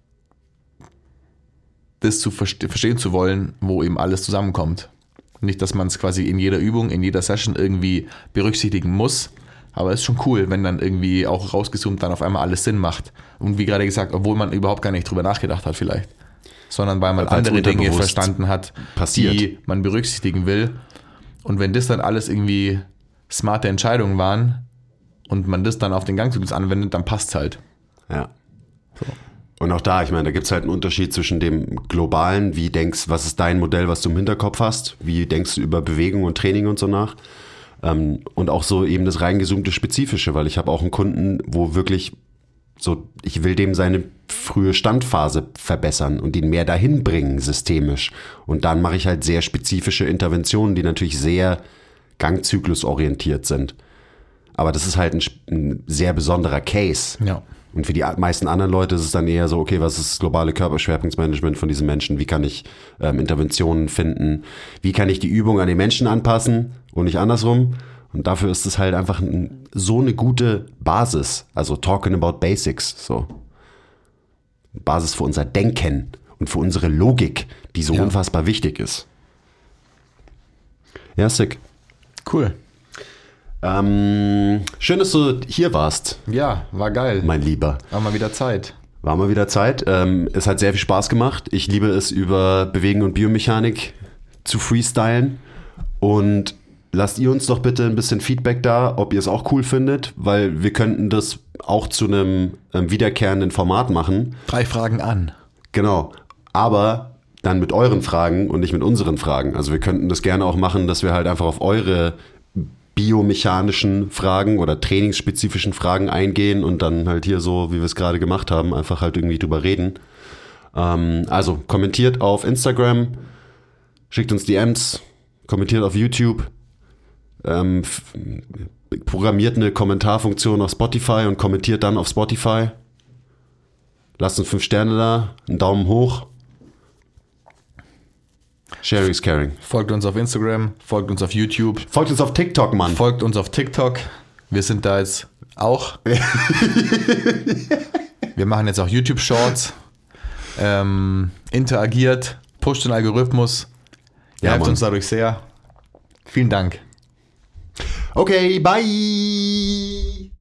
[SPEAKER 2] das zu verstehen zu wollen, wo eben alles zusammenkommt. Nicht, dass man es quasi in jeder Übung, in jeder Session irgendwie berücksichtigen muss, aber es ist schon cool, wenn dann irgendwie auch rausgezoomt dann auf einmal alles Sinn macht. Und wie gerade gesagt, obwohl man überhaupt gar nicht drüber nachgedacht hat vielleicht, sondern weil man andere Dinge verstanden hat, die man berücksichtigen will. Und wenn das dann alles irgendwie smarte Entscheidungen waren und man das dann auf den Gangzyklus anwendet, dann passt es halt.
[SPEAKER 1] Ja. So. Und auch da, ich meine, da gibt es halt einen Unterschied zwischen dem globalen, was ist dein Modell, was du im Hinterkopf hast, wie denkst du über Bewegung und Training und so nach, und auch so eben das reingezoomte Spezifische, weil ich habe auch einen Kunden, wo wirklich so, ich will dem seine frühe Standphase verbessern und ihn mehr dahin bringen, systemisch. Und dann mache ich halt sehr spezifische Interventionen, die natürlich sehr gangzyklusorientiert sind. Aber das ist halt ein sehr besonderer Case.
[SPEAKER 2] Ja.
[SPEAKER 1] Und für die meisten anderen Leute ist es dann eher so, okay, was ist das globale Körperschwerpunktsmanagement von diesen Menschen? Wie kann ich Interventionen finden? Wie kann ich die Übung an den Menschen anpassen und nicht andersrum? Und dafür ist es halt einfach so eine gute Basis. Also talking about basics, so. Basis für unser Denken und für unsere Logik, die so unfassbar wichtig ist. Ja, sick.
[SPEAKER 2] Cool.
[SPEAKER 1] Schön, dass du hier warst.
[SPEAKER 2] Ja, war geil.
[SPEAKER 1] Mein Lieber.
[SPEAKER 2] War mal wieder Zeit.
[SPEAKER 1] War mal wieder Zeit. Es hat sehr viel Spaß gemacht. Ich liebe es, über Bewegen und Biomechanik zu freestylen. Und lasst ihr uns doch bitte ein bisschen Feedback da, ob ihr es auch cool findet, weil wir könnten das auch zu einem wiederkehrenden Format machen.
[SPEAKER 2] 3 Fragen an.
[SPEAKER 1] Genau. Aber dann mit euren Fragen und nicht mit unseren Fragen. Also wir könnten das gerne auch machen, dass wir halt einfach auf eure biomechanischen Fragen oder trainingsspezifischen Fragen eingehen und dann halt hier so, wie wir es gerade gemacht haben, einfach halt irgendwie drüber reden. Also kommentiert auf Instagram, schickt uns DMs, kommentiert auf YouTube, programmiert eine Kommentarfunktion auf Spotify und kommentiert dann auf Spotify. Lasst uns 5 Sterne da, einen Daumen hoch. Sharing is caring.
[SPEAKER 2] Folgt uns auf Instagram, folgt uns auf YouTube.
[SPEAKER 1] Folgt uns auf TikTok, Mann.
[SPEAKER 2] Folgt uns auf TikTok. Wir sind da jetzt auch. Wir machen jetzt auch YouTube-Shorts. Interagiert, pusht den Algorithmus. Ihr helft uns dadurch sehr. Vielen Dank.
[SPEAKER 1] Okay, bye.